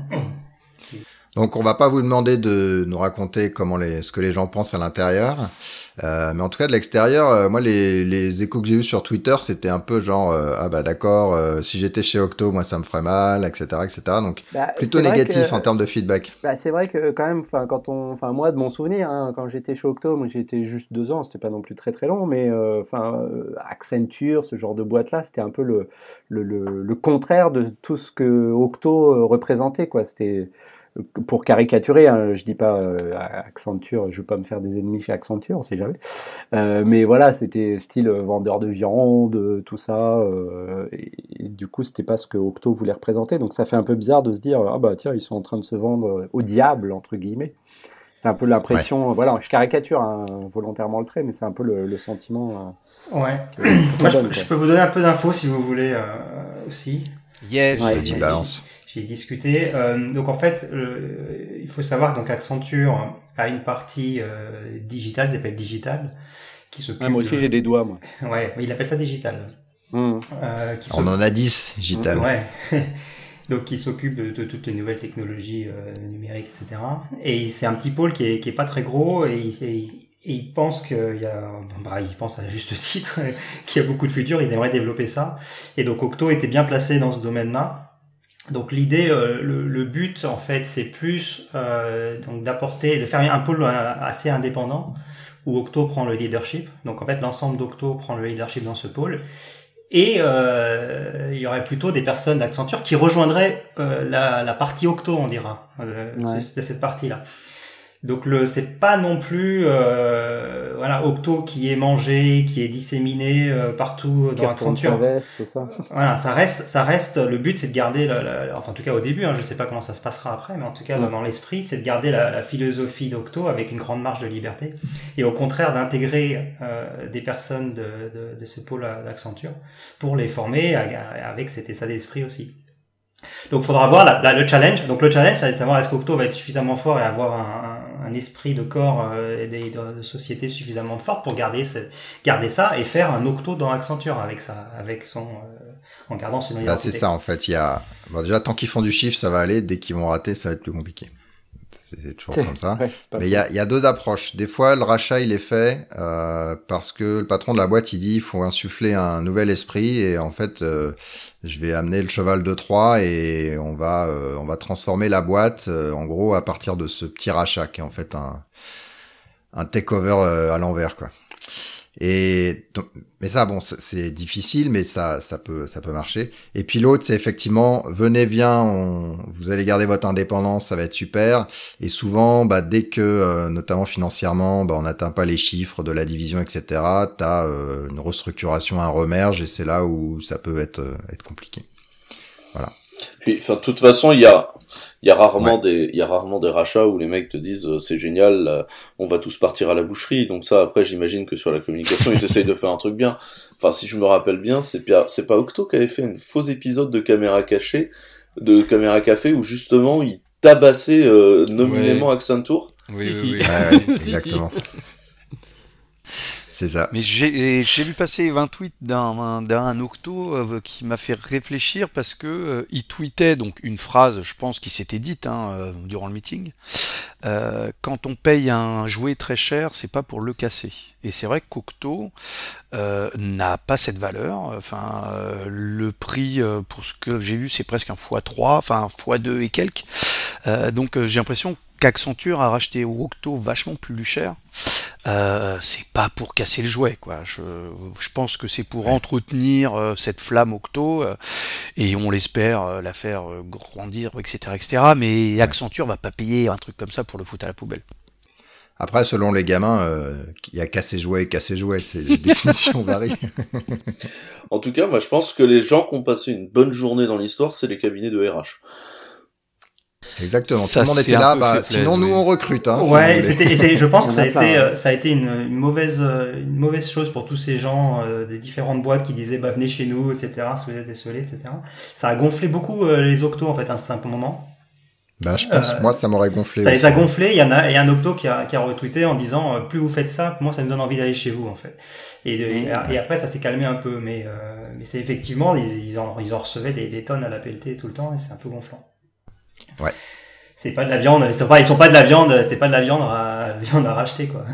A: Donc, on va pas vous demander de nous raconter comment les, ce que les gens pensent à l'intérieur. Euh, mais en tout cas, de l'extérieur, euh, moi, les, les échos que j'ai eus sur Twitter, c'était un peu genre, euh, ah bah d'accord, euh, si j'étais chez Octo, moi, ça me ferait mal, et cetera, et cetera. Donc,
D: Bah,
A: plutôt
D: c'est vrai
A: négatif
D: que-
A: en termes de feedback.
D: Bah, c'est vrai que quand même, enfin quand on, enfin moi de mon souvenir, hein, quand j'étais chez Octo, moi j'étais juste deux ans, c'était pas non plus très très long, mais euh, enfin euh, Accenture, ce genre de boîte là, c'était un peu le, le le le contraire de tout ce que Octo euh, représentait quoi. C'était pour caricaturer, hein, je dis pas euh, Accenture, je veux pas me faire des ennemis chez Accenture, on sait jamais. Euh, mais voilà, c'était style euh, vendeur de viande, euh, tout ça. euh, et, et du coup, c'était pas ce que Octo voulait représenter. Donc ça fait un peu bizarre de se dire, ah bah tiens, ils sont en train de se vendre euh, au diable, entre guillemets. C'est un peu l'impression, euh, voilà, je caricature hein, volontairement le trait, mais c'est un peu le, le sentiment
F: Ouais.
D: euh, que, que ça
F: Moi, je,
D: donne,
F: je
D: quoi.
F: peux vous donner un peu d'infos si vous voulez euh, aussi.
C: Yes.
D: Ouais.
A: Vas-y, balance.
F: J'ai discuté. Euh, donc en fait, euh, il faut savoir donc Accenture a une partie euh, digitale, ils appellent digital, qui s'occupe.
D: Ouais, moi aussi
F: de-
D: j'ai des doigts, moi.
F: Ouais, mais il appelle ça digital.
D: Mmh.
F: Euh, qui
A: On
F: s'occupe-
A: en a dix, Gital.
F: Ouais. Donc qui s'occupe de, de toutes les nouvelles technologies euh, numériques, et cetera. Et c'est un petit pôle qui est qui est pas très gros et, il- et, et il pense qu'il y a, bah, il pense à juste titre qu'il y a beaucoup de futur. Il aimerait développer ça. Et donc Octo était bien placé dans ce domaine-là. Donc l'idée, euh, le, le but en fait, c'est plus euh, donc d'apporter, de faire un pôle euh, assez indépendant où Octo prend le leadership. Donc en fait, l'ensemble d'Octo prend le leadership dans ce pôle. Et euh, il y aurait plutôt des personnes d'Accenture qui rejoindraient euh, la, la partie Octo, on dira, euh,
D: Ouais.
F: de cette partie-là. Donc le, c'est pas non plus euh, voilà Octo qui est mangé, qui est disséminé euh, partout
D: Qui
F: dans
D: retourne sa
F: Accenture.
D: veste, tout ça.
F: Voilà, ça reste, ça reste. Le but, c'est de garder, la, la- enfin en tout cas au début, hein, je sais pas comment ça se passera après, mais en tout cas
D: Ouais.
F: dans l'esprit, c'est de garder la, la philosophie d'Octo avec une grande marge de liberté, et au contraire d'intégrer euh, des personnes de, de, de ce pôle d'Accenture pour les former à- avec cet état d'esprit aussi. Donc, il faudra voir la, la- le challenge. Donc, le challenge, c'est de savoir est-ce qu'Octo va être suffisamment fort et avoir un, un, un esprit de corps euh, et des, de, de société suffisamment fort pour garder, ce, garder ça et faire un Octo dans Accenture avec ça, avec son, euh, en gardant son
A: Là,
F: identité.
A: c'est ça, en fait. Il y a, bon, déjà, tant qu'ils font du chiffre, ça va aller. Dès qu'ils vont rater, ça va être plus compliqué. C'est c'est toujours comme ça.
D: Ouais, c'est pas
A: Mais il
D: faux.
A: y a, il y a deux approches. Des fois, le rachat, il est fait euh, parce que le patron de la boîte, il dit il faut insuffler un nouvel esprit et en fait, euh, je vais amener le cheval de Troie et on va, euh, on va transformer la boîte euh, en gros à partir de ce petit rachat qui est en fait un, un takeover euh, à l'envers, quoi. Et donc, mais ça, bon, c'est- c'est difficile, mais ça, ça peut, ça peut marcher. Et puis l'autre, c'est effectivement, venez, viens, on, vous allez garder votre indépendance, ça va être super. Et souvent, bah, dès que, euh, notamment financièrement, bah, on n'atteint pas les chiffres de la division, et cetera, t'as euh, une restructuration, un remerge, et c'est là où ça peut être, euh, être compliqué.
B: Puis, enfin, de toute façon, il y a, il y a rarement
A: Ouais.
B: des, il y a rarement des rachats où les mecs te disent euh, c'est génial, euh, on va tous partir à la boucherie. Donc ça, après, j'imagine que sur la communication, ils essayent de faire un truc bien. Enfin, si je me rappelle bien, c'est pas, c'est pas Octo qui avait fait une faux épisode de caméra cachée, de caméra café où justement il tabassait euh, nominément Accenture.
C: Oui,
E: Si,
C: oui,
E: si.
C: oui.
A: Ouais, ouais,
E: Si, si.
A: exactement. C'est ça.
C: Mais j'ai j'ai vu passer un tweet d'un d'un Octo euh, qui m'a fait réfléchir parce que euh, il tweetait donc une phrase, je pense, qui s'était dite hein, euh, durant le meeting. Euh, quand on paye un jouet très cher, c'est pas pour le casser. Et c'est vrai qu'Octo euh, n'a pas cette valeur. Enfin, euh, le prix euh, pour ce que j'ai vu, c'est presque un fois trois, enfin un fois deux et quelques. Euh, donc euh, j'ai l'impression qu'Accenture a racheté Octo vachement plus cher, euh, c'est pas pour casser le jouet, quoi. Je, je pense que c'est pour entretenir euh, cette flamme Octo, euh, et on l'espère euh, la faire euh, grandir, et cetera, et cetera. Mais Accenture va pas payer un truc comme ça pour le foutre à la poubelle.
A: Après, selon les gamins, euh, il y a casser jouet et casser jouet, c'est, les définitions varient.
B: En tout cas, moi je pense que les gens qui ont passé une bonne journée dans l'histoire, c'est les cabinets de R H.
A: Exactement,
C: Ça,
A: tout le monde
C: c'est
A: était
C: un
A: là,
C: peu
A: bah,
C: fait
A: sinon
C: plaisir,
A: nous
C: oui.
A: on recrute. Hein, si
F: Ouais,
A: vous
F: c'était,
A: voulez.
F: et c'est, je pense que
D: Il y
F: ça
D: en
F: a
D: a
F: été,
D: plein,
F: euh, ça a été une, une mauvaise, euh, une mauvaise chose pour tous ces gens euh, des différentes boîtes qui disaient bah venez chez nous, et cetera. Si vous êtes désolé, et cetera. Ça a gonflé beaucoup euh, les Octos en fait à un certain moment.
A: Bah, je pense,
F: Euh,
A: moi, ça m'aurait gonflé.
F: Ça
A: aussi.
F: les a gonflés. Il y en a, et un Octo qui a, qui a retweeté en disant euh, plus vous faites ça, moi ça me donne envie d'aller chez vous en fait. Et, et, et après ça s'est calmé un peu, mais euh, mais c'est effectivement ils, ils en ils en recevaient des, des tonnes à la P L T tout le temps et c'est un peu gonflant.
A: Ouais.
F: C'est pas de la viande, ils sont pas ils sont pas de la viande, c'est pas de la viande à viande à racheter quoi.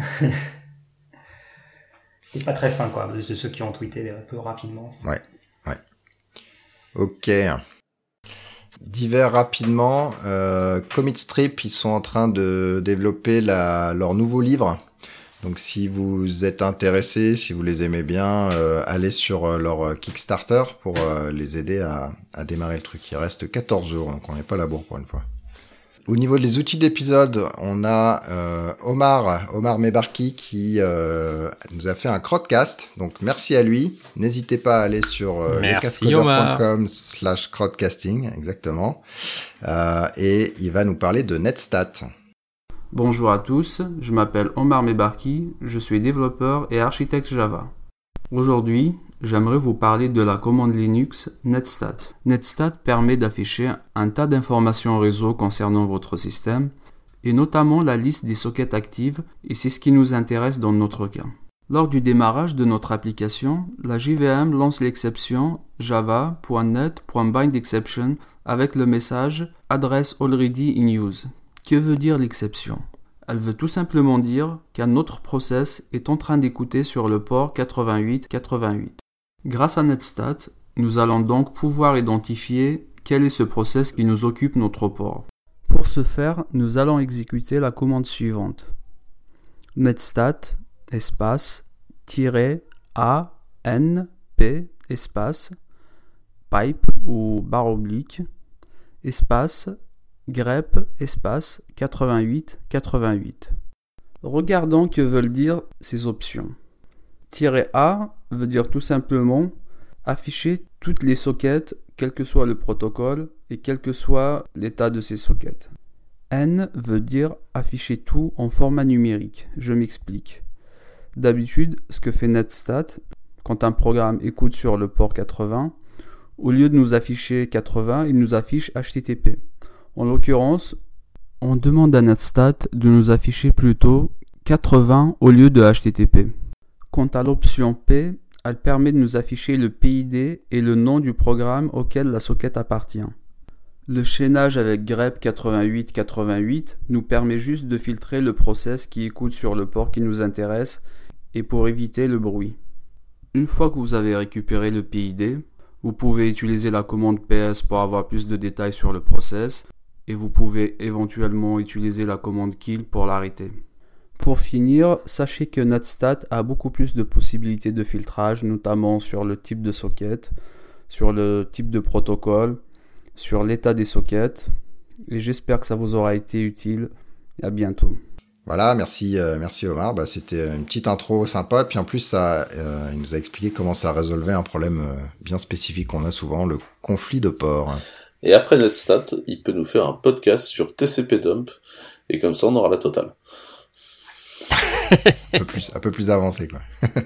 F: C'était pas très fin quoi de ceux qui ont tweeté un peu rapidement.
A: Ouais, ouais. Ok. Divers rapidement, euh, Comic Strip, ils sont en train de développer la, leur nouveau livre. Donc si vous êtes intéressés, si vous les aimez bien, euh, allez sur leur Kickstarter pour euh, les aider à, à démarrer le truc. Il reste quatorze jours, donc on n'est pas à la bourre pour une fois. Au niveau des outils d'épisode, on a euh, Omar, Omar Mebarki qui euh, nous a fait un crowdcast. Donc merci à lui. N'hésitez pas à aller sur euh, lescascodeurs point com slash crowdcasting, exactement. Euh, et il va nous parler de Netstat.
G: Bonjour à tous, je m'appelle Omar Mebarki, je suis développeur et architecte Java. Aujourd'hui, j'aimerais vous parler de la commande Linux Netstat. Netstat permet d'afficher un tas d'informations réseau concernant votre système, et notamment la liste des sockets actives, et c'est ce qui nous intéresse dans notre cas. Lors du démarrage de notre application, la J V M lance l'exception java.net.bindException avec le message Address already in use. Que veut dire l'exception ? Elle veut tout simplement dire qu'un autre process est en train d'écouter sur le port quatre-vingt-huit quatre-vingt-huit. Grâce à Netstat, nous allons donc pouvoir identifier quel est ce process qui nous occupe notre port. Pour ce faire, nous allons exécuter la commande suivante. Netstat, espace, tiret, A, N, P, espace, pipe ou barre oblique, espace, grep, espace, quatre-vingt-huit quatre-vingt-huit. Regardons que veulent dire ces options. "A" veut dire tout simplement afficher toutes les sockets, quel que soit le protocole et quel que soit l'état de ces sockets. N veut dire afficher tout en format numérique. Je m'explique. D'habitude, ce que fait Netstat, quand un programme écoute sur le port quatre-vingts, au lieu de nous afficher quatre-vingts, il nous affiche H T T P. En l'occurrence, on demande à Netstat de nous afficher plutôt quatre-vingts au lieu de H T T P. Quant à l'option P, elle permet de nous afficher le P I D et le nom du programme auquel la socket appartient. Le chaînage avec grep quatre-vingt-huit quatre-vingt-huit nous permet juste de filtrer le process qui écoute sur le port qui nous intéresse et pour éviter le bruit. Une fois que vous avez récupéré le P I D, vous pouvez utiliser la commande P S pour avoir plus de détails sur le process et vous pouvez éventuellement utiliser la commande kill pour l'arrêter. Pour finir, sachez que Netstat a beaucoup plus de possibilités de filtrage, notamment sur le type de socket, sur le type de protocole, sur l'état des sockets, et j'espère que ça vous aura été utile. À bientôt.
A: Voilà, merci, euh, merci Omar. Bah, c'était une petite intro sympa. Puis en plus, ça, euh, il nous a expliqué comment ça résolvait un problème euh, bien spécifique qu'on a souvent, le conflit de port.
B: Et après Netstat, il peut nous faire un podcast sur T C P dump, et comme ça on aura la totale.
A: un peu plus, un peu plus avancé, quoi.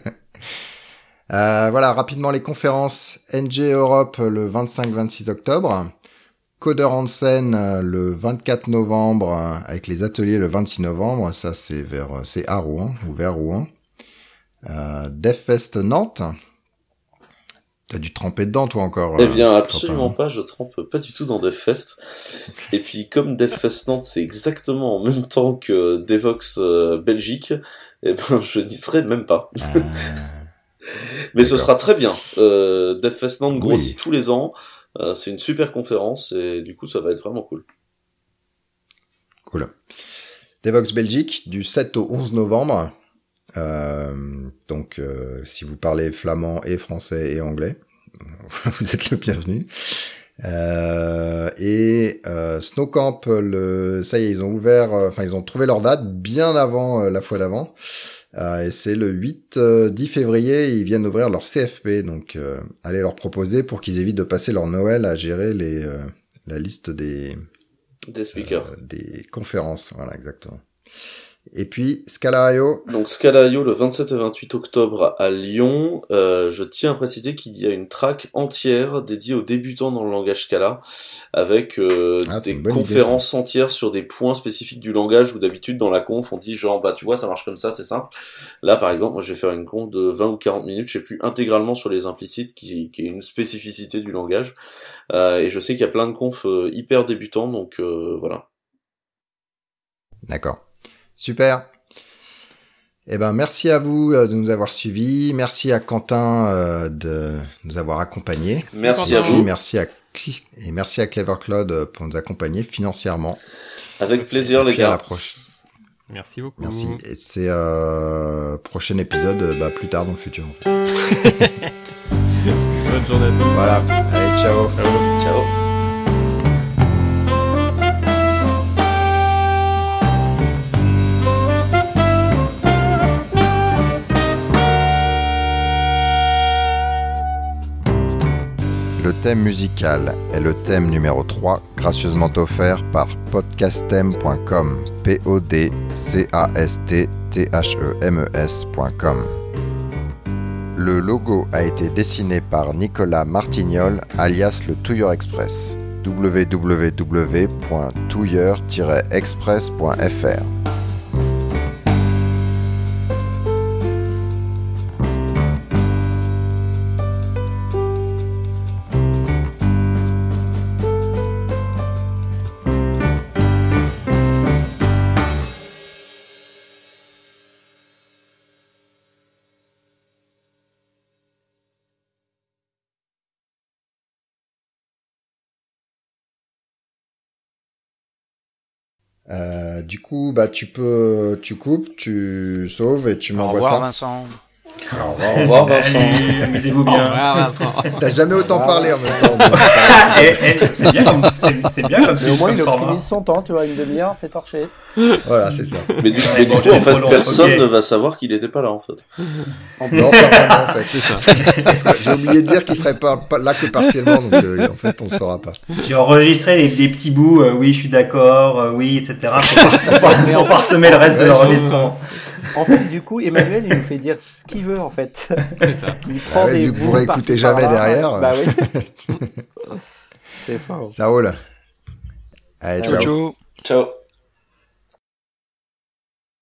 A: euh, voilà, rapidement les conférences. N G Europe le vingt-cinq vingt-six octobre. Coder Hansen le vingt-quatre novembre, avec les ateliers le vingt-six novembre. Ça, c'est vers, c'est à Rouen, ou vers Rouen. Euh, DevFest Nantes. T'as dû tremper dedans, toi, encore?
B: Eh bien,
A: euh,
B: absolument pas, je trempe pas du tout dans DevFest. Et puis, comme DevFest Nantes, c'est exactement en même temps que Devox euh, Belgique, eh ben, je n'y serai même pas.
A: Ah,
B: mais ce sera très bien. Euh, DevFest Nantes grossit
A: oui.
B: tous les ans. Euh, c'est une super conférence, et du coup, ça va être vraiment cool.
A: Cool. Devoxx Belgique du sept au onze novembre. Euh, donc, euh, si vous parlez flamand et français et anglais, vous êtes le bienvenu. Euh, et euh, Snowcamp, le, ça y est, ils ont ouvert, enfin euh, ils ont trouvé leur date bien avant euh, la fois d'avant. Euh, et c'est le huit dix février. Ils viennent d'ouvrir leur C F P, donc euh, allez leur proposer pour qu'ils évitent de passer leur Noël à gérer les euh, la liste des
B: des speakers,
A: euh, des conférences. Voilà, exactement. Et puis Scala punct io.
B: Donc Scala punct io le vingt-sept et vingt-huit octobre à Lyon. Euh, je tiens à préciser qu'il y a une track entière dédiée aux débutants dans le langage Scala, avec euh,
A: ah,
B: des conférences idée, entières sur des points spécifiques du langage où d'habitude dans la conf on dit genre bah tu vois ça marche comme ça, c'est simple. Là par exemple moi je vais faire une conf de vingt ou quarante minutes, je sais plus, intégralement sur les implicites qui, qui est une spécificité du langage. Euh, et je sais qu'il y a plein de confs euh, hyper débutants, donc euh, voilà.
A: D'accord. Super. Eh ben, merci à vous euh, de nous avoir suivis. Merci à Quentin euh, de nous avoir accompagnés.
B: Merci
A: et
B: à
A: puis,
B: vous.
A: Merci à et merci à Clever Cloud pour nous accompagner financièrement.
B: Avec plaisir,
A: et
B: les gars.
A: À la prochaine.
E: Merci beaucoup.
A: Merci. Et c'est euh, prochain épisode, bah, plus tard dans le futur. En fait.
E: Bonne journée à tous.
A: Voilà. Allez, ciao.
B: Ciao. Ciao.
A: Le thème musical est le thème numéro trois, gracieusement offert par podcastem point com, P O D C A S T T H E M E S point com. Le logo a été dessiné par Nicolas Martignol, alias le Touilleur Express, w w w point touilleur tiret express point f r. Euh, du coup, bah tu peux, tu coupes, tu sauves et tu m'envoies ça.
C: Au revoir Vincent.
B: Au revoir, au revoir Vincent.
F: Amusez-vous bien.
E: Au revoir Vincent.
A: T'as jamais autant parlé en même temps.
F: eh, eh, c'est bien comme c'est, c'est bien comme
D: Mais au moins
F: comme
D: il
F: format.
D: optimise son temps, tu vois, une demi-heure, c'est torché.
A: Voilà, c'est ça.
B: Mais du,
F: Ouais,
B: mais du
F: bon,
B: coup, en
F: trop
B: fait,
F: long,
B: personne
F: ok.
B: ne va savoir qu'il était pas là, en fait.
A: Non, pas vraiment, en fait.
E: C'est ça.
A: Parce que j'ai oublié de dire qu'il serait pas, pas là que partiellement, donc euh, en fait, on ne saura pas.
F: J'ai enregistré des, des petits bouts, euh, oui, je suis d'accord, euh, oui, et cetera. Pour, par- pour, par- pour parsemer le reste de
A: Ouais,
F: l'enregistrement.
D: En fait, du coup, Emmanuel, il nous fait dire ce qu'il veut, en fait.
E: C'est ça.
D: Il prend
A: Ah ouais,
D: des
A: vu que vous
D: bouts
A: réécoutez
D: par-ci,
A: jamais
D: par-là.
A: derrière.
D: Bah oui. C'est fort.
A: Ça roule. Allez,
D: Ouais.
A: ciao.
C: Ciao ciao.
B: Ciao.